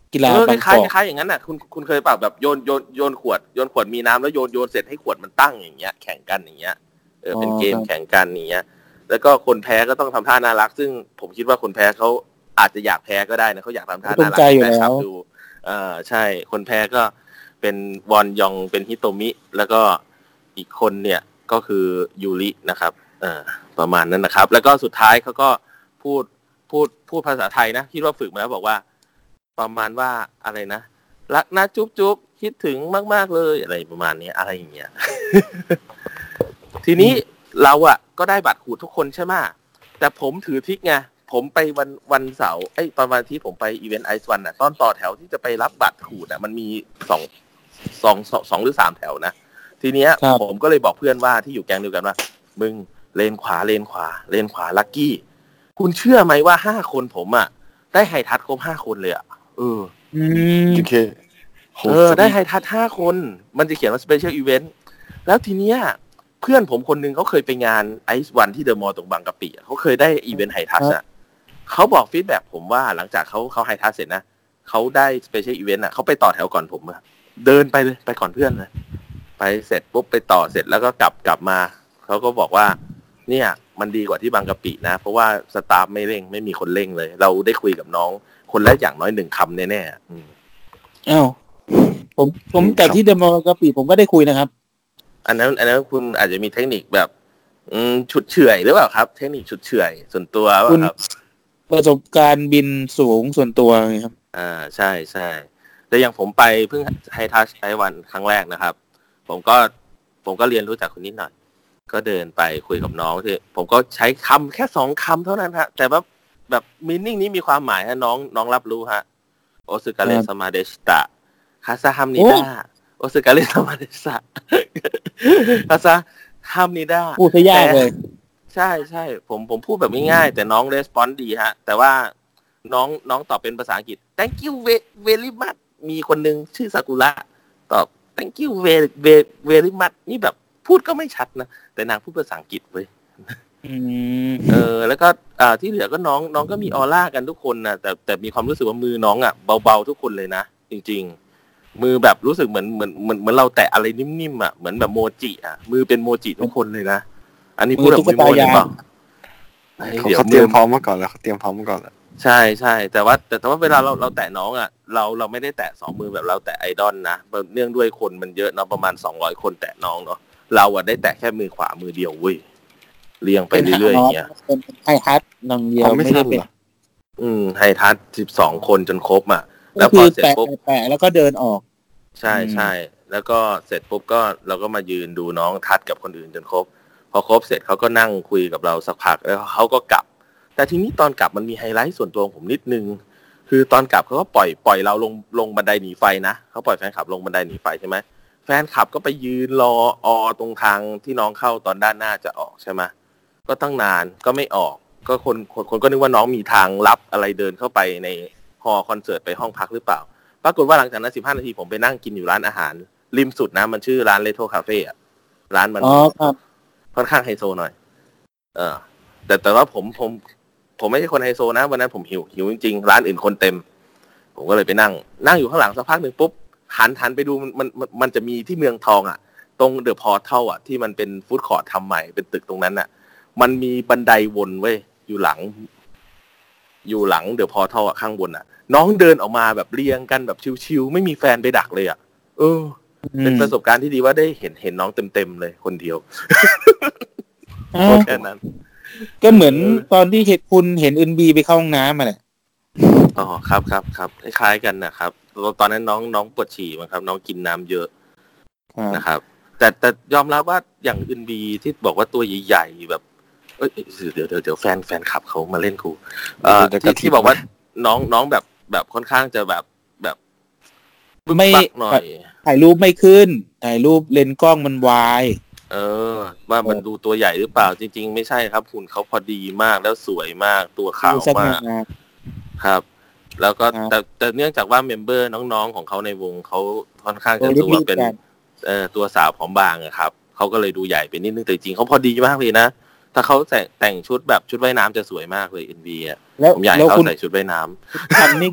กีฬาเออบางคล้ายกอกๆคล้ายๆอย่างนั้นน่ะคุณคุณเคยเปล่าแบบโยนโยนโยนขวดโยนขวดมีน้ำแล้วโยนโยนเสร็จให้ขวดมันตั้งอย่างเงี้ยแข่งกันอย่างเงี้ยเออเป็นเกมแข่งกันอย่างเงี้ยแล้วก็คนแพ้ก็ต้องทำท่าน่ารักซึ่งผมคิดว่าคนแพ้เขาอาจจะอยากแพ้ก็ได้นะเขาอยากทำท่าน่ารักให้แฟนคลับดูเออใช่คนแพ้ก็เป็นวอนยองเป็นฮิโตมิแล้วก็อีกคนเนี่ยก็คือยูรินะครับเออประมาณนั้นนะครับแล้วก็สุดท้ายเขาก็พูดพูดพูดภาษาไทยนะคิดว่าฝึกมาแล้วบอกว่าประมาณว่าอะไรนะรักนะจุ๊บจุ๊บคิดถึงมากๆเลยอะไรประมาณนี้อะไรอย่างเงี้ย ทีนี้เราอ่ะก็ได้บัตรขูดทุกคนใช่ไหมแต่ผมถือทิกไงผมไปวันวันเสาร์ไอ้ประมาณที่ผมไปอีเวนต์ไอซ์วันอ่ะตอนต่อแถวที่จะไปรับบัตรขูดอ่ะมันมีสองสองสองสองหรือสามแถวนะทีเนี้ยผมก็เลยบอกเพื่อนว่าที่อยู่แก๊งเดียวกันว่ามึงเลนขวาเลนขวาเลนขวาลัคกี้คุณเชื่อไหมว่าห้าคนผมอ่ะได้ไฮทัชครบห้าคนเลยอ่ะเอออืมโอเคโหเออได้ไฮทัชห้าคนมันจะเขียนว่า Special Event แล้วทีเนี้ยเพื่อนผมคนนึงเขาเคยไปงานไอซ์วันที่เดอะมอลล์ตรงบางกะปิเขาเคยได้อีเวนต์ไฮทัชอ่ะเขาบอกฟีดแบ็กผมว่าหลังจากเขาเขาไฮทัชเสร็จนะเขาได้ Special Event อ่ะเขาไปต่อแถวก่อนผมอะเดินไปเลยไปก่อนเพื่อนเลยไปเสร็จปุ๊บไปต่อเสร็จแล้วก็กลับกลับมาเขาก็บอกว่าเนี่ยมันดีกว่าที่บางกะปินะเพราะว่าสตาฟไม่เร่งไม่มีคนเร่งเลยเราได้คุยกับน้องคนละอย่างน้อยหนึ่งคำแน่ๆอืมอ้าวผมผมแต่ที่เดอะมอลล์กะปิผมก็ได้คุยนะครับอันนั้นอันนั้นคุณอาจจะมีเทคนิคแบบอืมฉุดเฉื่อยหรือเปล่าครับ เทคนิคฉุดเฉื่อยส่วนตัวว่าคุณครับประสบการณ์บินสูงส่วนตัวไงครับอ่าใช่ใช่แต่อย่างผมไปเพิ่งให้ทัชไต้หวันครั้งแรกนะครับ ผมก็ผมก็เรียนรู้จากคนนิดหน่อย ก็เดินไปคุยกับน้องที่ผมก็ใช้คำแค่สองคำเท่านั้นฮะแต่ว่าแบบมีนิ่งนี้มีความหมายฮะน้องน้องรับรู้ฮะโอซึกาเรสมาเดชตะคาซาฮัมนิดาโอซึกาเรสมาเดชตะคาซาฮัมนิดาพูดซะยากเลยใช่ใช่ผมผมพูดแบบง่ายๆแต่น้องรีสปอนส์ดีฮะแต่ว่าน้องน้องตอบเป็นภาษาอังกฤษ thank you very much มีคนนึงชื่อซากุระตอบ thank you very very much นี่แบบพูดก็ไม่ชัดนะแต่นางพูดภาษาอังกฤษเว้ยอืมเออแล้วก็อ่าที่เหลือก็น้องน้องก็มีออร่ากันทุกคนนะแต่แต่มีความรู้สึกว่ามือน้องอ่ะเบาๆทุกคนเลยนะจริงๆมือแบบรู้สึกเหมือนเหมือนเหมือนเหมือนเราแตะอะไรนิ่มๆอ่ะเหมือนแบบโมจิอ่ะมือเป็นโมจิทุกคนเลยนะอันนี้พูดแบบไม่โม้เลยเปล่าเขาเขาเตรียมพร้อมมาก่อนแล้วเขาเตรียมพร้อมมาก่อนแล้วใช่ใช่แต่ว่าแต่แต่ว่าเวลาเราเราแตะน้องอ่ะเราเราไม่ได้แตะสองมือแบบเราแตะไอดอลนะเนื่องด้วยคนมันเยอะเนาะประมาณสองร้อยคนแตะน้องเนาะเราอ่ะได้แตะแค่มือขวามือเดียวเว้ยเรียงไปเรื่อยๆอย่างเงี้ยเป็นไฮทัชหนึ่งเดียวเขาไม่ไม่ได้สั้นเป็นเหรออืมไฮทัชสิบสองคนจนครบอ่ะแล้ก็วพคือ อเสร็จแปะปุ๊บแปะแล้วก็เดินออกใช่ใช่แล้วก็เสร็จปุ๊บก็เราก็มายืนดูน้องทัดกับคนอื่นจนครบพอครบเสร็จเขาก็นั่งคุยกับเราสักพักแล้วเขาก็กลับแต่ทีนี้ตอนกลับมันมีไฮไลท์ส่วนตัวของผมนิดนึงคือตอนกลับเขาก็ปล่อยปล่อยเราลงลงบันไดหนีไฟนะเขาปล่อยแฟนคลับลงบันไดหนีไฟใช่ไหมแฟนคลับก็ไปยืนรออตรงทางที่น้องเข้าตอนด้านหน้าจะออกใช่ไหมก็ตั้งนานก็ไม่ออกก็คนคนคนก็นึกว่าน้องมีทางลับอะไรเดินเข้าไปในฮอลล์คอนเสิร์ตไปห้องพักหรือเปล่าปรากฏว่าหลังจากนั้นสิบห้านาทีผมไปนั่งกินอยู่ร้านอาหารริมสุดนะมันชื่อร้านเลโทคาเฟ่อะร้านมันอ๋อครับค่อนข้างไฮโซหน่อยเออแต่แต่ว่าผมผมผมไม่ใช่คนไฮโซนะวันนั้นผมหิวหิวจริงๆร้านอื่นคนเต็มผมก็เลยไปนั่งนั่งอยู่ข้างหลังสักพักหนึ่งปุ๊บหันหันไปดูมันมันมันมันจะมีที่เมืองทองอ่ะตรงเดอะพอร์ทัลอ่ะที่มันเป็นฟู้ดคอร์ททำใหม่เป็นตึกตรงนั้นอ่ะมันมีบันไดวนเว้ยอยู่หลัง อยู่หลังเดอะพอร์ทัลอ่ะข้างบนอ่ะน้องเดินออกมาแบบเรียงกันแบบชิวๆไม่มีแฟนไปดักเลยอ่ะเออเป็นประสบการณ์ที่ดีว่าได้เห็นเห็นน้องเต็มๆเลยคนเดียวอ๋อแค่นั้นก็เหมือนตอนที่เห็นคุณเห็นอึนบีไปเข้าห้องน้ำมาแหละอ๋อครับครับครับคล้ายๆกันนะครับตอนนั้นน้องน้องปวดฉี่มั้งครับน้องกินน้ำเยอะนะครับแต่แต่ยอมรับว่าอย่างอึนบีที่บอกว่าตัวใหญ่ๆแบบเอ้ยเดี๋ยวเดี๋ยวเดี๋ยวแฟนแฟนขับเขามาเล่นกูเอ่อที่ที่บอกว่าน้องน้องแบบแบบค่อนข้างจะแบบแบบไม่ปักหน่อยถ่ายรูปไม่ขึ้นถ่ายรูปเลนส์กล้องมันวายเออว่ามันดูตัวใหญ่หรือเปล่าจริงๆไม่ใช่ครับหุ่นเขาพอดีมากแล้วสวยมากตัวขาวมากครับแล้วก็แต่แต่เนื่องจากว่าเมมเบอร์น้องๆของเขาในวงเขาค่อนข้างจะตัวเป็นเอ่อตัวสาวผอมบางอะครับเขาก็เลยดูใหญ่ไปนิดนึงแต่จริงเขาพอดีมากเลยนะถ้าเขาแต่แต่งชุดแบบชุดว่ายน้ำจะสวยมากเลย เอ็น บี อ่ะผมอยากให้เขาใส่ชุดว่ายน้ำทำนี่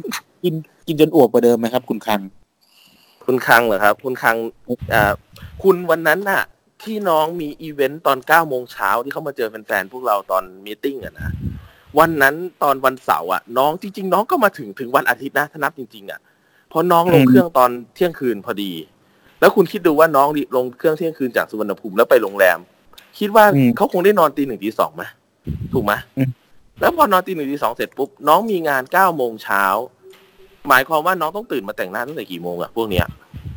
กินกินจนอ้วกกว่าเดิมไหมครับคุณคังคุณคังเหรอครับคุณคังอ่าคุณวันนั้นน่ะที่น้องมีอีเวนต์ตอนเก้าโมงเช้าที่เขามาเจอแฟนๆพวกเราตอนมีตติ้งอ่ะนะวันนั้นตอนวันเสาร์อ่ะน้องจริงๆน้องก็มาถึงถึงวันอาทิตย์นะถ้านับจริงๆอ่ะเพราะน้องลงเครื่องตอนเที่ยงคืนพอดีแล้วคุณคิดดูว่าน้องลงเครื่องเที่ยงคืนจากสุวรรณภูมิแล้วไปโรงแรมคิดว่าเขาคงได้นอนตีหนึ่งตีสองไหมถูกไหมแล้วพอนอนตีหนึ่งตีสองเสร็จปุ๊บน้องมีงานเก้าโมงเช้าหมายความว่าน้องต้องตื่นมาแต่งหน้าตั้งแต่กี่โมงอะพวกเนี้ย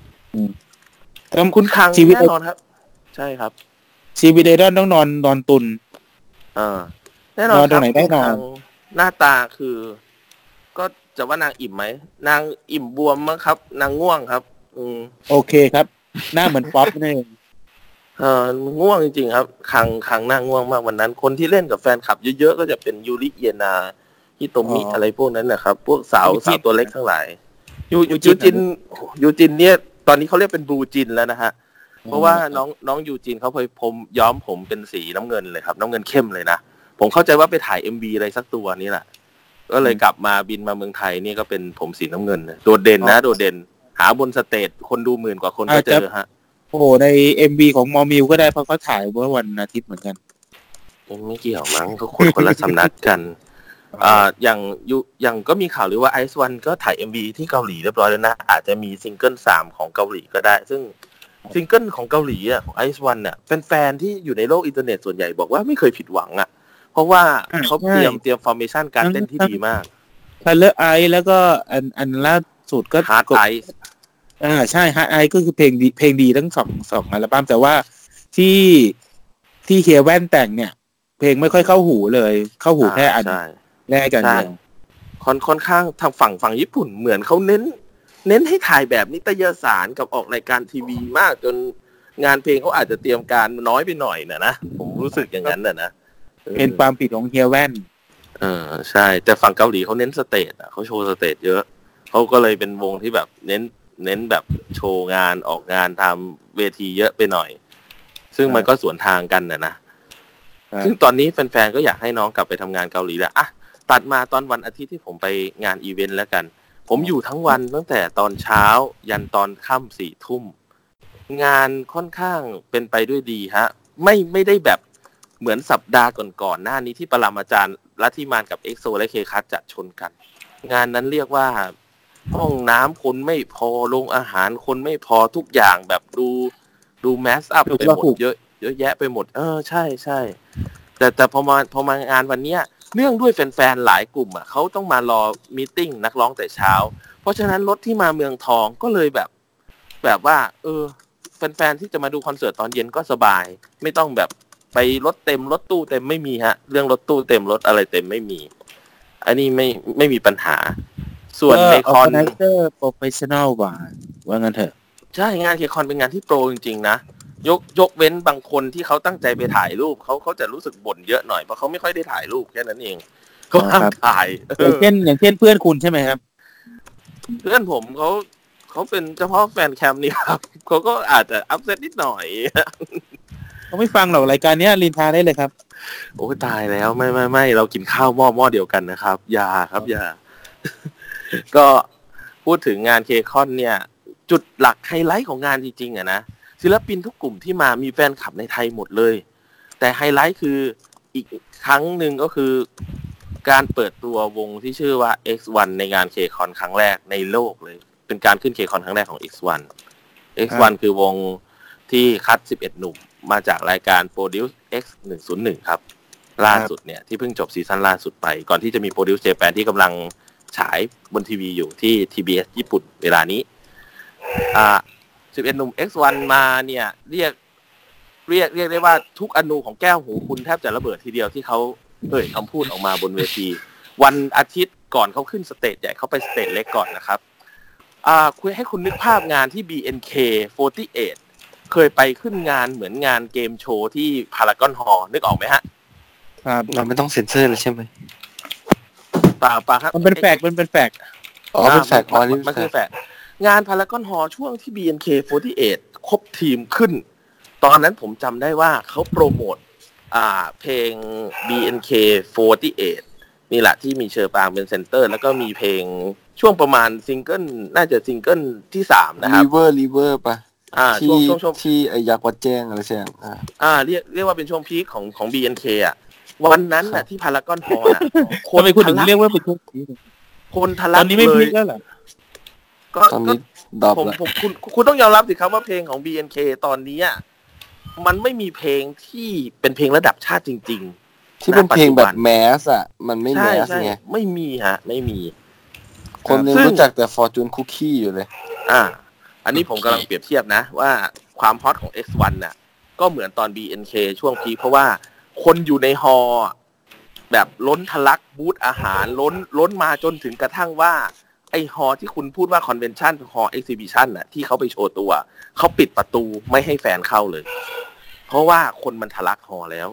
คุณคังแน่นอนครับใช่ครับชีวิตไอดอลต้องนอนนอนตุนอ่าแน่นอนครับคุณคังหน้าตาคือก็จะว่านางอิ่มไหมนางอิ่มบวมมั้งครับนางง่วงครับอืมโอเคครับหน้าเหมือนป๊อปนี่เองเออง่วงจริงๆครับคังคังหน้าง่วงมากวันนั้นคนที่เล่นกับแฟนคลับเยอะๆก็จะเป็นยูริเยนาฮิโตมิอะไรพวกนั้นนะครับพวกสาวสาวตัวเล็กทั้งหลายยูยูจินยูจินเนี่ยตอนนี้เขาเรียกเป็นบลูจินแล้วนะฮะเพราะว่าน้องน้องยูจินเขาเคยผมย้อมผมเป็นสีน้ำเงินเลยครับน้ำเงินเข้มเลยนะผมเข้าใจว่าไปถ่าย เอ็ม วี อะไรสักตัวนี่แหละก็เลยกลับมาบินมาเมืองไทยนี่ก็เป็นผมสีน้ำเงินโดดเด่นนะโดดเด่นหาบนสเตจคนดูหมื่นกว่าคนก็เจอฮะโอ้โหใน เอ็ม วี ของมอมิวก็ได้เพราะเขาถ่ายเมื่อวันอาทิตย์เหมือนกันไม่เกี่ยวมั้งเขาคนคนละสำนักกันอ่าอย่างยูอย่างก็มีข่าวหรือว่าไอซ์วันก็ถ่าย เอ็ม วี ที่เกาหลีเรียบร้อยแล้วนะอาจจะมีซิงเกิลสามของเกาหลีก็ได้ซึ่งซิงเกิลของเกาหลีอ่ะของไอซ์วันเนี่ยแฟนๆที่อยู่ในโลกอินเทอร์เน็ตส่วนใหญ่บอกว่าไม่เคยผิดหวังอ่ะเพราะว่าเขาเตรียมเตรียมฟอร์เมชันการเต้นที่ดีมากคัลเลอร์ไอแล้วก็อันอันล่าสุดก็ฮาร์ดไออ่าใช่ฮาร์ดไอก็คือเพลงดีเพลงดีทั้งสองสองอัลบั้มแต่ว่าที่ที่เฮียแว่นแต่งเนี่ยเพลงไม่ค่อยเข้าหูเลยเข้าหูแค่อันแรกกันเดียวค่อนค่อนข้างทางฝั่งฝั่งญี่ปุ่นเหมือนเขาเน้นเน้นให้ถ่ายแบบนิตยสารกับออกรายการทีวีมากจนงานเพลงเขาอาจจะเตรียมการน้อยไปหน่อยนะนะผมรู้สึกอย่างนั้นน่ะนะเป็นความผิดของเฮียแว่นเออใช่แต่ฝั่งเกาหลีเขาเน้นสเตจอ่ะเขาโชว์สเตจเยอะเขาก็เลยเป็นวงที่แบบเน้นเน้นแบบโชว์งานออกงานทำเวทีเยอะไปหน่อยซึ่งมันก็สวนทางกันนะนะซึ่งตอนนี้แฟนๆก็อยากให้น้องกลับไปทำงานเกาหลีแล้วอ่ะตัดมาตอนวันอาทิตย์ที่ผมไปงานอีเวนต์แล้วกันผมอยู่ทั้งวันตั้งแต่ตอนเช้ายันตอนค่ำสี่ทุ่มงานค่อนข้างเป็นไปด้วยดีฮะไม่ไม่ได้แบบเหมือนสัปดาห์ก่อนๆหน้านี้ที่ปรมาจารย์ลัทธิมานกับเอ็กโซและเคคัสจัดชนกันงานนั้นเรียกว่าห้องน้ำคนไม่พอโรงอาหารคนไม่พอทุกอย่างแบบดูดูแมสอัพไปหมดเยอะเยอะแยะไปหมดเออใช่ใช่แต่แต่พอมาพอมางานวันเนี้ยเนื่องด้วยแฟนๆหลายกลุ่มอ่ะเขาต้องมารอมีตติ้งนักร้องแต่เช้าเพราะฉะนั้นรถที่มาเมืองทองก็เลยแบบแบบว่าเออแฟนๆที่จะมาดูคอนเสิร์ตตอนเย็นก็สบายไม่ต้องแบบไปรถเต็มรถตู้เต็มไม่มีฮะเรื่องรถตู้เต็มรถอะไรเต็มไม่มีอันนี้ไม่ไม่มีปัญหาส่วนในคอนเตอร์โปรเฟสชั่นอลว่าว่างั้นเถอะใช่งานเคคอนเป็นงานที่โปรจริงๆนะยกยกเว้นบางคนที่เขาตั้งใจไปถ่ายรูปเขาเขาจะรู้สึกบ่นเยอะหน่อยเพราะเขาไม่ค่อยได้ถ่ายรูปแค่นั้นเองเขาห้ามถ่ายอย่างเช่นอย่างเช่นเพื่อนคุณใช่ไหมครับเพื่อนผมเขาเขาเป็นเฉพาะแฟนแคมนี่ครับเขาก็อาจจะอัพเซตนิดหน่อยเขาไม่ฟังหรอกรายการนี้ลินทาได้เลยครับโอ้ตายแล้วไม่ไม่ไม่เรากินข้าวหม้อหม้อเดียวกันนะครับอย่าครับอย่าก็พูดถึงงานเคคอนเนี่ยจุดหลักไฮไลท์ของงานจริงๆอะนะศิลปินทุกกลุ่มที่มามีแฟนคลับในไทยหมดเลยแต่ไฮไลท์คืออีกครั้งหนึ่งก็คือการเปิดตัววงที่ชื่อว่า เอ็กซ์ วัน ในงานเคคอนครั้งแรกในโลกเลยเป็นการขึ้นเคคอนครั้งแรกของ เอ็กซ์ วัน เอ็กซ์ วัน คือวงที่คัดสิบเอ็ดหนุ่มมาจากรายการ Produce เอ็กซ์ หนึ่งศูนย์หนึ่งครับล่าสุดเนี่ยที่เพิ่งจบซีซั่นล่าสุดไปก่อนที่จะมี Produce Japan ที่กำลังฉายบนทีวีอยู่ที่ ที บี เอส ญี่ปุ่นเวลานี้อ่าสิบเอ็ดหนุ่ม เอ็กซ์ วัน มาเนี่ยเรียกเรียกเรียกได้ว่าทุกอนูของแก้วหูคุณแทบจะระเบิดทีเดียวที่เขาเอ่ยคำพูดออกมาบนเวทีวันอาทิตย์ก่อนเขาขึ้นสเตจใหญ่เขาไปสเตจเล็กก่อนนะครับอ่าคุยให้คุณนึกภาพงานที่ บี เอ็น เค สี่สิบแปดเคยไปขึ้นงานเหมือนงานเกมโชว์ที่พารากอนฮอลล์นึกออกไหมฮะครับเราไม่ต้องเซ็นเซอร์เลยใช่ไหมป่าป่าครับมันเป็นแฟกต์มันเป็นแฟกต์อ๋อเป็นแฟกต์อ๋อนี่มันคือแฟกต์งานพารากอนฮอลล์ช่วงที่ บี เอ็น เค สี่สิบแปดครบทีมขึ้นตอนนั้นผมจำได้ว่าเขาโปรโมทอ่าเพลง บี เอ็น เค สี่สิบแปดนี่แหละที่มีเชอร์ปางเป็นเซนเตอร์แล้วก็มีเพลงช่วงประมาณซิงเกิลน่าจะซิงเกิลที่สามนะครับรีเวอร์รีเวอร์ปะอ่าช่วที่งช่วงช่วงที่ไอยักษ์วัดแจ้งอะไรใช่ไหมอ่าอ่าเรียกเรียกว่าเป็นช่วงพีคของของ บี เอ็น เค อ่ะวันนั้นน่ะที่พารากอนฮอลล์น่ะทำไมคุณถึงเรียกว่าเป็นช่วงพีคคนทะตลัอก นนี้ไม่เลพียคแล้วเหรอก็ตอนก็นี้ดรอปผมแล้วผมคุณคุณต้องยอมรับสิครับว่าเพลงของ บี เอ็น เค ตอนนี้อะมันไม่มีเพลงที่เป็นเพลงระดับชาติจริงๆที่เป็นเพลงแบบณปัจจุแมสอ่ะมันไม่ใช่แมสใช่ไงไม่มีฮะ ไม่มีคนยังซึ่งรู้จักแต่ Fortune Cookie อยู่เลยอ่า อันนี้ผมกำลังเปรียบเทียบนะว่าความฮอตของ เอ็กซ์ วัน น่ะก็เหมือนตอน บี เอ็น เค ช่วงพีคเพราะว่าคนอยู่ในฮอลล์แบบล้นทะลักบูธอาหารล้นล้นมาจนถึงกระทั่งว่าไอฮอลล์ที่คุณพูดว่าคอนเวนชั่นฮอลล์เอ็กซิบิชันน่ะที่เขาไปโชว์ตัวเขาปิดประตูไม่ให้แฟนเข้าเลย เพราะว่าคนมันทะลักฮอลล์แล้ว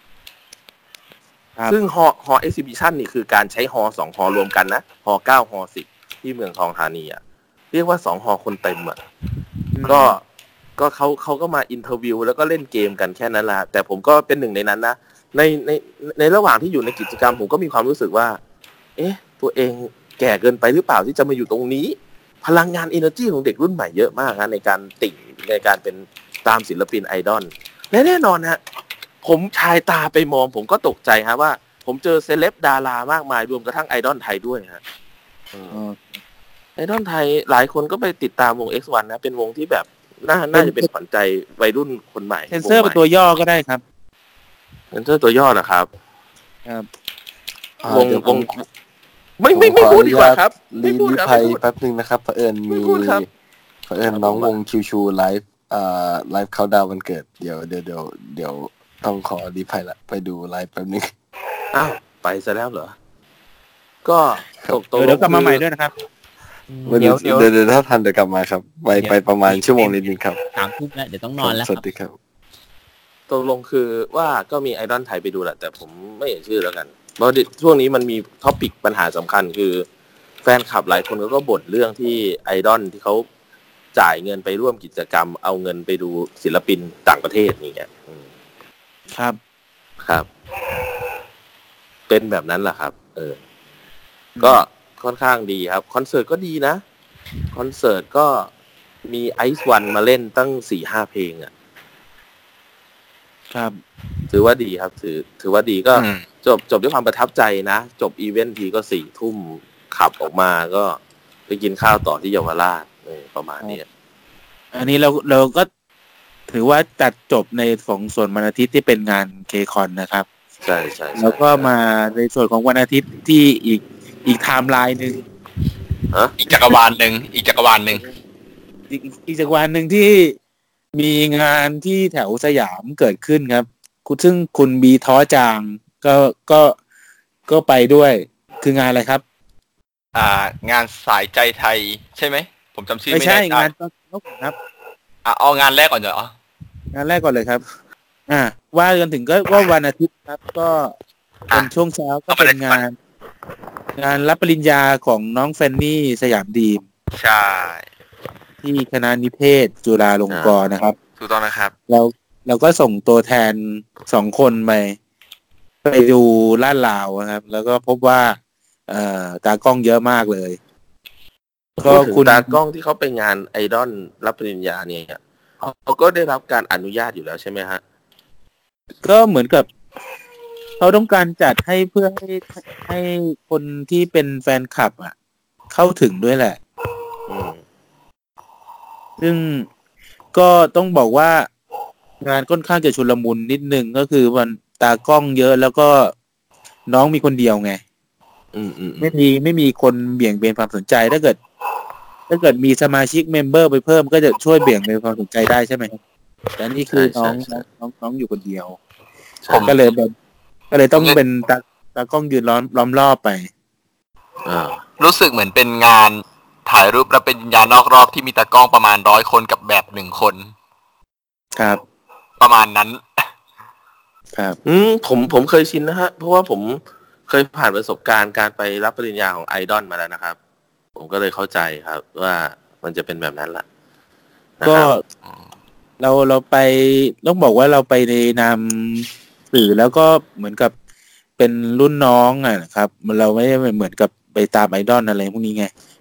ครับซึ่งฮอฮอเอ็กซิบิชันนี่คือการใช้ฮอสองฮอรวมกันนะฮอเก้าฮอสิบที่เมืองทองธานีอ่ะเรียกว่าสองฮอคนเต็มอ่ะก็ก็เขาเขาก็มาอินเทอร์วิวแล้วก็เล่นเกมกันแค่นั้นแหละแต่ผมก็เป็นหนึ่งในนั้นนะในในในระหว่างที่อยู่ในกิจกรรมผมก็มีความรู้สึกว่า เอ๊ะ ตัวเองแก่เกินไปหรือเปล่าที่จะมาอยู่ตรงนี้ พลังงาน energy ของเด็กรุ่นใหม่เยอะมากนะในการติ่งในการเป็นตามศิลปินไอดอลและแน่นอนฮะผมชายตาไปมองผมก็ตกใจฮะว่าผมเจอเซเลบดารามากมายรวมกระทั่งไอดอลไทยด้วยฮะไอดอลไทยหลายคนก็ไปติดตามวง เอ็กซ์ วัน นะเป็นวงที่แบบน่าน่าจะเป็นขวัญใจวัยรุ่นคนใหม่เซนเซอร์เป็นตัวย่อก็ได้ครับเซนเซอร์ตัวย่อเหรอครับครับวงเดี๋ยววผงมไม่ไม่ไม่พูดดีกว่าครับรีไม่พูดรีครับภัยไม่พูดแป๊บนึงนะครับเผอิญไม่มีพูดครับเผอิญน้องวงคิวชูไลฟ์อ่าไลฟ์เขาดาววันเกิดเดี๋ยวเดี๋ยวเดี๋ยวเดี๋ยวต้องขอรีภัยละไปดูไลฟ์แป๊บนึงอ้าวไปซะแล้วเหรอ ก็ตกตกเดี๋ยวกลับมาใหม่ด้วยนะครับเดี๋ยวเดี๋ยวเดี๋ยวเดี๋ยวถ้าทันเดี๋ยวกลับมาครับไปไปประมาณชั่วโมงนิดนึงครับสามทุ่มแล้วเดี๋ยวต้องนอนแล้วสควัรับสดีครับตกลงคือว่าก็มีไอดอลไทยไปดูแหละแต่ผมไม่เอ่ยชื่อแล้วกันเพราะช่วงนี้มันมีท็อปิกปัญหาสำคัญคือ แฟนคลับหลายคนก็บ่นเรื่องที่ไอดอลที่เขาจ่ายเงินไปร่วมกิจกรรมเอาเงินไปดูศิลปินต่างประเทศนี่ไงอืมครับครับ เป็นแบบนั้นแหละครับ เออ ก็ค่อนข้างดีครับคอนเสิร์ตก็ดีนะคอนเสิร์ตก็มีไอซ์วันมาเล่นตั้งสี่ห้าเพลงอ่ะครับถือว่าดีครับ ถือ ถือว่าดีก็อืมจบจบด้วยความประทับใจนะจบอีเวนต์ทีก็สี่ทุ่มขับออกมาก็ไปกินข้าวต่อที่เยาวราชเออประมาณนี้อันนี้เราเราก็ถือว่าจัดจบในของส่วนวันอาทิตย์ที่เป็นงานเคคอนนะครับใช่ใช่ใช่แล้วก็มาในส่วนของวันอาทิตย์ที่อีกอีกไทม์ไลน์หนึ่งฮะอีกจักรวาลหนึ่งอีกจักรวาลหนึ่งอีกอีกจักรวาลหนึ่งที่มีงานที่แถวสยามเกิดขึ้นครับคุณซึ่งคุณบีท้อจางก็ก็ก็ไปด้วยคืองานอะไรครับอ่างานสายใจไทยใช่ไหมผมจำชื่อไม่ไม่ใช่แน่ใจงานต้องครับอ่ะเอางานแรกก่อนเหรองานแรกก่อนเลยครับ อ่าว่ากันถึงก็ว่าวันอาทิตย์ครับ ก็เป็นช่วงเช้าก็เป็นงาน งานรับปริญญาของน้องแฟนนี่สยามดีมใช่ที่คณะนิเทศจุฬาลงกรณ์นะครับถูกต้องนะครับเราเราก็ส่งตัวแทนสองคนไปไปดูลาดลาวนะครับ แล้วก็พบว่า เอ่อตากล้องเยอะมากเลย ก็พูดถึงคุณตากล้องที่เขาไปงานไอดอลรับปริญญาเนี่ยเขาก็ได้รับการอนุญาตอยู่แล้วใช่ไหมฮะก็เหมือนกับเขาต้องการจัดให้เพื่อให้ให้คนที่เป็นแฟนคลับอ่ะ เข้าถึงด้วยแหละอืมซึ่งก็ต้องบอกว่างานค่อนข้างจะชุลมุนนิดนึงก็คือมันตากล้องเยอะแล้วก็น้องมีคนเดียวไงอืมอืมไม่มีไม่มีคนเบี่ยงเบนความสนใจถ้าเกิด ถ้าเกิดมีสมาชิกเมมเบอร์ไปเพิ่มก็จะช่วยเบี่ยงเบนความสนใจได้ใช่ไหมครับแต่นี่คือน้องน้องน้องอยู่คนเดียวผมก็เลยแบบก็เลยต้องเป็นตาตากล้องยืนล้อมล้อมรอบไปอ่ารู้สึกเหมือนเป็นงานถ่ายรูปและเป็นยานอกรอบที่มีตากล้องประมาณร้อยคนกับแบบหนึ่งคนครับประมาณนั้นครับอืมผมผมเคยชินนะฮะเพราะว่าผมเคยผ่านประสบการณ์การไปรับปริญญาของไอดอลมาแล้วนะครับ ผมก็เลยเข้าใจครับ ว่ามันจะเป็นแบบนั้นละนะก็ครับเราเราไปต้องบอกว่าเราไปในนามสื่อแล้วก็เหมือนกับเป็นรุ่นน้องอ่ะนะครับเราไม่ได้เหมือนกับไปตามไอดอลอะไรพวกนี้ไง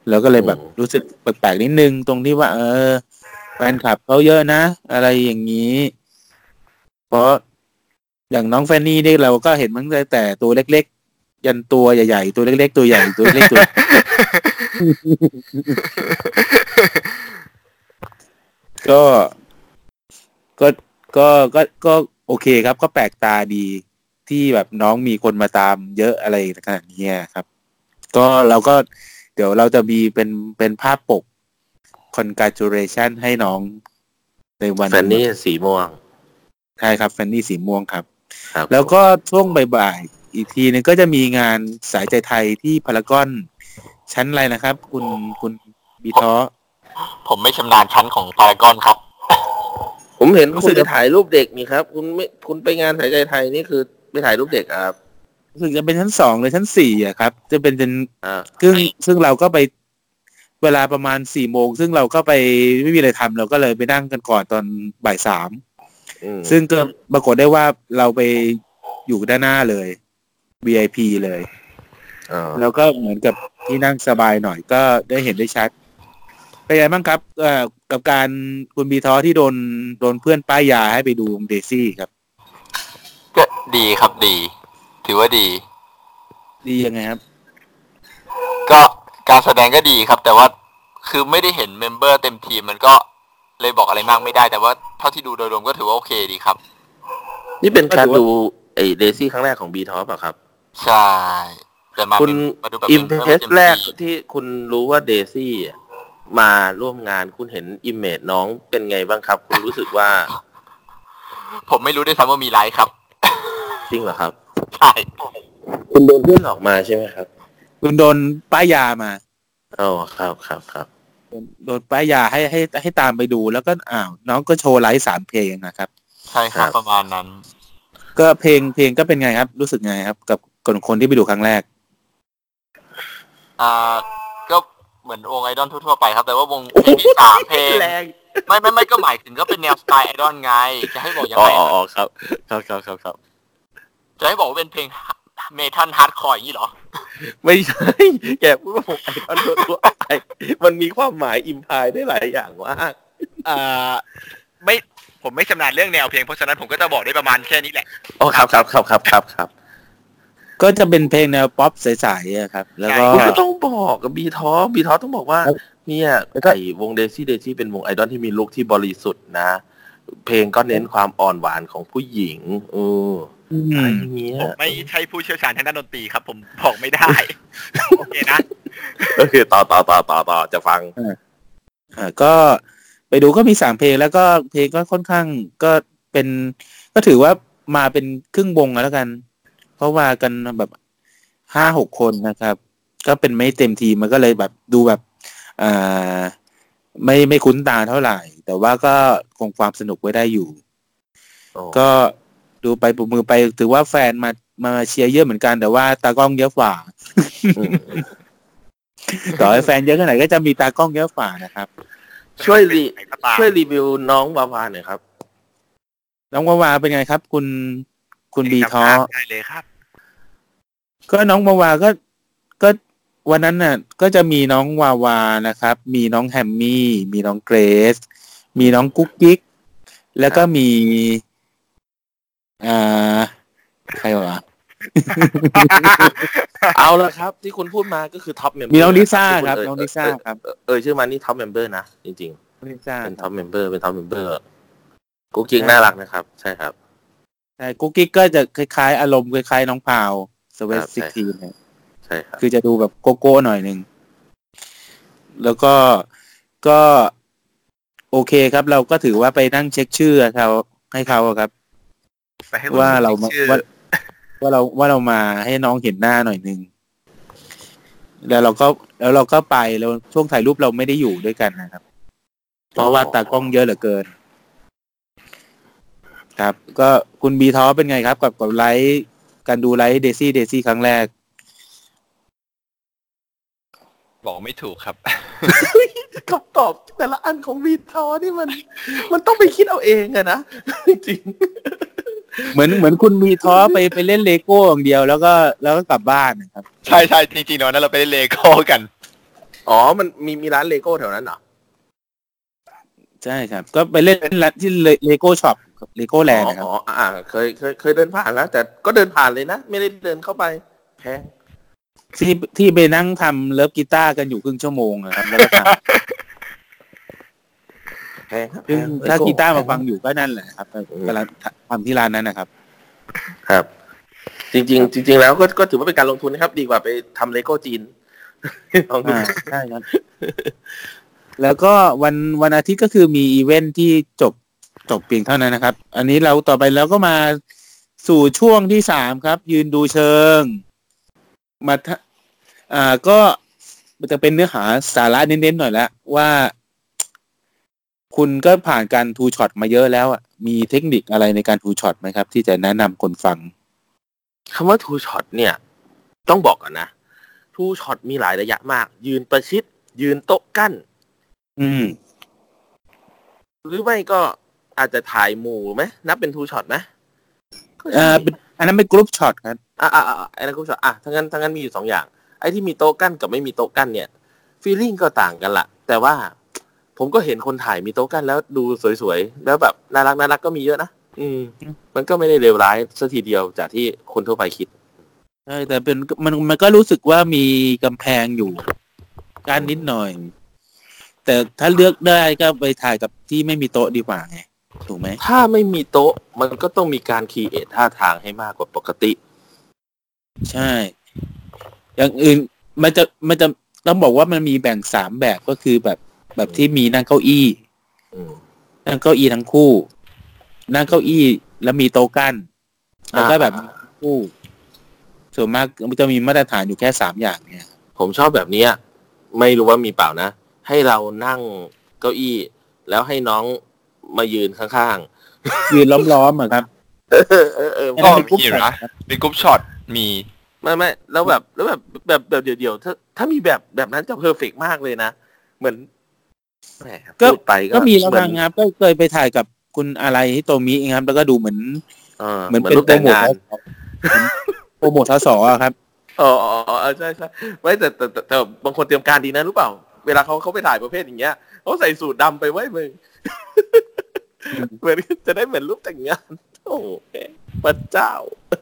เราก็เลยแบบรู้สึกแปลกๆนิดนึงตรงที่ว่า เออแฟนคลับเขาเยอะนะอะไรอย่างนี้เพราะอย่างน้องแฟนนี่นี่เราก็เห็นมันตั้งแต่ตัวเล็กๆยันตัวใหญ่ๆตัวเล็กๆตัวใหญ่ตัวเล็กๆตัว ก็ก็ก็ก็ก็โอเคครับก็แปลกตาดีที่แบบน้องมีคนมาตามเยอะอะไรขนาดนี้ครับก็เราก็เดี๋ยวเราจะมีเป็นเป็นภาพปก congratulation ให้น้องในวันแฟนนี่สีม่วงใช่ครับแฟนนี่สีม่วงครับครับแล้วก็ช่วงบ่ายๆอีกทีนึงก็จะมีงานสายใจไทยที่พารากอนชั้นอะไรนะครับคุณคุณบีท้อผมไม่ชำนาญชั้นของพารากอนครับผมเห็นคุณไปถ่ายรูปเด็กนี่ครับคุณไม่คุณไปงานสายใจไทยนี่คือไปถ่ายรูปเด็กครับรู้สึกจะเป็นชั้นสองหรือชั้นสี่อะครับจะเป็นเป็นอ่าซึ่งซึ่งเราก็ไปเวลาประมาณสี่โมงซึ่งเราก็ไปไม่มีอะไรทำเราก็เลยไปนั่งกันก่อนตอนบ่ายสามซึ่งก็ปรากฏได้ว่าเราไปอยู่ด้านหน้าเลย วี ไอ พี เลยแล้วก็เหมือนกับที่นั่งสบายหน่อยก็ได้เห็นได้ชัดเป็นไงบ้างครับเอ่อกับการคุณบีท้อที่โดนโดนเพื่อนป้ายยาให้ไปดูเดซี่ครับก็ดีครับดีถือว่าดีดียังไงครับก็การแสดงก็ดีครับแต่ว่าคือไม่ได้เห็นเมมเบอร์เต็มทีมมันก็เลยบอกอะไรมากไม่ได้แต่ว่าเท่าที่ดูโดยรวมก็ถือว่าโอเคดีครับนี่เป็นการดูไอ้เดซี่ครั้งแรกของบีท้อป่ะครับใช่แต่มาคุณอิมเพรสแรกที่คุณรู้ว่าเดซี่มาร่วมงานคุณเห็นอิมเมจน้องเป็นไงบ้างครับคุณรู้สึกว่าผมไม่รู้ด้วยซ้ำว่ามีไลฟ์ครับจริงเหรอครับใช่คุณโดนเพื่อนออกมาใช่ไหมครับคุณโดนป้ายยามาอ๋อครับครับครับโดนป้ายยาให้ให้ให้ตามไปดูแล้วก็อ้าวน้องก็โชว์ไลฟ์สามเพลงนะครับใช่ครับประมาณนั้นก็เพลงเพลงก็เป็นไงครับรู้สึกไงครับกับคนคนที่ไปดูครั้งแรกอ่าก็เหมือนวงไอดอลทั่วๆไปครับแต่ว่าวงเพลงที่สามเพลงไม่ไม่ไม่ก็หมายถึงก็เป็นแนวสไตล์ไอดอลไงจะให้บอกยังไงอ๋อครับครับครับครับครับจะให้บอกว่าเป็นเพลงเมทัลฮาร์ดคอร์อย่างนี้เหรอไม่ใช่แกพูดว่าผมไอดอลทั่วๆไปมันมีความหมายอิมพลายได้หลายอย่างมากอ่าไม่ผมไม่ชำนาญเรื่องแนวเพลงเพราะฉะนั้นผมก็จะบอกได้ประมาณแค่นี้แหละอ๋อครับครับครับครับครับครับก็จะเป็นเพลงแนวป๊อปใสๆครับแล้วก็คุณก็ต้องบอกกับบีท้อบีท้อต้องบอกว่าเนี่ยไอ้วงเดซี่เดซี่เป็นวงไอดอลที่มีลุคที่บริสุทธิ์นะเพลงก็เน้นความอ่อนหวานของผู้หญิงเอออะไรอย่างเงี้ยผมไม่ใช่ผู้เชี่ยวชาญทางด้านดนตรีครับผมบอกไม่ได้โอเคนะโอเคต่อต่อต่อต่อต่อจะฟังอ่าก็ไปดูก็มีสามเพลงแล้วก็เพลงก็ค่อนข้างก็เป็นก็ถือว่ามาเป็นครึ่งวงแล้วกันเพราะว่ากันแบบห้าหกคนนะครับก็เป็นไม่เต็มทีมันก็เลยแบบดูแบบอ่าไม่ไม่คุ้นตาเท่าไหร่แต่ว่าก็คงความสนุกไว้ได้อยู่ก็ดูไปปรบมือไปถือว่าแฟนมามาเชียร์เยอะเหมือนกันแต่ว่าตากล้องเยอะกว่าต่อให้แฟนเยอะแค่ไหนก็จะมีตากล้องเยอะกว่านะครับช่วยรีช่วยรีวิวน้องวาวาหน่อยครับน้องวาวาเป็นไงครับคุณคุณบีท้อได้เลยครับก็น้องวาวาก็ก็วันนั้นน่ะก็จะมีน้องวาวานะครับมีน้องแฮมมี่มีน้องเกรซมีน้องกุ๊กกิ๊กแล้วก็มีอ่าใครวะเอาละครับที่คุณพูดมาก็คือท็อปเมมเบอร์มีน้องลิซ่าครับน้องลิซ่าครับเออชื่อมานี่ท็อปเมมเบอร์นะจริงๆลิซ่าเป็นท็อปเมมเบอร์เป็นท็อปเมมเบอร์กุ๊กกิ๊กน่ารักนะครับใช่ครับใช่กุ๊กกิ๊กก็จะคล้ายๆอารมณ์คล้ายๆน้องพาวสวีทซิกทีนเนี่ยใช่ครับคือจะดูแบบโกโก้หน่อยนึงแล้วก็ก็โอเคครับเราก็ถือว่าไปนั่งเช็คชื่อเขาให้เขาครับว่าเราว่าว่าเราว่าเรามาให้น้องเห็นหน้าหน่อยนึงแล้วเราก็แล้วเราก็ไปแล้วช่วงถ่ายรูปเราไม่ได้อยู่ด้วยกันนะครับเพราะว่าตากล้องเยอะเหลือเกินครับก็คุณบีท้อเป็นไงครับกับกับไลฟ์การดูไลฟ์เดซี่เดซี่ครั้งแรกบอกไม่ถูกครับคำตอบแต่ละอันของบีท้อนี่มันมันต้องไปคิดเอาเองอะนะจริงเหมือนเหมือนคุณบีท้อไปไปเล่นเลโก้อย่างเดียวแล้วก็แล้วก็กลับบ้านนะครับใช่ใช่จริงๆเนาะนั้นเราไปเล่นเลโก้กันอ๋อมันมีมีร้านเลโก้แถวนั้นเหรอใช่ครับก็ไปเล่นร้านที่เลโก้ช็อปเลโก้แลนด์นะครับอ๋ออ่าเคยเคยเคยเดินผ่านแล้วแต่ก็เดินผ่านเลยนะไม่ได้เดินเข้าไปแพงที่ที่ไปนั่งทำเลิฟกีตาร์กันอยู่ครึ่งชั่วโมงนะครับแล้วก็ทแพงครับำซึ่งถ้ากีตาร์มาฟังอยู่ก็นั่นแหละครับกำลังทำที่ร้านนั้นนะครับครับ จริงจริงจริงๆแล้วก็ก็ถือว่าเป็นการลงทุนนะครับ ดีกว่าไปทำเลโก้จีนลองดูอ่าใช่ครับ แล้วก็วันวันอาทิตย์ก็คือมีอีเวนท์ที่จบจบเพียงเท่านั้นนะครับ อันนี้เราต่อไปแล้วก็มาสู่ช่วงที่สามครับ ยืนดูเชิง มาทะอ่าก็มันจะเป็นเนื้อหาสาระเน้นๆหน่อยแล้วว่า คุณก็ผ่านการทูช็อตมาเยอะแล้วอ่ะมีเทคนิคอะไรในการทูช็อตไหมครับ ที่จะแนะนำคนฟังคำว่าทูช็อตเนี่ย ต้องบอกก่อนนะทูช็อตมีหลายระยะมาก ยืนประชิด ยืนโต๊ะกั้นอืมหรือไม่ก็อาจจะถ่ายหมู่ไหมนับเป็นทูช็อตไหมก็ใช่อ่าเป็นอันนั้นเป็นกรุ๊ปช็อตครับอ่าอ่าอ่าไอ้นั่นก็ช็อตอ่ะทั้งนั้นทั้งนั้นมีอยู่สองอย่างไอ้ที่มีโต๊ะกั้นกับไม่มีโต๊ะกั้นเนี่ยฟีลลิ่งก็ต่างกันละแต่ว่า ผมก็เห็นคนถ่ายมีโต๊ะกั้นแล้วดูสวยๆแล้วแบบน่ารักน่ารักก็มีเยอะนะอืม มันก็ไม่ได้เลวร้ายซะทีเดียวจากที่คนทั่วไปคิดใช่แต่เป็นมันมันก็รู้สึกว่ามีกำแพงอยู่การนิดหน่อย แต่ถ้าเลือกได้ก็ไปถ่ายกับที่ไม่มีโต๊ะดีกว่าไงถูกไหมถ้าไม่มีโต๊ะมันก็ต้องมีการคีเอทท่าทางให้มากกว่าปกติใช่ อย่างอื่นมันจะมันจะต้องบอกว่ามันมีแบ่งสามแบบก็คือแบบแบบที่มีนั่งเก้าอี้อืมนั่งเก้าอี้ทั้งคู่ นั่งเก้าอี้แล้วมีโต๊ะกั้นแล้วก็แบบคู่ส่วนมากมันจะมีมาตรฐานอยู่แค่สามอย่างเนี่ยผมชอบแบบนี้ไม่รู้ว่ามีเปล่านะ ให้เรานั่งเก้าอี้ แล้วให้น้องมายืนข้างยืนล้อมๆอะครับๆ เออเออเออก็มีอยู่นะเป็นกรุ๊ปช็อตมีไม่ไม่แล้วแบบแล้วแบบแบบแบบเดี่ยวๆถ้าถ้ามีแบบแบบนั้นจะเพอร์เฟกต์มากเลยนะ เหมือนแหมก็พูดไปก็มีแล้วเหอนนะครับก็เคยไปถ่ายกับคุณอะไรฮิโตมิครับแล้วก็ดูเหมือนเออเหมือนเหมือนเป็นรูปโปรแต่งโมทงานโปรโมททศอะครับอ๋ออ๋ออ๋อใช่ใช่ไม่แต่แต่แต่แต่บางคนเตรียมการดีนะรู้เปล่า เวลาเขาเขาไปถ่ายประเภทอย่างเงี้ยเขาใส่สูทดำไปไว้มึง เหมือนจะได้เหมือนรูปแต่งงานโอ้โหพระเจ้า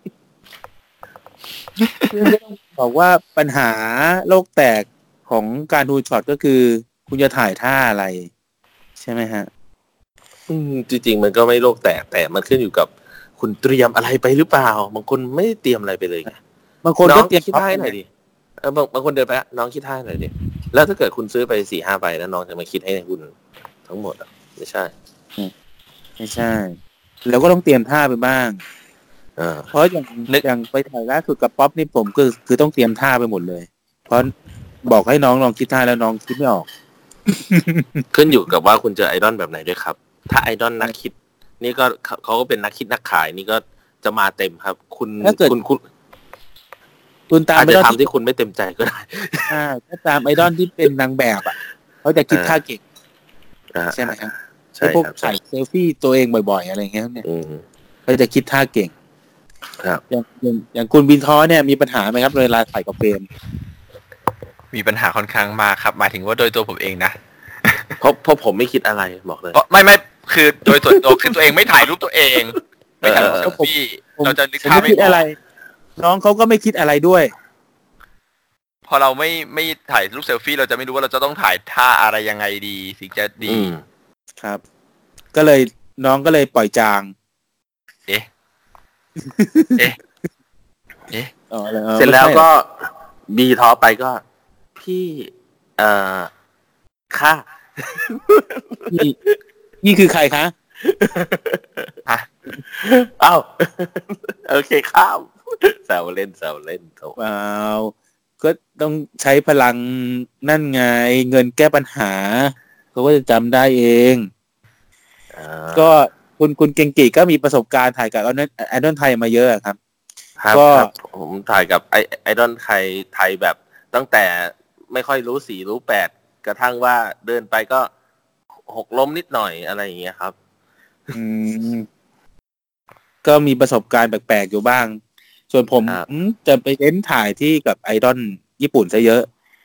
ซึ่งก็ต้องบอกว่าปัญหาโลกแตกของการดูช็อตก็คือ คุณจะถ่ายท่าอะไร ใช่ไหมฮะอืมจริงๆมันก็ไม่โลกแตกแต่มันขึ้นอยู่กับคุณเตรียมอะไรไปหรือเปล่าบางคนไม่ได้เตรียมอะไรไปเลยไงบางคนน้ก็องเตรียมคิดท่าให้หน่อยดิเออบางบางคนเดินไปอะน้องคิดท่าหน่อยดิแล้วถ้าเกิดคุณซื้อไปสี่ห้าใบแล้วน้องจะมาคิดให้คุณทั้งหมดอ่ะไม่ใช่ไม่ใช่ แล้วก็ต้องเตรียมท่าไปบ้างเออเพราะอย่างอย่างไปถ่ายล่าสุดกับป๊อปนี่ผมคือคือต้องเตรียมท่าไปหมดเลย เพราะบอกให้น้องลองคิดท่าแล้วน้องคิดไม่ออกขึ้นอยู่กับว่าคุณเจอไอดอลแบบไหนด้วยครับ ถ้าไอดอลนักคิด นี่ก็เขาเขาก็เป็นนักคิดนักขายนี่ก็จะมาเต็มครับ คุณถ้าเกิดคุณคุณคุณตามอาจไอจะดอลทำที่คุณไม่เต็มใจก็ได้อ่าถ้าตามไอดอลที่เป็นนางแบบอ่ะเขาจะคิดท่าเก่งอ่าใช่ไหมครับใช่พวกครับถ่ายเซลฟี่ตัวเองบ่อยๆอะไรเงี้ยเนี่ยอืมเขาจะคิดท่าเก่งครับอย่างอย่างอย่างคุณบินท้อเนี่ยมีปัญหาไหมครับเวลาถ่ายกับเฟรมมีปัญหาค่อนข้างมากครับหมายถึงว่าโดยตัวผมเองนะเพราะเพราะผมไม่คิดอะไรบอกเลยเพราะไม่ไม่คือโดยส่วนตัวคือตัวเองไม่ถ่ายรูปตัวเอง ไม่ถ่ายรูปเซลฟี่ผมเราจะนึกผมภาพไม่ไม่คิดอออะไรกน้องเขาก็ไม่คิดอะไรด้วยพอเราไม่ไม่ถ่ายรูปเซลฟี่เราจะไม่รู้ว่าเราจะต้องถ่ายท่าอะไรยังไงดีถึงจะดีอืมครับ ก็เลยน้องก็เลยปล่อยจางเอ๊ะ เอ๊ะ เอ๊ะอ๋อออเสร็จแล้วไม่ใช่ก็บีท้อไปก็ พี่เอ่อค่านี่นี่คือใครคะฮะเอ้า โอเคข้ามแซวเล่นแซวเล่นโถเปล่าก็ต้องใช้พลังนั่นไงเงินแก้ปัญหาเขาก็จะจำได้เองอ่าก็คุณคุณเก่งกีก็มีประสบการณ์ถ่ายกับไอดอลไอดอลไทยมาเยอะครับครับก็ครับผมถ่ายกับไอไอดอลไทยไทยแบบตั้งแต่ไม่ค่อยรู้สี่รู้แปดกระทั่งว่าเดินไปก็หกล้มนิดหน่อยอะไรอย่างเงี้ยครับอืมก็มีประสบการณ์แปลกๆอยู่บ้าง ส่วนผมครับจะไปเน้นถ่ายที่กับไอดอลญี่ปุ่นซะเยอะ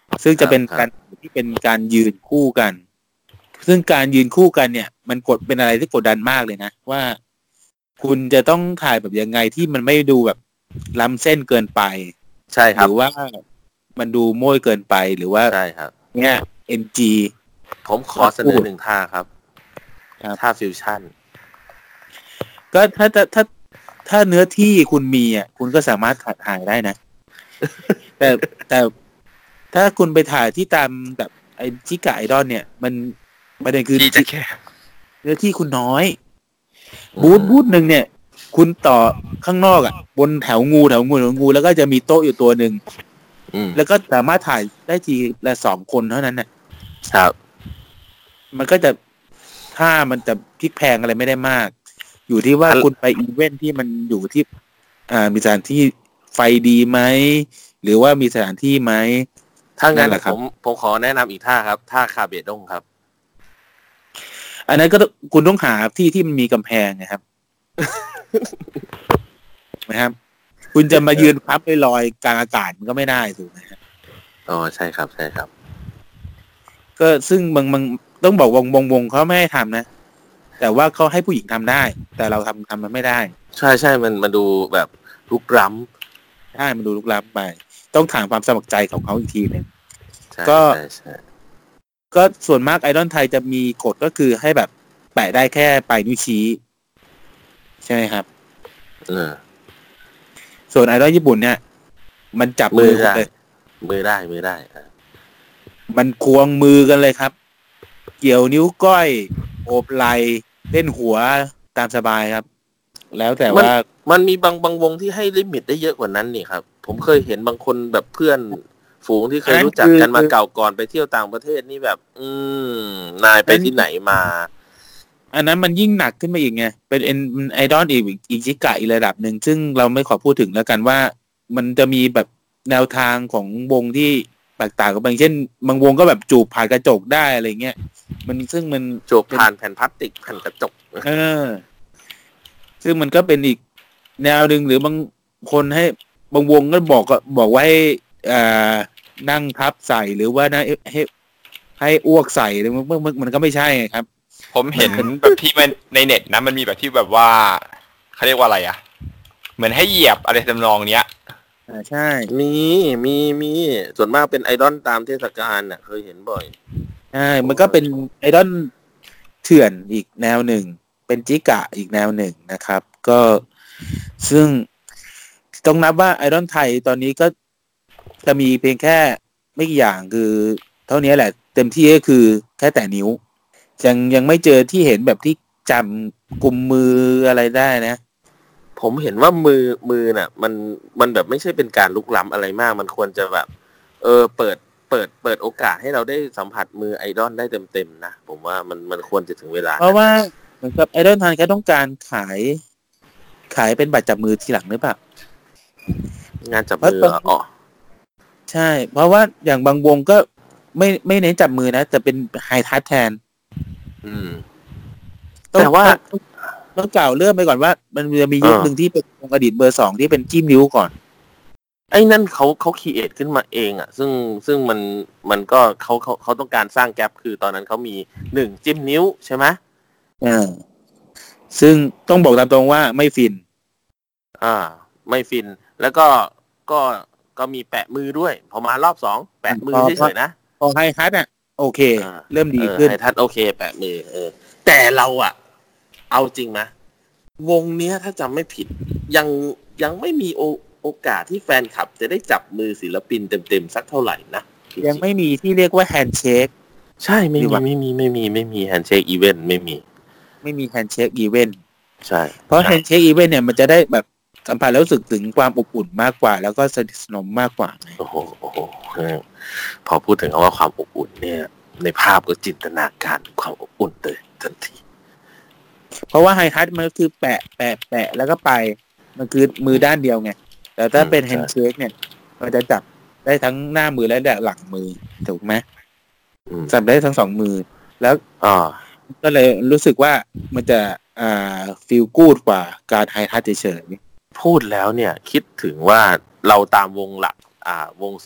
ซึ่งจะเป็นการที่เป็นการยืนคู่กัน ซึ่งการยืนคู่กันเนี่ย มันกดเป็นอะไรที่กดดันมากเลยนะว่าคุณจะต้องถ่ายแบบยังไงที่มันไม่ดูแบบล้ำเส้นเกินไปใช่คหรับรือว่ามันดูโม้ยเกินไปหรือว่าใช่ครับเนี่ย เอ็น จีผมขอเสนอหนึ่งท่าครับครับท่าฟิวชั่นก็ถ้าถ้าถ้าถ้าเนื้อที่คุณมีอ่ะคุณก็สามารถถ่ายได้นะ แต่แต่ถ้าคุณไปถ่ายที่ตามแบบไอจิกะไอดอลเนี่ย มันประเด็นคือที่จะแค่เนื้อที่คุณน้อย บูธบูธหนึ่งเนี่ย คุณต่อข้างนอกอ่ะ บนแถวงูแถวงูแถวงูแล้วก็จะมีโต๊ะอยู่ตัวหนึ่งอืมแล้วก็สามารถถ่ายได้ทีละสองคนเท่านั้นน่ะครับมันก็จะถ้ามันจะพลิกแพงอะไรไม่ได้มาก อยู่ที่ว่าอันคุณไปอีเวนท์ที่มันอยู่ที่ อ่ามีสถานที่ไฟดีไหมหรือว่ามีสถานที่ไหมถ้างั้นั่นนแหละครัผบมผมขอแนะนำอีกท่าครับท่าคาเบดงครับอันนั้นก็ต้องคุณต้องหาที่ที่มันมีกำแพงนะครับ นะครับ คุณจะมายืนพับลอยๆกลางอากาศมันก็ไม่ได้ถูกไหมครับอ๋อใช่ครับใช่ครับก็ซึ่งบางบางต้องบอกวงวงวงเขาไม่ให้ทำนะ แต่ว่าเขาให้ผู้หญิงทำได้ แต่เราทำทำมันไม่ได้ใช่ใช่มันมันดูแบบลุกล้ใช่มันดูลุกล้ำไป ต้องถามความสมัครใจของเขาอีกทีหนึงำใช่ก็ใช่ใช่ก็ส่วนมากไอดอลไทยจะมีกฎก็คือให้แบบแปะได้แค่ปลายนิ้วชี้ใช่ไหมครับเออส่วนไอดอลญี่ปุ่นเนี่ย มันจับมือมือได้เลยมือได้มือได้อ่ะมันควงมือกันเลยครับ เกี่ยวนิ้วก้อย โอบไหล่เล่นหัวตามสบายครับ แล้วแต่ว่ามันมีบางบางวงที่ให้ลิมิตได้เยอะกว่านั้นนี่ครับ ผมเคยเห็นบางคนแบบเพื่อนฝูงที่เคยรู้จักกันมาเก่าก่อนไปเที่ยวต่างประเทศนี่แบบ อืมนายไปที่ไหนมาอันนั้นมันยิ่งหนักขึ้นมาอีกไง เป็นเอ็นไอดอลอีกอีกจิกะอีกระดับหนึ่ง ซึ่งเราไม่ขอพูดถึงแล้วกันว่า มันจะมีแบบแนวทางของวงที่แตกต่างกันบางเช่น บางวงก็แบบจูบผ่านกระจกได้อะไรเงี้ย มันซึ่งมันจูบผ่านแผ่นพลาสติกแผ่นกระจกเออ ซึ่งมันก็เป็นอีกแนวหนึ่งหรือบางคนให้บางวงก็บอกก็บอกว่าให้อ่านั่งทับใส่หรือว่านะให้ให้อ้วกใส่หรือมันมันมันก็ไม่ใช่ไงครับผมเห็นแบบที่มันในเน็ตนะมันมีแบบที่แบบว่าเขาเรียกว่าอะไรอ่ะ เหมือนให้เหยียบอะไรทำนองเนี้ยอ่าใช่มีมีมีส่วนมากเป็นไอดอลตามเทศกาลน่ะเคยเห็นบ่อยใช่มันก็เป็นไอดอลเถื่อนอีกแนวหนึ่ง เป็นจิกะอีกแนวหนึ่งนะครับ ก็ซึ่งต้องนับว่าไอดอลไทยตอนนี้ก็จะมีเพียงแค่ไม่กี่อย่างคือเท่านี้แหละ เต็มที่ก็คือแค่แต่นิ้ว ยังยังไม่เจอที่เห็นแบบที่จำกลุ่มมืออะไรได้นะผมเห็นว่ามือมือน่ะ มันมันแบบไม่ใช่เป็นการลุกล้ำอะไรมาก มันควรจะแบบ เออเปิดเปิดเปิดโอกาสให้เราได้สัมผัสมือไอดอลได้เต็มๆนะผมว่ามันมันควรจะถึงเวลาเพราะว่าเหมือนกับไอดอลไทยก็ต้องการขาย ขายเป็นบัตรจับมือทีหลังหรือเปล่างานจับมืออ๋อใช่ เพราะว่าอย่างบางวงก็ไม่ไม่เน้นจับมือนะแต่เป็นไฮทัชแทนอืมองแต่ว่าต้องต้องกล่าวเริ่มไปก่อนว่า มันจะมียุคอ่าหนึ่งที่เป็นวงอดีตเบอร์สองที่เป็นจิ้มนิ้วก่อนไอ้นั่นเขาเขาคีเอทขึ้นมาเองอ่ะ ซึ่งซึ่งมันมันก็เขาเขาเขาต้องการสร้างแกลบคือตอนนั้นเขามีหนึ่งจิ้มนิ้วใช่ไหมอ่า ซึ่งต้องบอกตามตรงว่าไม่ฟินอ่า ไม่ฟิน แล้วก็ก็ก็มีแปะมือด้วย พอมารอบสองแปะมือพอเฉยๆนะพอไฮทัชอ่ะโอเคอ่าเริ่มดีเออขึ้นให้ทัดโอเคแปะมือเออ แต่เราอ่ะ เอาจริงนะวงเนี้ยถ้าจำไม่ผิด ยังยังไม่มีโอโอกาสที่แฟนคลับ จะได้จับมือศิลปินเต็มๆสักเท่าไหร่นะยังไม่มีที่เรียกว่าแฮนด์เชคใช่ไม่ดีมีกว่าไม่มีไม่มีไม่มีแฮนด์เชคอีเวนต์ไม่มีไม่มีแฮนด์เชคอีเวนต์ใช่เพราะแฮนด์เชคอีเวนต์เนี่ยมันจะได้แบบสัมผัสแล้วรู้สึกถึงความอบอุ่นมากกว่า แล้วก็สนิทสนมมากกว่าโอ้โหโอ้โหเออพอพูดถึงคำว่าความอบอุ่นเนี่ย ในภาพก็จินตนาการถึงความอบอุ่นเลยทันทีเพราะว่าไฮทัชมันก็คือแปะแปะแปะแล้วก็ไป มันคือมือด้านเดียวไง แต่ถ้าเป็นแฮนด์เชคเนี่ยมันจะจับได้ทั้งหน้ามือและหลังมือถูกไหมอืมจับได้ทั้งสองมือ แล้วอ่าก็เลยรู้สึกว่ามันจะอ่าฟีลกูดกว่าการไฮทัชเฉยพูดแล้วเนี่ยคิดถึงว่าเราตามวงหลัก อ่าวงศิล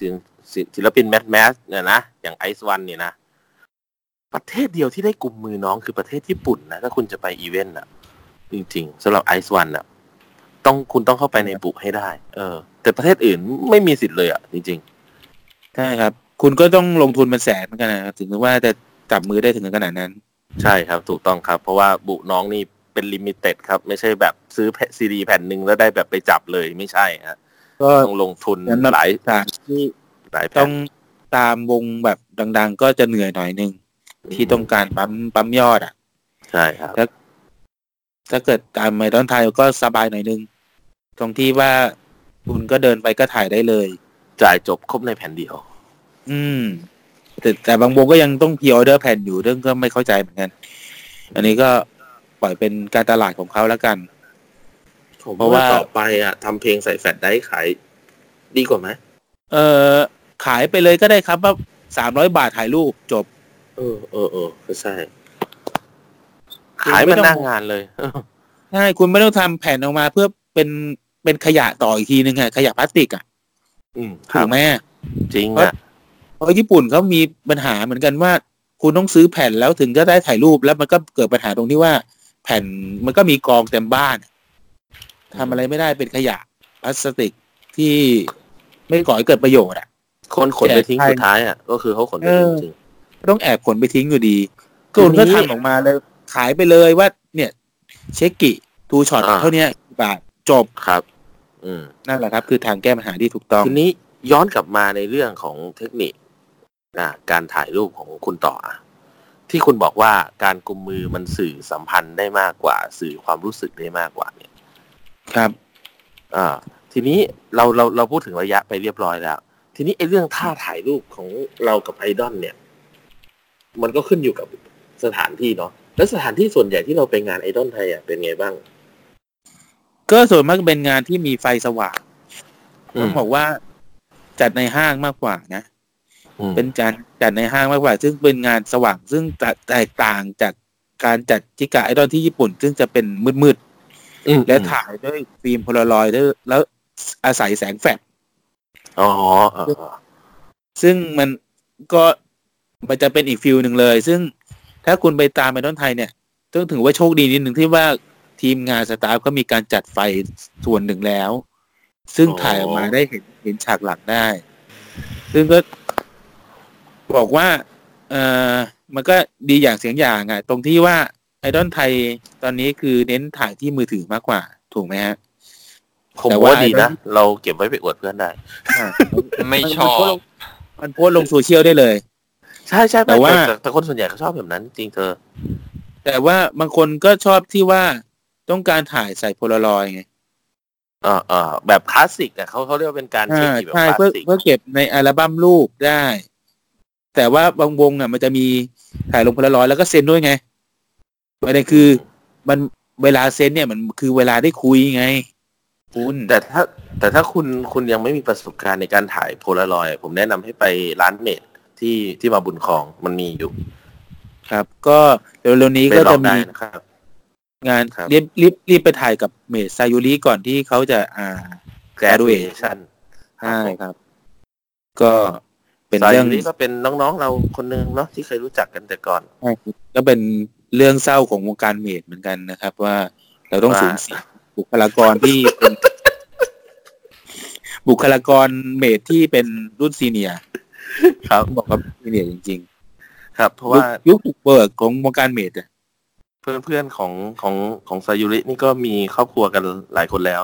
ศิลปินแมสแมสเนี่ยนะอย่างไอซ์วันเนี่ยนะประเทศเดียวที่ได้กุมมือน้องคือประเทศญี่ปุ่นนะถ้าคุณจะไปอีเวนต์อ่ะจริงๆสำหรับไอซ์วันอ่ะต้องคุณต้องเข้าไปในบุให้ได้เออแต่ประเทศอื่นไม่มีสิทธิ์เลยอ่ะจริงๆใช่ครับคุณก็ต้องลงทุนเป็นแสนเหมือนกันนะถึงว่าจะจับมือได้ถึงขนาดนั้นใช่ครับถูกต้องครับเพราะว่าบุน้องนี่เป็นลิมิเต็ดครับไม่ใช่แบบซื้อซีดีแผ่นหนึ่งแล้วได้แบบไปจับเลยไม่ใช่ฮะก็ต้องลงทุนหลายสารที่ต้องตามวงแบบดังๆก็จะเหนื่อยหน่อยนึงที่ต้องการปั๊มปั๊มยอดอ่ะใช่ครับถ้าถ้าเกิดตามไมดอนไทยก็สบายหน่อยนึงตรงที่ว่าคุณก็เดินไปก็ถ่ายได้เลยจ่ายจบครบในแผ่นเดียวอืมแต่แต่บางวงก็ยังต้องพรีออเดอร์แผ่นอยู่เรื่องก็ไม่เข้าใจเหมือนกันอันนี้ก็ปล่อยเป็นการตลาดของเขาแล้วกันเพราะว่าต่อไปอ่ะทำเพลงใส่แฟลชไดรฟ์ขายดีกว่าไหมเออขายไปเลยก็ได้ครับว่าสามร้อยบาทถ่ายรูปจบเออเออเออก็ใช่ขายมันหน้างานเลยใช่คุณไม่ต้องทำแผ่นออกมาเพื่อเป็นเป็นขยะต่ออีกทีนึงไงขยะพลาสติกอ่ะอืมถูกไหมจริงอ่ะเพราะญี่ปุ่นเขามีปัญหาเหมือนกันว่าคุณต้องซื้อแผ่นแล้วถึงจะได้ถ่ายรูปแล้วมันก็เกิดปัญหาตรงที่ว่าแผ่นมันก็มีกองเต็มบ้านทำอะไรไม่ได้เป็นขยะพลาสติกที่ไม่ก่อให้เกิดประโยชน์อ่ะคนขนไปทิ้งสุดท้ายอ่ะก็คือเขาขนไปทิ้งจริงต้องแอบขนไปทิ้งอยู่ดีคุณก็ทำออกมาเลยขายไปเลยว่าเนี่ยเช็คกิทูช็อตเท่านี้บาทจบครับอืมนั่นแหละครับคือทางแก้ปัญหาที่ถูกต้องทีนี้ย้อนกลับมาในเรื่องของเทคนิคนะการถ่ายรูปของคุณต่อที่คุณบอกว่าการกุมมือมันสื่อสัมพันธ์ได้มากกว่าสื่อความรู้สึกได้มากกว่าเนี่ยครับอ่าทีนี้เราเราเราพูดถึงระยะไปเรียบร้อยแล้วทีนี้ไอ้เรื่องท่าถ่ายรูปของเรากับไอดอลเนี่ยมันก็ขึ้นอยู่กับสถานที่เนาะแล้วสถานที่ส่วนใหญ่ที่เราไปงานไอดอลไทยอ่ะเป็นไงบ้างก็ส่วนมากเป็นงานที่มีไฟสว่างต้องบอกว่าจัดในห้างมากกว่านะเป็นจัดจัดในห้างมากกว่าซึ่งเป็นงานสว่างซึ่งแตกต่างจากการจัดจิกะไอดอลที่ญี่ปุ่นซึ่งจะเป็นมืดๆและถ่ายด้วยฟิล์มโพลารอยด์แล้วอาศัยแสงแฟลชอ๋อซึ่งมันก็มันจะเป็นอีกฟิลหนึ่งเลยซึ่งถ้าคุณไปตามไอดอลไทยเนี่ยต้องถือว่าโชคดีนิดนึงที่ว่าทีมงานสตาฟก็มีการจัดไฟส่วนหนึ่งแล้วซึ่งถ่ายออกมาได้เห็นเห็นฉากหลักได้ซึ่งก็บอกว่าเออมันก็ดีอย่างเสียงอย่างอ่ะตรงที่ว่าไอดอลไทยตอนนี้คือเน้นถ่ายที่มือถือมากกว่าถูกไหมฮะผมว่าดีนะเราเก็บไว้ไปอวดเพื่อนได้ไม่ชอบมันโพสลงโซเชียลได้เลยใช่ใช่แต่ว่าแต่คนส่วนใหญ่เขาชอบแบบนั้นจริงเธอแต่ว่าบางคนก็ชอบที่ว่าต้องการถ่ายใส่โพลารอยด์ไงอ่าอ่าแบบคลาสสิกอ่ะเขาเขาเรียกว่าเป็นการเช็คแบบคลาสสิกเพื่อเก็บในอัลบั้มรูปได้แต่ว่าบางวงอ่ะมันจะมีถ่ายลงโพลารอยด์แล้วก็เซ็นด้วยไงประเด็นคือมันเวลาเซ็นเนี่ยมันคือเวลาได้คุยไงคุณแต่ถ้าแต่ถ้าคุณคุณยังไม่มีประสบการณ์ในการถ่ายโพลารอยด์ผมแนะนำให้ไปร้านเมดที่ที่มาบุญครองมันมีอยู่ครับก็เร็วๆนี้ก็จะมีนะครับงานรีบรีบรีบไปถ่ายกับเมดซายุริก่อนที่เขาจะอ่า graduation ใช่ครับก็เป็นเรื่องนี้ก็เป็นน้องๆเราคนนึงเนาะที่เคยรู้จักกันแต่ก่อนใช่ก็เป็นเรื่องเศร้าของวงการเมดเหมือนกันนะครับว่าเราต้องสูญเสียบุคลากรที่เป็นบุคลากรเมดที่เป็นรุ่นซีเนียร์ครับบอกว่าซีเนียร์จริงๆครับเพราะว่ายุคบุกเบิกของวงการเมดอ่ะเพื่อนๆของของของซายุรินี่ก็มีครอบครัวกันหลายคนแล้ว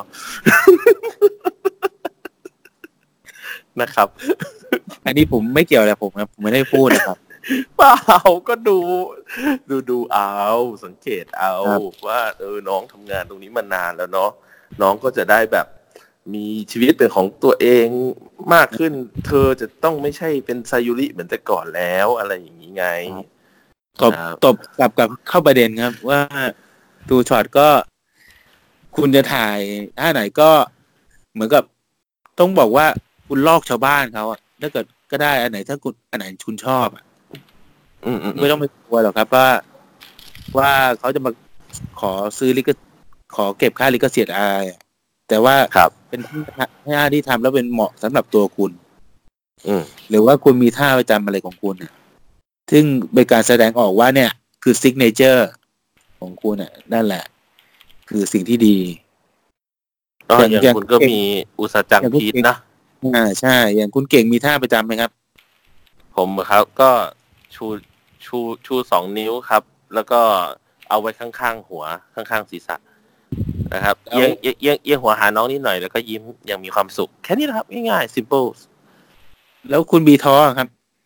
นะครับอันนี้ผมไม่เกี่ยวเลยผมนะผมไม่ได้พูดนะครับเปล่าก็ดูดูดูเอาสังเกตเอาว่าเออน้องทำงานตรงนี้มานานแล้วเนาะน้องก็จะได้แบบมีชีวิตเป็นของตัวเองมากขึ้นเธอจะต้องไม่ใช่เป็นซายุริเหมือนแต่ก่อนแล้วอะไรอย่างนี้ไงตบตบกลับกับเข้าประเด็นครับว่าดูช็อตก็คุณจะถ่ายท่าไหนก็เหมือนกับต้องบอกว่าคุณลอกชาวบ้านเขาอะถ้าเกิดก็ได้อันไหนถ้าคุณอันไหนคุณชอบอะไม่ต้องไปกลัวหรอกครับว่าว่าเขาจะมาขอซื้อลิขขอเก็บค่าลิขสิทธิ์อะไรแต่ว่าเป็นที่ที่ทำแล้วเป็นเหมาะสำหรับตัวคุณอืมหรือว่าคุณมีท่าประจำอะไรของคุณเนี่ยซึ่งเป็นการแสดงออกว่าเนี่ย คือซิกเนเจอร์ของคุณน่ะนั่นแหละ คือสิ่งที่ดีก็อย่างอย่างอย่างคุณก็เก่งมีอุตสาจังอย่างคุณพีทเก่งนะอ่าใช่ อย่างคุณเก่งมีท่าประจำไหมครับผมครับก็ชูชูชูสองนิ้วครับ แล้วก็เอาไว้ข้างๆหัวข้างๆศีรษะนะครับแล้วเอียงเอียงเอียงเอียงหัวหาน้องนิดหน่อยแล้วก็ยิ้มอย่างมีความสุขแค่นี้นะครับง่ายๆ simple แล้วคุณบีท้อครับ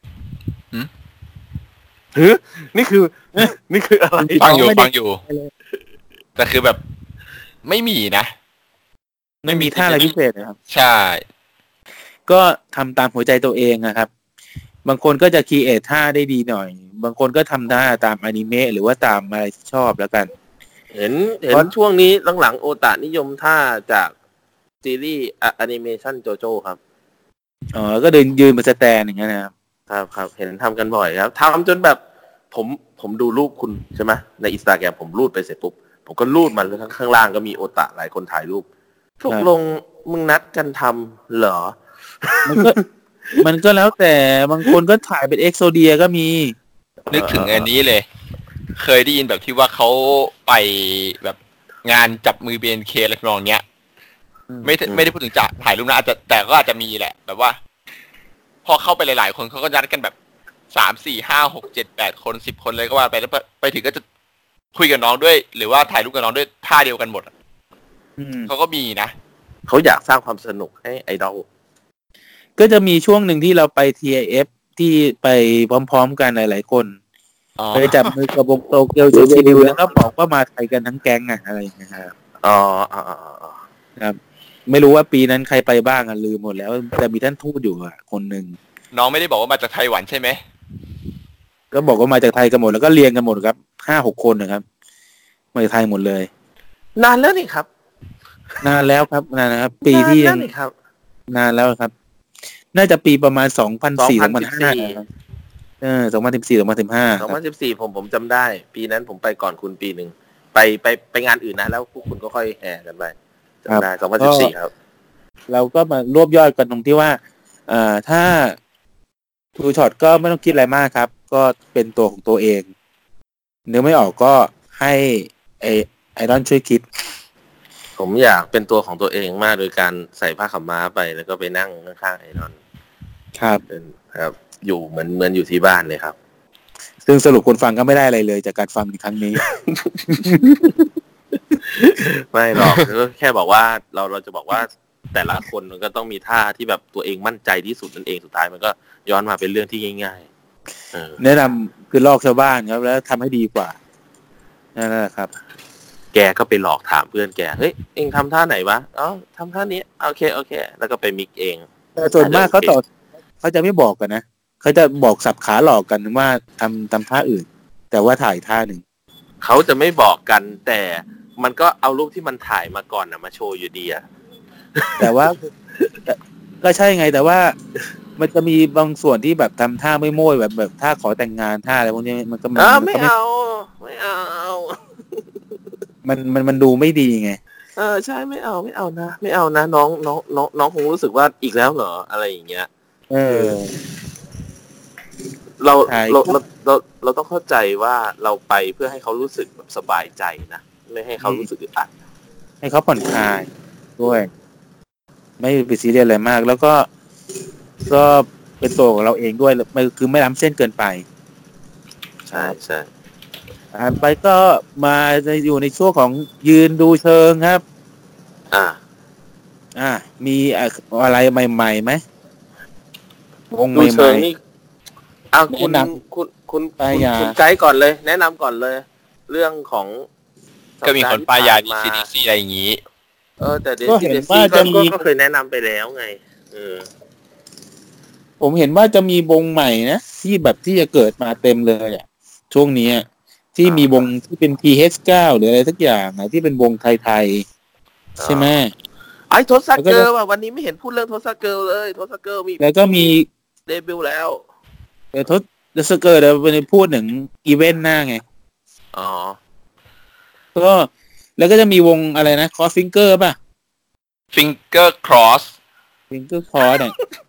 ฮึนี่คือ นี่คืออะไรฟังอยู่ไม่ได้ฟังอยู่ แต่คือแบบไม่มีนะไม่มีท่าอะไรพิเศษนะครับใช่ก็ทำตามหัวใจตัวเองนะครับ บางคนก็จะคีเอทท่าได้ดีหน่อย บางคนก็ทำท่าตามอนิเมะหรือว่าตามอะไรที่ชอบแล้วกันเห็นเห็นช่วงนี้หลังๆโอตานิยมท่าจากซีรีส์แอนิเมชันโจโจ้ครับอ๋อ ก็เดินยืนบนสแตนอย่างเงี้ยนะครับครับครับเห็นทำกันบ่อยครับทำจนแบบผมผมดูรูปคุณใช่ไหมในอินสตาแกรมผมรูดไปเสร็จปุ๊บผมก็รูดมันแล้วข้างล่างก็มีโอตะหลายคนถ่ายรูปตกลงมึงนัดกันทำเหรอมันก็ มันก็แล้วแต่บางคนก็ถ่ายเป็นเอ็กโซเดียก็มีนึกถึงอันนี้เลย เคยได้ยินแบบที่ว่าเขาไปแบบงานจับมือ บี เอ็น เค อะไรทำนองเนี้ย ไม่ไม่ได้พูดถึงจะถ่ายรูปนะอาจจะแต่ก็อาจจะมีแหละ แบบว่า พอเข้าไปหลายๆคนเขาก็นัดกันแบบสามสี่ห้าหกเจ็ดแปดคนสิบคนเลยก็ว่าไปแล้วไปถึงก็จะคุยกับน้องด้วย หรือว่าถ่ายรูปกับน้องด้วยท่าเดียวกันหมดอืมเขาก็มีนะเขาอยากสร้างความสนุกให้ไอดอลก็จะมีช่วงหนึ่งที่เราไป ที ไอ เอฟ ที่ไปพร้อมๆกันหลายๆคนอ๋อไปจับมือกับวงโตเกียวจูชิริวแล้วก็บอกว่ามาไทยกันทั้งแก๊งอะอะไรอย่างเงี้ยครับอ๋ออ๋ออ๋ออ๋อครับ ไม่รู้ว่าปีนั้นใครไปบ้างอะลืมหมดแล้ว แต่มีท่านทูตอยู่อะคนหนึ่งน้องไม่ได้บอกว่ามาจากไต้หวันใช่ไหมก็บอกว่ามาจากไทยกันหมดแล้วก็เรียงกันหมดครับห้าหกคนนะครับมาจากไทยหมดเลยนานแล้วนี่ครับนานแล้วครับนานนะครับ ปีที่นานแล้ยัวงนี่ครับนานแล้วครับ น่าจะปีประมาณสองพันสี่สองพันห้า 2014 เออสองพันสิบสี่สองพันสิบห้าสองพันสิบสี่ผมผมจำได้ ปีนั้นผมไปก่อนคุณปีหนึ่งไปไปไปงานอื่นนะแล้วพวกคุณก็ค่อยแห่กันไปจำได้สองพันสิบสี่ครับเราก็มารวบยอดกันตรงที่ว่าเอ่อถ้าทูช็อตก็ไม่ต้องคิดอะไรมากครับ ก็เป็นตัวของตัวเองนึกไม่ออกก็ให้ไอไอรอนช่วยคิดผมอยากเป็นตัวของตัวเองมากโดยการใส่ผ้าขาวม้าไปแล้วก็ไปนั่งข้างๆไอรอนครับเป็นครับ อยู่เหมือนเหมือนอยู่ที่บ้านเลยครับซึ่งสรุปคนฟังก็ไม่ได้อะไรเลยจากการฟังในครั้งนี้ไม่หรอก ก็แค่บอกว่าเราเราจะบอกว่าแต่ละคนมันก็ต้องมีท่าที่แบบตัวเองมั่นใจที่สุดนั่นเองสุดท้ายมันก็ย้อนมาเป็นเรื่องที่ง่ายๆเออแนะนำคือลอกชาวบ้านครับ แล้วทำให้ดีกว่านั่นแหละครับแกก็ไปหลอกถามเพื่อนแกเฮ้ยเองทำท่าไหนวะอ๋อทำท่านี้โอเคโอเค แล้วก็ไปมิกเองแต่ส่วนมากเขาต่อเขาจะไม่บอกกันนะเขาจะบอกสับขาหลอกกันว่าทำทำท่าอื่น แต่ว่าถ่ายท่าหนึ่งเขาจะไม่บอกกันแต่มันก็เอารูปที่มันถ่ายมาก่อนนะมาโชว์อยู่ดีอะแต่ว่าแต่ก็ใช่ไงแต่ว่ามันจะมีบางส่วนที่แบบทำท่าไม่โม้ยแบบแบบท่าขอแต่งงานท่าอะไรพวกนี้มันก็มันเออมันไม่ก็ไม่เอาไม่เอามันมันมันดูไม่ดีไงเออใช่ไม่เอาไม่เอานะไม่เอานะน้องน้องน้องน้องคงรู้สึกว่าอีกแล้วเหรออะไรอย่างเงี้ยเออเราใช่เราเราเราเราต้องเข้าใจว่าเราไปเพื่อให้เขารู้สึกแบบสบายใจนะไม่ให้เขารู้สึกอึดอัดให้เขาผ่อนคลายด้วย ไม่ไปซีเรียสอะไรมาก แล้วก็ก็เป็นตัวของเราเองด้วยไม่คือไม่ล้ำเส้นเกินไปใช่ใช่ผ่านไปก็มาอยู่ในช่วงของยืนดูเชิงครับอ่าอ่า มีอะไรใหม่ๆไหมวงใดูเชิหม่งนี่อ้าวคุณแนะนคุณคุณป้ายคุณยาคุณไกด์ก่อนเลย แนะนำก่อนเลย เรื่องของก็มีคนป้ายยาดีสัปดซีห์ดีที่ผ่นซีอะไรอย่างนี้เออแต่เดก็ซี่เห็เดนว่าซี่ก็จะมีก็เคยแนะนำไปแล้วไงเออๆผมเห็นว่าจะมีวงใหม่นะที่แบบที่จะเกิดมาเต็มเลยอ่ะช่วงนี้อะที่มีวงที่เป็น พี เอช เก้า หรืออะไรสักอย่างนะที่เป็นวงไทยๆใช่ไหมไอ้ทศแล้วก็เกิร์ลว่ะวันนี้ไม่เห็นพูดเรื่องทศเกิร์ลเลยทศเกิร์ลมีแล้วก็มีเดบิวต์แล้วเออทศเดสเกอร์เดี๋ยวไปพูดถึงอีเวนต์หน้าไงอ๋อก็แล้วก็จะมีวงอะไรนะคอสฟิงเกอร์ป่ะ Finger Cross ฟิงเกอร์คอร์เนี่ย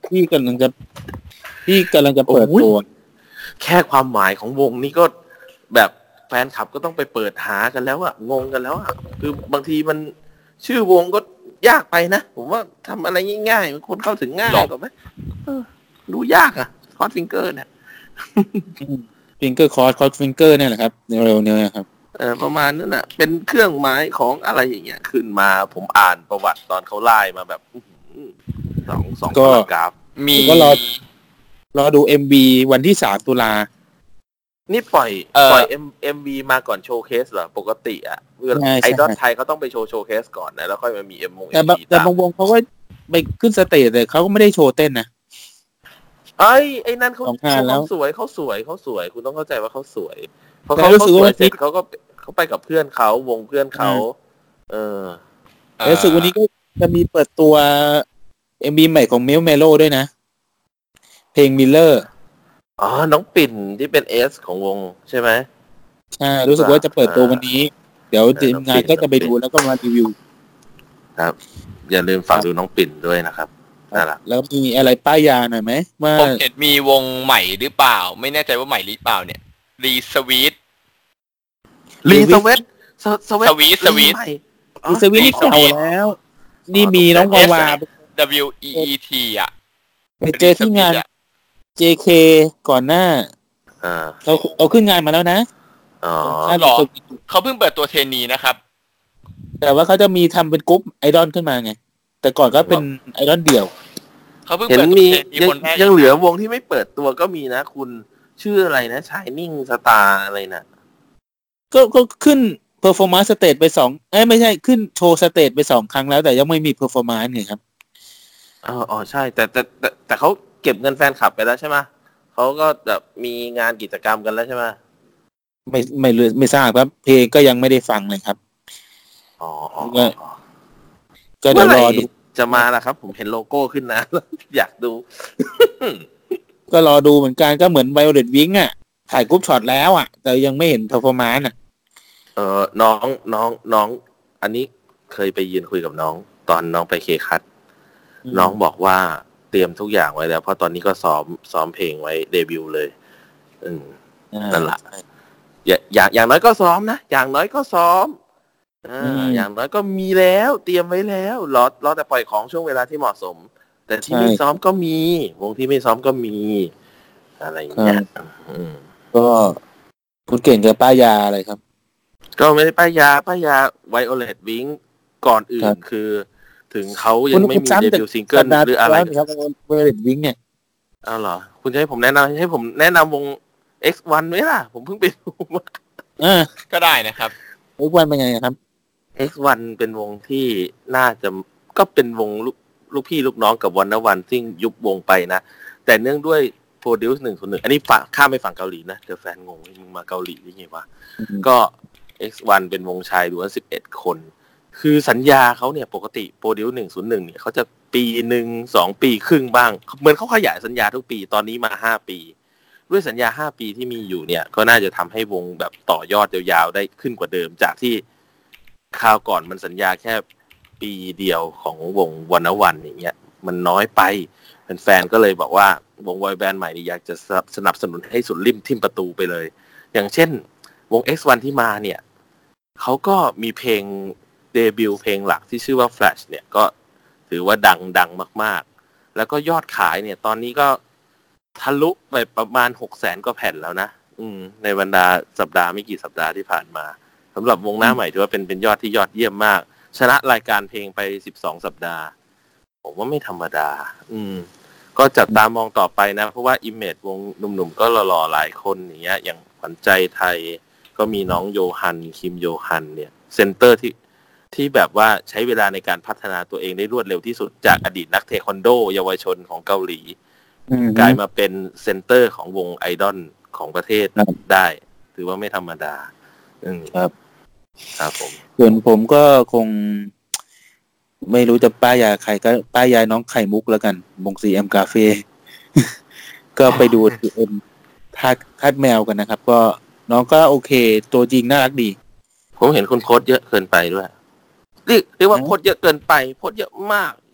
พี่กำลังจะพี่กำลังจะเปิดตัวแค่ความหมายของวงนี้ก็แบบแฟนคลับก็ต้องไปเปิดหากันแล้วอะงงกันแล้วอะคือบางทีมันชื่อวงก็ยากไปนะผมว่าทำอะไรง่ายๆมันคนเข้าถึงง่ายกว่าไหมรู้ยากอะคอร์ดฟิงเกอร์เนี่ยฟิงเกอร์คอร์ดคอร์ดฟิงเกอร์เนี่ยแหละครับเร็วๆเนี่ยครับเออประมาณนั้นน่ะเป็นเครื่องหมายของอะไรอย่างเงี้ยขึ้นมาผมอ่านประวัติตอนเขาไล่มาแบบสองสองพารากราฟมีก็รอรอดู เอ็ม วี วันที่สามตุลานี่ปล่อยปล่อย M เอ็ม วี มาก่อนโชว์เคสเหรอปกติอ่ะไอดอลไทยเขาต้องไปโชว์โชว์เคสก่อนนะแล้วค่อยมามี M วงแต่แต่บางวงเขาก็ไปขึ้นสเตจแต่เขาก็ไม่ได้โชว์เต้นนะไอ้ไอ้นั่นเขาเขาสวยเขาสวยเขาสวยคุณต้องเข้าใจว่าเขาสวยเพราะเขาสวยเสร็จเขาก็เขาไปกับเพื่อนเขาวงเพื่อนเขาเออแล้วสึกวันนี้ก็จะมีเปิดตัว เอ็ม วี ใหม่ของเมลเมโลด้วยนะเพลงมิลเลอร์อ๋อน้องปิ่นที่เป็นเอสของวงใช่ไหมใช่รู้สึกว่าจะเปิดตัววันนี้เดี๋ยวทีมงานก็จะไปดูแล้วก็มารีวิวครับอย่าลืมฝากดูน้องปิ่นด้วยนะครับนั่นแหละแล้วมีอะไรป้ายยาหน่อยไหมว่าผมเห็นมีวงใหม่หรือเปล่าไม่แน่ใจว่าใหม่หรือเปล่าเนี่ยรีสวีทรีสวีทสวีทสวีทสวีทรีสวีทนี่เก่าแล้วนี่มีน้องวาวา W E E T อ่ะไปเจอที่งาน เจ เค ก่อนหน้าอ่าเขาเอาขึ้นงานมาแล้วนะอ๋อหรอเขาเพิ่งเปิดตัวเทรนนีนะครับแต่ว่าเขาจะมีทำเป็นกรุ๊ปไอดอลขึ้นมาไงแต่ก่อนก็เป็นไอดอลเดี่ยวเขาเพิ่งเปิดตัวเทรนนีคนแรกยังเหลือวงที่ไม่เปิดตัวก็มีนะคุณชื่ออะไรนะ Shining Star อะไรนะก็ก็ขึ้นเพอร์ฟอร์มานซ์สเตจไปสองเอ้ยไม่ใช่ขึ้นโชว์สเตจไปสองครั้งแล้วแต่ยังไม่มีเพอร์ฟอร์มานซ์ไงครับอ๋ออ๋อใช่แต่แต่แต่แต่เขาเก็บเงินแฟนคลับไปแล้วใช่ไหมเขาก็แบบมีงานกิจกรรมกันแล้วใช่ไหมไม่ไม่เลยไม่ทราบครับเพลงก็ยังไม่ได้ฟังเลยครับอ๋อก็เดี๋ยวรอดูจะมาแล้วครับผมเห็นโลโก้ขึ้นนะอยากดูก็รอดูเหมือนกันก็เหมือน Violet Wing อ่ะถ่ายกรุ๊ปช็อตแล้วอ่ะแต่ยังไม่เห็นเพอร์ฟอร์มานซ์อ่ะเออน้องน้องน้องอันนี้เคยไปยืนคุยกับน้องตอนน้องไปเคคัทน้องบอกว่าเตรียมทุกอย่างไว้แล้วเพราะตอนนี้ก็ซ้อมซ้อมเพลงไว้เดบิวต์เลยอืมนั่นแหละอย่างอย่างน้อยก็ซ้อมนะอย่างน้อยก็ซ้อมอ่าอย่างน้อยก็มีแล้วเตรียมไว้แล้วรอรอแต่ปล่อยของช่วงเวลาที่เหมาะสมแต่ที่ไม่ซ้อมก็มีวงที่ไม่ซ้อมก็มีอะไรอย่างเงี้ยก็คุณเก่งกับป้ายยาอะไรครับก็ไม่ได้ป้ายยาป้ายยา Violet Wing ก่อนอื่นคือถึงเขายังไม่มีเดบิวต์ซิงเกิลหรืออะไรครับ Violet Wing เนี่ยอ้าวเหรอคุณจะให้ผมแนะนำให้ผมแนะนำวง เอ็กซ์ วัน ไหมล่ะผมเพิ่งไปดูมาอ่าก็ได้นะครับเอ็กซ์ วัน เป็นไงครับเอ็กซ์ วัน เป็นวงที่น่าจะก็เป็นวงลูกลูกพี่ลูกน้องกับวันนวันซึ่งยุบวงไปนะแต่เนื่องด้วยโปรดิวซ์หนึ่งศูนย์หนึ่งอันนี้ฝั่งข้ามไปฝั่งเกาหลีนะเดี๋ยวแฟนงงมึงมาเกาหลีได้ไงวะก็ เอ็กซ์ วัน เป็นวงชายล้วนสิบเอ็ดคนคือสัญญาเขาเนี่ยปกติโปรดิวซ์หนึ่งศูนย์หนึ่งเนี่ยเขาจะปีนึงสองปีครึ่งบ้างเหมือนเขาขยายสัญญาทุกปีตอนนี้มาห้าปีด้วยสัญญาห้าปีที่มีอยู่เนี่ยก็น่าจะทำให้วงแบบต่อยอดยาวๆได้ขึ้นกว่าเดิมจากที่คราวก่อนมันสัญญาแค่ปีเดียวของวงวันวันอย่างเงี้ยมันน้อยไปแฟนๆก็เลยบอกว่าวงบอยแบนด์ใหม่นี่อยากจะสนับสนุนให้สุดริมทิ่มประตูไปเลยอย่างเช่นวง เอ็กซ์ วัน ที่มาเนี่ยเขาก็มีเพลงเดบิวต์เพลงหลักที่ชื่อว่า Flash เนี่ยก็ถือว่าดังดังมากๆแล้วก็ยอดขายเนี่ยตอนนี้ก็ทะลุไปประมาณ หกแสน กว่าแผ่นแล้วนะอืมในบรรดาสัปดาห์ไม่กี่สัปดาห์ที่ผ่านมาสำหรับวงหน้าใหม่ถือว่าเป็นเป็นยอดที่ยอดเยี่ยมมากชนะรายการเพลงไปสิบสองสัปดาห์ผมว่าไม่ธรรมดาอืมก็จับตามองต่อไปนะเพราะว่าอิมเมจวงหนุ่มๆก็หล่อๆหลายคนอย่างเงี้ยอย่างขวัญใจไทยก็มีน้องโยฮันคิมโยฮันเนี่ยเซนเตอร์ที่ที่แบบว่าใช้เวลาในการพัฒนาตัวเองได้รวดเร็วที่สุดจากอดีตนักเทควันโดเยาวชนของเกาหลีกลายมาเป็นเซนเตอร์ของวงไอดอลของประเทศได้ถือว่าไม่ธรรมดาอืมครับครับผมส่วนผมก็คงไม่รู้จะป้ายยาใครก็ป้ายยาน้องไข่มุกแล้วกันวง ซี เอ็ม Cafe ก็ไปดู ซี เอ็ม ทาสทาสแมวกันนะครับก็น้องก็โอเคตัวจริงน่ารักดีผมเห็นคนโพสเยอะเกินไปด้วยเรียกเรียกว่าโพสเยอะเกินไปโพสเยอะมาก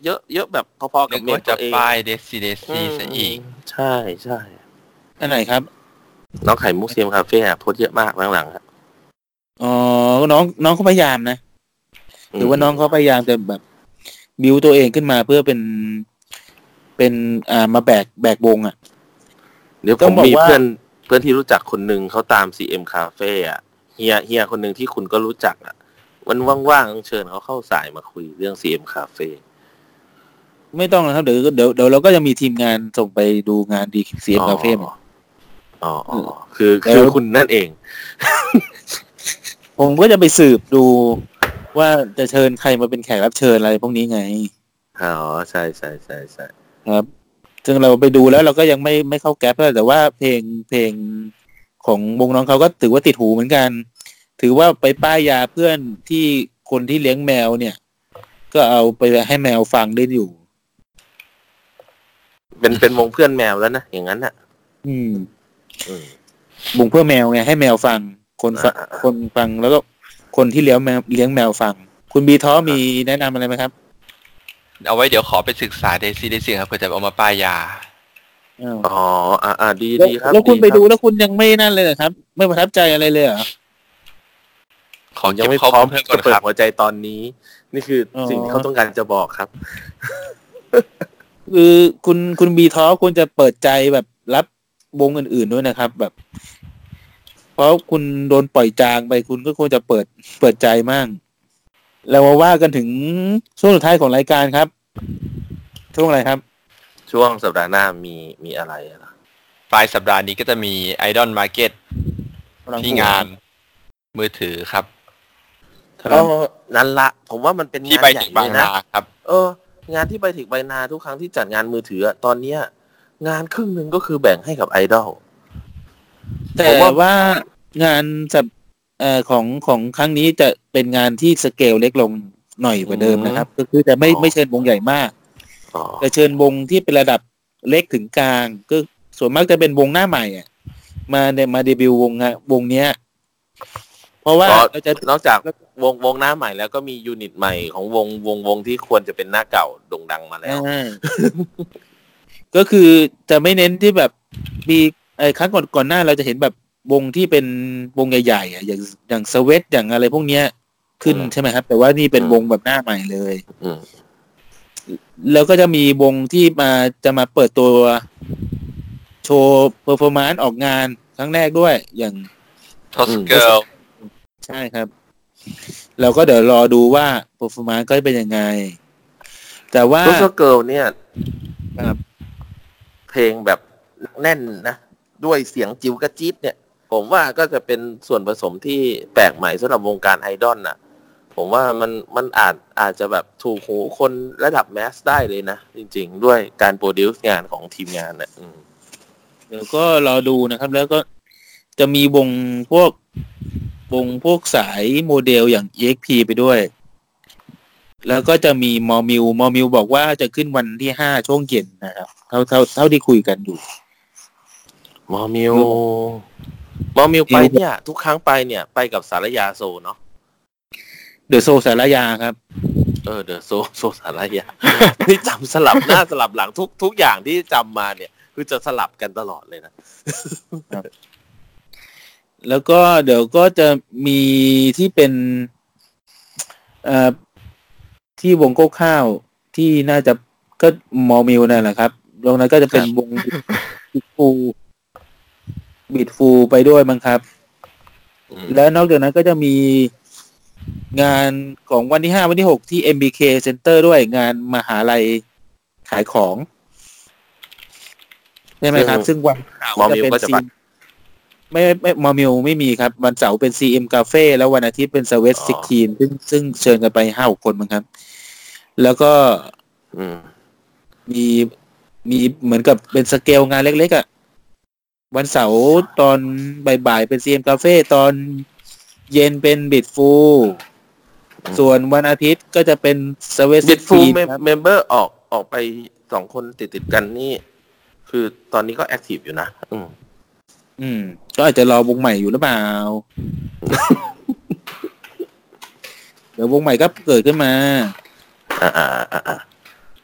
เยอะเยอะแบบพอๆนึกับกเมนว่าตัจะวเองป้ายเดซีเดซีซะอีกใช่ใช่อันไหนครับน้องไข่มุกเซียมคาเฟ่อะโพสต์เยอะมากหลังๆครับอ๋อน้องน้องเขาพยายามนะหรือว่าน้องเขาพยายามจะแบบบิวตัวเองขึ้นมาเพื่อเป็นเป็นอ่ามาแบกแบกวงอ่ะเดี๋ยวต้ผองมบอกมีว่าเพื่อนเพื่อนที่รู้จักคนหนึ่งเขาตาม ซี เอ็ม Cafe อ่ะเฮียเฮียคนหนึ่งที่คุณก็รู้จักอ่ะวันว่างๆต้องเชิญเขาเข้าสายมาคุยเรื่อง ซี เอ็ม Cafe ไม่ต้องนะครับเดี๋ยวเดี๋ยวเดี๋ยวเราก็จะมีทีมงานส่งไปดูงานดีเซียมคาเฟ่มาอ๋ออ๋อคือเดี๋ยวคือคุณนั่นเองผมก็จะไปสืบดูว่าจะเชิญใครมาเป็นแขกรับเชิญอะไรพวกนี้ไงอ๋อใช่ใช่ใช่ใช่ครับซึ่งเราไปดูแล้วเราก็ยังไม่ไม่เข้าแก๊ปเลยแต่ว่าเพลงเพลงของวงน้องเขาก็ถือว่าติดหูเหมือนกัน ถือว่าไปป้ายยาเพื่อนที่คนที่เลี้ยงแมวเนี่ย ก็เอาไปให้แมวฟังได้อยู่เป็นเป็นวงเพื่อนแมวแล้วนะอย่างนั้นอ่ะอืมอืมวงเพื่อแมวไงให้แมวฟัง คนฟังอ่าอ่าคนฟังแล้วก็คนที่เลี้ยงแมวเลี้ยงแมวฟัง คุณบีท้อมีแนะนำอะไรไหมครับเอาไว้เดี๋ยวขอไปศึกษาเดซีเดซีครับเพื่อจะเอามาป้ายยาอ้าวอ๋ออ่าอ่าดีแล้วดีครับแล้วคุณไปรับดูแล้วคุณยังไม่นั่นเลยเหรอครับ ไม่ประทับใจอะไรเลยเหรอขอยัเก็งบไม่ข้อพร้อมูมลเพิ่มก่จะอนเปิคดรับหัวใจตอนนี้ นี่คือออสิ่งที่เขาต้องการจะบอกครับคือคุณคุณบีท้อควรจะเปิดใจแบบรับวงอื่นๆด้วยนะครับ แบบ เพราะคุณโดนปล่อยจางไปคุณก็ควรจะเปิดเปิดใจมั่งเรามาว่ากันถึงช่วงสุดท้ายของรายการครับ ช่วงอะไรครับช่วงสัปดาห์หน้ามีมีอะไรอะล่ะปลายสัปดาห์นี้ก็จะมีไอดอลมาร์เก็ตที่งานมือถือครับครับก็นั่นละผมว่ามันเป็นที่งานไปใหญ่ถึงเลบางยนานะครับเอองานที่ไปถึงใบนาทุกครั้งที่จัดงานมือถืออะตอนเนี้ย งานครึ่งหนึ่งก็คือแบ่งให้กับไอดอลแต่ผมว่าว่างานสัปเอ่อของของครั้งนี้จะเป็นงานที่สเกลเล็กลงหน่อยกว่าเดิมนะครับ ก็คือจะไม่ไม่เชิญวงใหญ่มากอ๋อจะเชิญวงที่เป็นระดับเล็กถึงกลาง ก็ส่วนมากจะเป็นวงหน้าใหม่อ่ะมาเนี่ยมาเดบิวต์วงอะวงเนี้ย เพราะว่าเพราะเราจะนอกจากวงวงหน้าใหม่แล้วก็มียูนิตใหม่ของวงวงวงที่ควรจะเป็นหน้าเก่าโด่งดังมาแล้วอ่า ก็คือจะไม่เน้นที่แบบมีไอ้ครั้งก่อนก่อนหน้าเราจะเห็นแบบวงที่เป็นวงใหญ่ๆอ่ะอย่างอย่างสเวตอย่างอะไรพวกเนี้ยขึ้นอืมใช่ไหมครับ แต่ว่านี่เป็นอืมวงแบบหน้าใหม่เลยอืมแล้วก็จะมีวงที่มาจะมาเปิดตัวโชว์เพอร์ฟอร์มานซ์ออกงานครั้งแรกด้วย อย่างทอสเกิลใช่ครับ เราก็เดี๋ยวรอดูว่าเพอร์ฟอร์มานซ์ก็เป็นยังไง แต่ว่าทูสเกิลเนี่ยครับเพลงแบบแน่นนะด้วยเสียงจิ๋วกระจี๊ดเนี่ย ผมว่าก็จะเป็นส่วนผสมที่แปลกใหม่สำหรับวงการไอดอลน่ะ ผมว่ามันมันอาจอาจจะแบบถูกหูคนระดับแมสได้เลยนะ จริงๆ ด้วยการโปรดิวซ์งานของทีมงานน่ะอืมเดี๋ยวก็รอดูนะครับ แล้วก็จะมีวงพวกวงพวกสายโมเดลอย่าง อี เอ็กซ์ พี ไปด้วย แล้วก็จะมีมอมิวมอมิวบอกว่าจะขึ้นวันที่ห้าช่วงเย็นนะครับเท่าเท่าเท่าที่คุยกันอยู่มอมิวมอมิวไปเนี่ย ทุกครั้งไปเนี่ย ไปกับสารยาโซเนาะเดอะโซสารยาครับเออเดอะโซโซสารยา ที่จำสลับหน้าสลับหลังทุกทุกอย่างที่จำมาเนี่ย คือจะสลับกันตลอดเลยนะแล้วก็เดี๋ยวก็จะมีที่เป็นเอ่อที่วงโก้ข้าวที่น่าจะก็มอมิวนั่นแหละครับตรงนั้นก็จะเป็นวงบิดฟูบิดฟูไปด้วยมั้งครับอืมแล้วนอกจากนั้นก็จะมีงานของวันที่ห้าวันที่หกที่ เอ็ม บี เค Center ด้วยงานมหาลัยขายของใช่ไหมครับ ซึ่งวันมอมิวก็จะไปไม่ไม่ไม่มอมิวไม่มีครับ วันเสาร์เป็น ซี เอ็ม Cafe แล้ววันอาทิตย์เป็น สเวทอ๋อสิบหก ซึ่งซึ่งเชิญกันไปห้าหกคนมั้งครับ แล้วก็อืมมีมีเหมือนกับเป็นสเกลงานเล็กๆอ่ะวันเสาร์ตอนบ่ายๆเป็น ซี เอ็ม Cafe ตอนเย็นเป็นบิดฟู ส่วนวันอาทิตย์ก็จะเป็น สเวทบิสิดบฟูหเมครับมเบอร์ออกออกไปสองคนติดติดๆกันนี่ คือตอนนี้ก็แอคทีฟอยู่นะ อืมอืมก็อาจจะรอวงใหม่อยู่หรือเปล่า เดี๋ยววงใหม่ก็เกิดขึ้นมาอ่าอ่าอ่าอ่า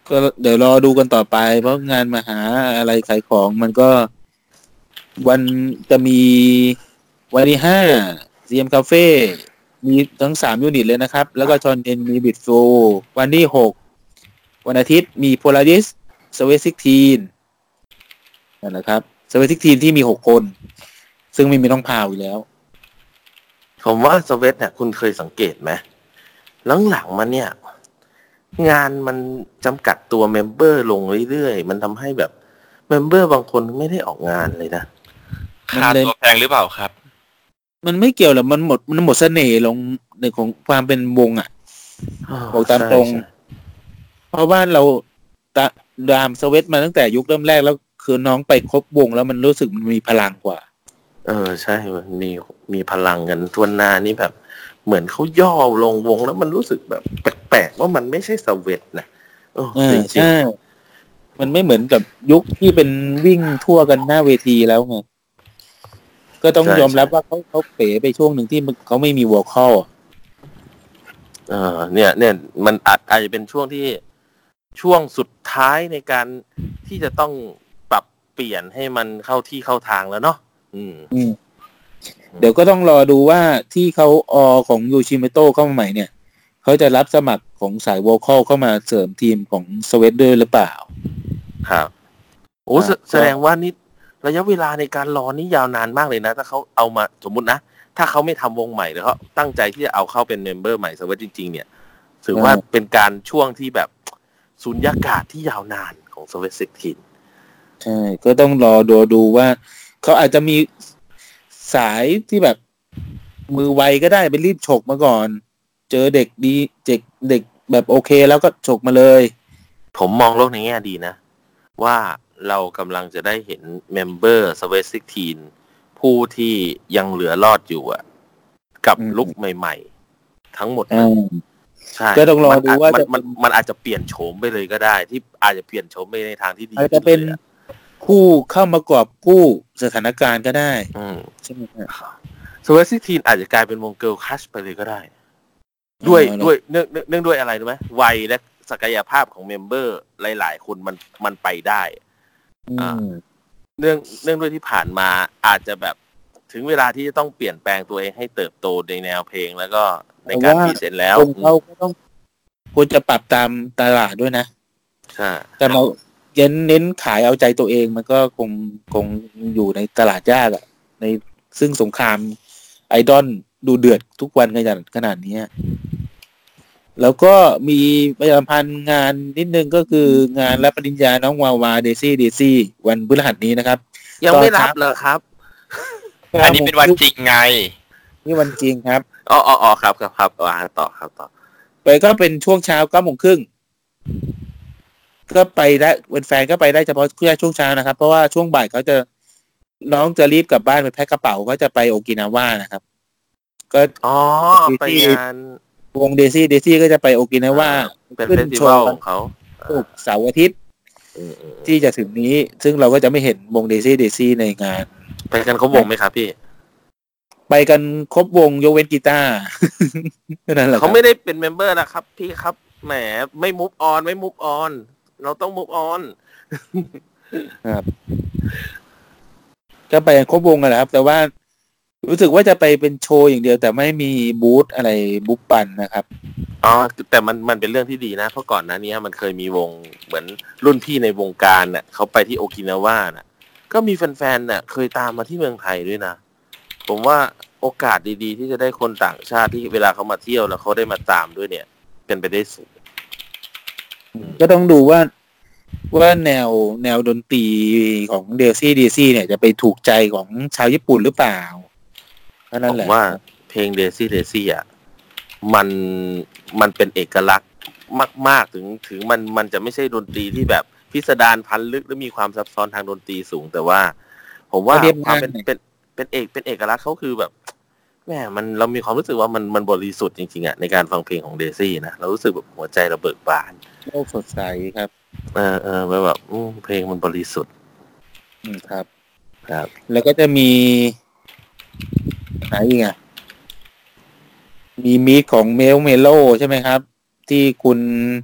ก็เดี๋ยวรอดูกันต่อไปเพราะงานมหาอะไรขายของมันก็วันจะมีวันที่ห้า ซี เอ็ม Cafe มีทั้งสามยูนิตเลยนะครับแล้วก็ชอนเอ็นมีบิดโฟวันที่หกวันอาทิตย์มี Polaris Sweat สิบหกนั่นแหละครับ Sweat สิบหกที่มีหกคนซึ่งไม่มีน้องพาวอยู่แล้วผมว่าสเวตเนี่ยคุณเคยสังเกตไหมหลังๆมาเนี่ยงานมันจำกัดตัวเมมเบอร์ลงเรื่อยๆมันทำให้แบบเมมเบอร์บางคนไม่ได้ออกงานเลยนะค่าตัวแพงหรือเปล่าครับมันไม่เกี่ยวหรอกมันหมดมันหมดเสน่ห์ลงในของความเป็นวงอ่ะบอกตามตรงเพราะว่าเราตาดามสเวตมาตั้งแต่ยุคเริ่มแรกแล้วคือน้องไปครบวงแล้วมันรู้สึกมันมีพลังกว่าเออใช่มันมีมีพลังกันทวนนานี่แบบเหมือนเขาย่อลงวงแล้วมันรู้สึกแบบแปลกๆว่ามันไม่ใช่สเวตนะเออใช่มันไม่เหมือนกับยุคที่เป็นวิ่งทั่วกันหน้าเวทีแล้วไงก็ต้องยอมรับว่าเขาเขาเป๋ไปช่วงหนึ่งที่เขาไม่มีวอลคอลเออเนี่ยเนี่ยมันอาจอาจจะเป็นช่วงที่ช่วงสุดท้ายในการที่จะต้องปรับเปลี่ยนให้มันเข้าที่เข้าทางแล้วเนาะอืมอืมเดี๋ยวก็ต้องรอดูว่าที่เขาออของยูชิเมโตะเข้ามาใหม่เนี่ยเขาจะรับสมัครของสายวอลคอลเข้ามาเสริมทีมของสเวตด้วยหรือเปล่าครับโอ้แสดงว่านี่ระยะเวลาในการรอนี่ยาวนานมากเลยนะถ้าเขาเอามาสมมุตินะถ้าเขาไม่ทำวงใหม่หรือเขาตั้งใจที่จะเอาเข้าเป็นเมมเบอร์ใหม่สเวตจริงๆเนี่ยถือว่าเป็นการช่วงที่แบบสุญญากาศที่ยาวนานของสเวตสิบทีมใช่ก็ต้องรอดูดูว่าเขาอาจจะมีสายที่แบบมือไวก็ได้ไปรีบฉกมาก่อนเจอเด็กดีเด็กเด็กแบบโอเคแล้วก็ฉกมาเลยผมมองโลกในแง่ดีนะว่าเรากำลังจะได้เห็นเมมเบอร์สเวตสิบทีมผู้ที่ยังเหลือรอดอยู่อ่ะกับลุคใหม่ๆทั้งหมดใช่ก็ต้องรอดูว่ามันมันอาจจะเปลี่ยนโฉมไปเลยก็ได้ที่อาจจะเปลี่ยนโฉมไปในทางที่ดีอาจจะเป็นคู่เข้ามากอบกู้สถานการณ์ก็ได้ใช่ไหมครับสเวตสิบทีมอาจจะกลายเป็นวงเกิร์ลคัชไปเลยก็ได้ด้วยด้วยเนื่องเนื่องด้วยอะไรรู้ไหมวัยและศักยภาพของเมมเบอร์หลายๆคนมันมันไปได้เนื่องเนื่องด้วยที่ผ่านมาอาจจะแบบถึงเวลาที่จะต้องเปลี่ยนแปลงตัวเองให้เติบโตในแนวเพลงแล้วก็ในการพรีเซนต์แล้วเขาก็ต้องควรจะปรับตามตลาดด้วยนะใช่แต่เราเน้นเน้นขายเอาใจตัวเองมันก็คงคงอยู่ในตลาดยากอ่ะในซึ่งสงครามไอดอลดูเดือดทุกวันขนาดขนาดนี้แล้วก็มีประชาสัมพันธ์งานนิดนึงก็คืองานรับปริญญาน้องวาวาเดซี่เดซี่วันพฤหัสนี้นะครับยังไม่รับเหรอครับอันนี้เป็นวันจริงไงนี่วันจริงครับอ๋ออ๋อครับครับครับอ่าต่อครับต่อไปก็เป็นช่วงเช้าเก้าโมงครึ่งก็ไปได้เป็นแฟนก็ไปได้เฉพาะแค่ช่วงเช้านะครับเพราะว่าช่วงบ่ายเขาจะน้องจะรีบกลับบ้านไปแพ็คกระเป๋าเขาจะไปโอกินาว่านะครับก็อ๋อไปงานวงเดซี่เดซี่ก็จะไปโอกินาว่าเป็นเฟสติวัลของเขาศุกร์เสาร์อาทิตย์ที่จะถึงนี้ซึ่งเราก็จะไม่เห็นวงเดซี่เดซี่ในงานไปกันครบวงไหมครับพี่ไปกันครบวงยกเว้นกีตาร์นั่นแหละเขาไม่ได้เป็นเมมเบอร์นะครับพี่ครับแหมไม่มูฟออนไม่มูฟออนเราต้องมูฟออนครับก็ไปครบวงกันแหละครับแต่ว่ารู้สึกว่าจะไปเป็นโชว์อย่างเดียวแต่ไม่มีบูธอะไรบุ๊ปปันนะครับอ๋อแต่มันมันเป็นเรื่องที่ดีนะเพราะก่อนหน้านี้มันเคยมีวงเหมือนรุ่นพี่ในวงการน่ะเขาไปที่โอกินาว่าน่ะก็มีแฟนๆน่ะเคยตามมาที่เมืองไทยด้วยนะผมว่าโอกาสดีๆที่จะได้คนต่างชาติที่เวลาเขามาเที่ยวแล้วเขาได้มาตามด้วยเนี่ยเป็นไปได้สูงก็ต้องดูว่าว่าแนวแนวดนตรีของเดซี่เดซี่เนี่ยจะไปถูกใจของชาวญี่ปุ่นหรือเปล่าผมว่าเพลงเดซี่เดซี่อ่ะมันมันเป็นเอกลักษณ์มากๆถึงถึงมันมันจะไม่ใช่ดนตรีที่แบบพิสดารพันลึกและมีความซับซ้อนทางดนตรีสูงแต่ว่าผมว่าความเป็นเป็นเป็นเอกเป็นเอกลักษณ์เขาคือแบบแหมมันเรามีความรู้สึกว่ามันมันบริสุทธิ์จริงๆอ่ะในการฟังเพลงของเดซี่นะเรารู้สึกแบบหัวใจเราเบิกบานโลกสดใสครับเออเออแบบเพลงมันบริสุทธิ์อืมครับครับแล้วก็จะมีไหนอีกอ่ะมีมีของเมลเมโลใช่ไหมครับที่คุณ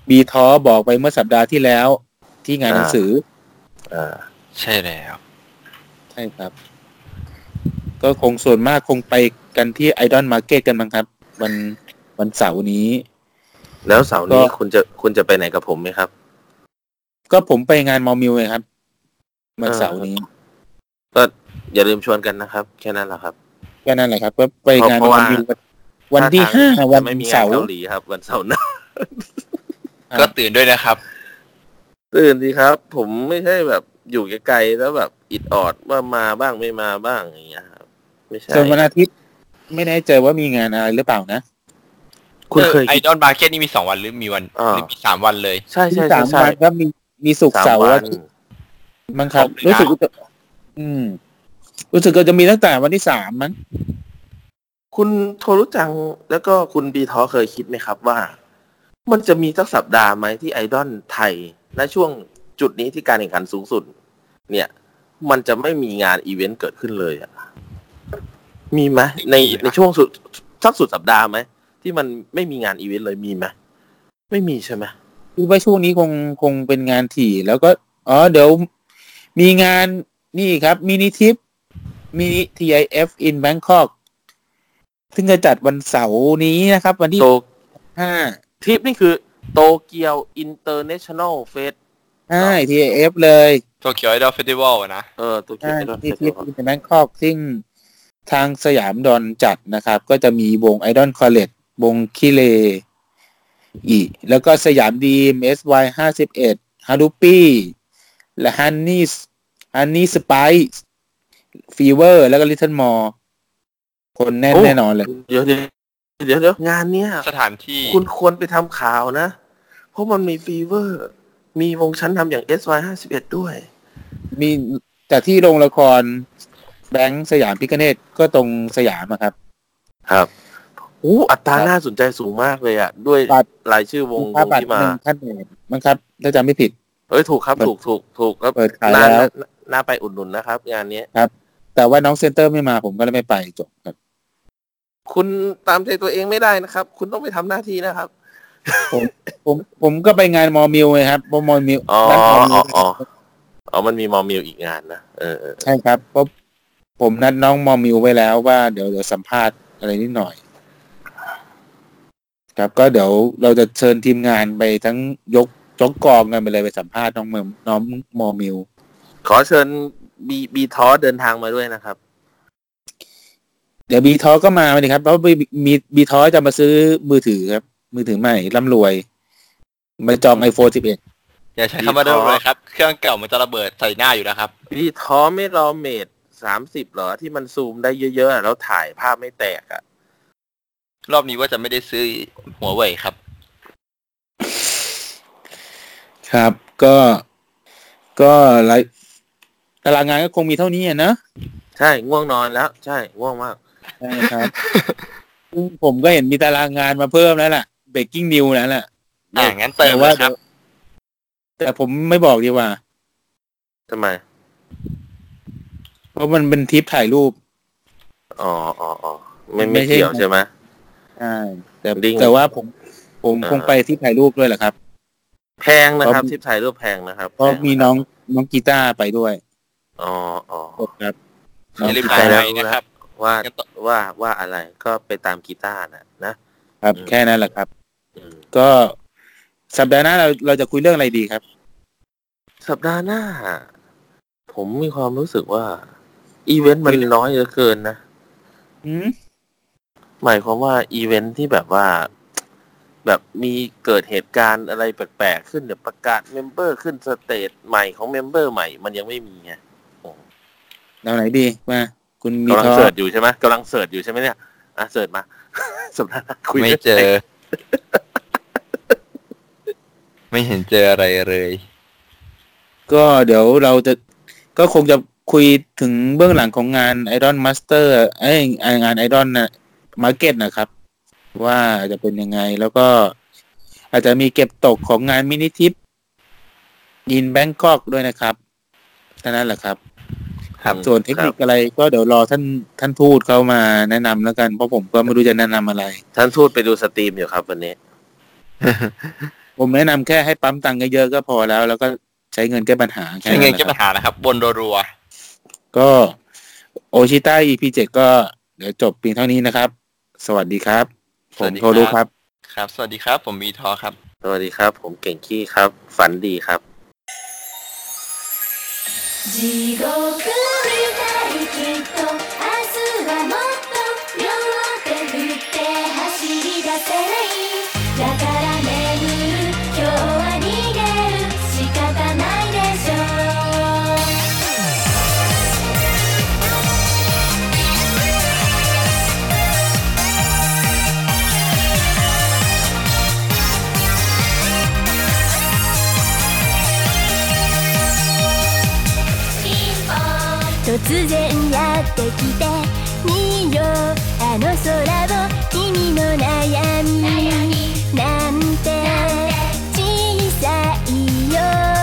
บีทอบอกไปเมื่อสัปดาห์ที่แล้วที่งานหนังสืออ่าใช่แล้วใช่ครับ ก็คงส่วนมากคงไปกันที่ไอดอลมาร์เก็ตกันมั้งครับ วันวันเสาร์นี้แล้วเสาร์นี้ก็คุณจะคุณจะไปไหนกับผมไหมครับก็ผมไปงานมอมิวไงครับวันเสาร์นี้ก็อย่าลืมชวนกันนะครับ แค่นั้นแหละครับก็นั่นแหละครับก็ไปงานเพมราะอว่ามิววันที่ถ้าทางห้าจะวันไม่มีงาเสาน ร์เกาหลีครับ วันเสาร์หน้าก็ตื่นด้วยนะครับตื่นดีครับ ผมไม่ใช่แบบอยู่ไกลๆแล้วแบบอิดออดว่ามาบ้างไม่มาบ้างอย่างเงี้ยครับไม่ใช่ส่วนวันอาทิตย์ไม่แน่ใจว่ามีงานอะไรหรือเปล่านะคุณเคยไอคิดดอลมาร์เก็ตนี่มีสองวันหรือมีวันอ่าหรือมีสามวันเลยใช่มีใช่สามใช่วันครับมีมีศุกร์สามเสาร์วัอาน ทิตย์มั้งครับครบเลยนะรู้สึกว่าจะอืม รู้สึกว่าจะมีตั้งแต่วันที่สามมั้งคุณโทรุจังแล้วก็คุณบีทอเคยคิดไหมครับว่า มันจะมีสักสัปดาห์ไหมที่ไอดอลไทยณช่วงจุดนี้ที่การแข่งขันสูงสุด เนี่ย มันจะไม่มีงานอีเวนต์เกิดขึ้นเลยอะมีไหมในในช่วงสุดสักสุดสัปดาห์ไหมที่มันไม่มีงานอีเวนต์เลยมีไหมไม่มีใช่ไหมคือว่าช่วงนี้คงคงเป็นงานถี่ แล้วก็อ๋อเดี๋ยวมีงานนี่ครับมินิทิปมินิ ที ไอ เอฟ in Bangkok ซึ่งจะจัดวันเสาร์นี้นะครับ วันที่โตห้าทริปนี่คือโตเกียวอินเตอร์เนชั่นแนลเฟสใช่ ที ไอ เอฟ เลยโตเกียวไอดอลเฟสติวัลนะเออโตเกียวใช่ไอดอลที่เฟสที่ติวัลที่แบงคอกซึ่งทางสยามดอนจัดนะครับ ก็จะมีวงไอดอลคอลเลจวงคิเลอีกแล้วก็สยามดีม เอส วาย ห้าสิบเอ็ด ฮารุปี้และฮันนี่ฮันนี่สไปซ์ฟีเวอร์แล้วก็ลิทเทิลมอร์คนแน่นแน่นอนเลยเดี๋ยวเดี๋ยวเดี๋ยวเดี๋ยวงานเนี้ยสถานที่คุณควรไปทำข่าวนะ เพราะมันมีฟีเวอร์ มีวงชั้นนำอย่าง เอส วาย ห้าสิบเอ็ด ด้วยมีจากที่โรงละครแบงค์สยามพิคเนตก็ตรงสยามอะครับครับอู้อัตราน่าสนใจสูงมากเลยอ่ะ ด้วยบัตรรายชื่อวงวค่าง บัตรที่มาหนึ่งพันเอกมั้งครับถ้าจำไม่ผิดเอ้ยถูกครับถูกถูกถูกครับเปิดขายน่าแล้วน่าน่าไปอุดหนุนนะครับ งานนี้แต่ว่าน้องเซนเตอร์ไม่มาผมก็เลยไม่ไปจบครับคุณตามใจตัวเองไม่ได้นะครับ คุณต้องไปทำหน้าที่นะครับผมผมก็ไปงานมอมิวไงครับเพราะมอมิวอ๋อนัดมอมิอ๋วออ๋ออ๋อมันมีมอมิวอีกงานนะเออเออใช่ครับเพราะผมนัดน้องมอมิวไว้แล้วว่าเดี๋ยวเดี๋ยวสัมภาษณ์อะไรนิดหน่อย ครับก็เดี๋ยวเราจะเชิญทีมงานไปทั้งยกจกกองกันไปเลยไปสัมภาษณ์น้องเมมน้องมอมิวขอเชิญบีบีทอเดินทางมาด้วยนะครับเดี๋ยวบีทอก็มาเลยครับเพราะมีบีทอจะมาซื้อมือถือครับ มือถือใหม่ร่ำรวยมาจองไอโฟนสิบเอ็ดอย่าใช้คำว่าเดิมเลยครับ เครื่องเก่ามันจะระเบิดใส่หน้าอยู่นะครับบีทอไม่รอเมดสามสิบหรอที่มันซูมได้เยอะๆแล้วถ่ายภาพไม่แตกอ่ะรอบนี้ว่าจะไม่ได้ซื้อหัวเว่ยครับครับ ก็ก็ไลฟ์ตารางงานก็คงมีเท่านี้อะนะใช่ง่วงนอนแล้วใช่ง่วงมากใช่ครับ ซึ่งผมก็เห็นมีตารางงานมาเพิ่มแล้วล่ะ breaking news แล้วล่ะอ่างั้นเติมแต่เลว่ายครับแต่ผมไม่บอกดีกว่าทำไมเพราะมันเป็นทริปถ่ายรูปอ๋ออ๋ออ๋อไม่ไม่ไม่ใช่เกี่ยวใช่ไหมใช่แต่ลิงก์แต่ว่าผมผมอ่าคงไปทริปถ่ายรูปด้วยแหละครับแพงนะครับเพราะทิปถ่ายรูปแพงนะครับเพราะแพมีะครับน้องน้องกีตาร์ไปด้วยอ๋ออ๋อครับอย่าลืมน้ถ่าองยกีไว้ตาร์นะครับว่างั้นต่อว่าว่าอะไรก็ไปตามกีตาร์นะนะครับแค่นั้นแหละครับอืมก็สัปดาห์หน้าเราเราจะคุยเรื่องอะไรดีครับสัปดาห์หน้า ผมมีความรู้สึกว่า อีเวนต์มันน้อยเหลือเกินนะอืมหมายความว่าอีเวนต์ที่แบบว่า แบบมีเกิดเหตุการณ์อะไรแปลกๆขึ้นเดี๋ยวประกาศเมมเบอร์ขึ้นสเตจใหม่ของเมมเบอร์ใหม่มันยังไม่มีไงเราไหนดีมาคุณมีกำลังทอเสิร์ชอยู่ใช่ไหมกำลังเสิร์ชอยู่ใช่ไหมเนี่ยอ่ะเสิร์ชมา สัปดาห์หน้าคุยไม่เจอ ไม่เห็นเจออะไรเลยก็เดี๋ยวเราจะก็คงจะคุยถึงเบื้องหลังของงาน Idol Master ไอ้ยงาน Idol นะ Market นะครับ ว่าจะเป็นยังไงแล้วก็อาจจะมีเก็บตกของงานมินิทิปยินแบงกอกด้วยนะครับเท่านั้นแหละครับครับส่วนเทคนิคอะไรก็เดี๋ยวรอท่านท่านทูตเขามาแนะนำแล้วกันเพราะผมก็ไม่รู้จะแนะนำอะไรท่านทูตไปดูสตรีมอยู่ครับวันนี้ผมแนะนำแค่ให้ปั๊มตังค์เยอะๆก็พอแล้ว แล้วก็ใช้เงินแก้ปัญหาใช้เงินแก้ปัญหานะครับบนรัวก็โอชิต้า อี พี เจ็ดก็เดี๋ยวจบเพียงเท่านี้นะครับ สวัสดีครับ ผมโทรุครับๆครับสวัสดีครับผมมีทอครับสวัสดีครับ ผมเก่งขี้ครับ ฝันดีครับ地獄みたいきっと明日はもっと両手振って走り出せないだから眠る今日は逃げる仕方ないでしょ突然やってきて見よあの空を君の悩みなんて小さいよ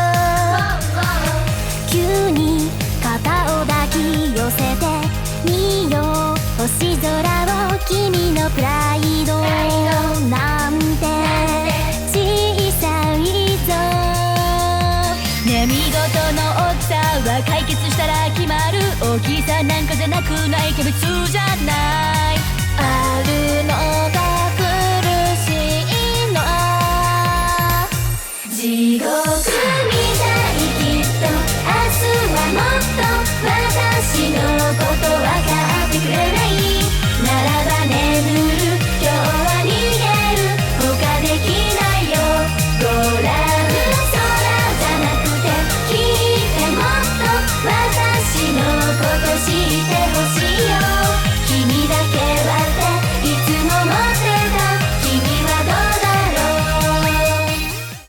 急に肩を抱き寄せて見よ星空を君のプライドなんて小さいぞね見事の大きさは解決したら決まる大きさなんかじゃなくないキャベツじゃないあるのが苦しいの地獄みたいきっと明日はもっと私のことわかってくれる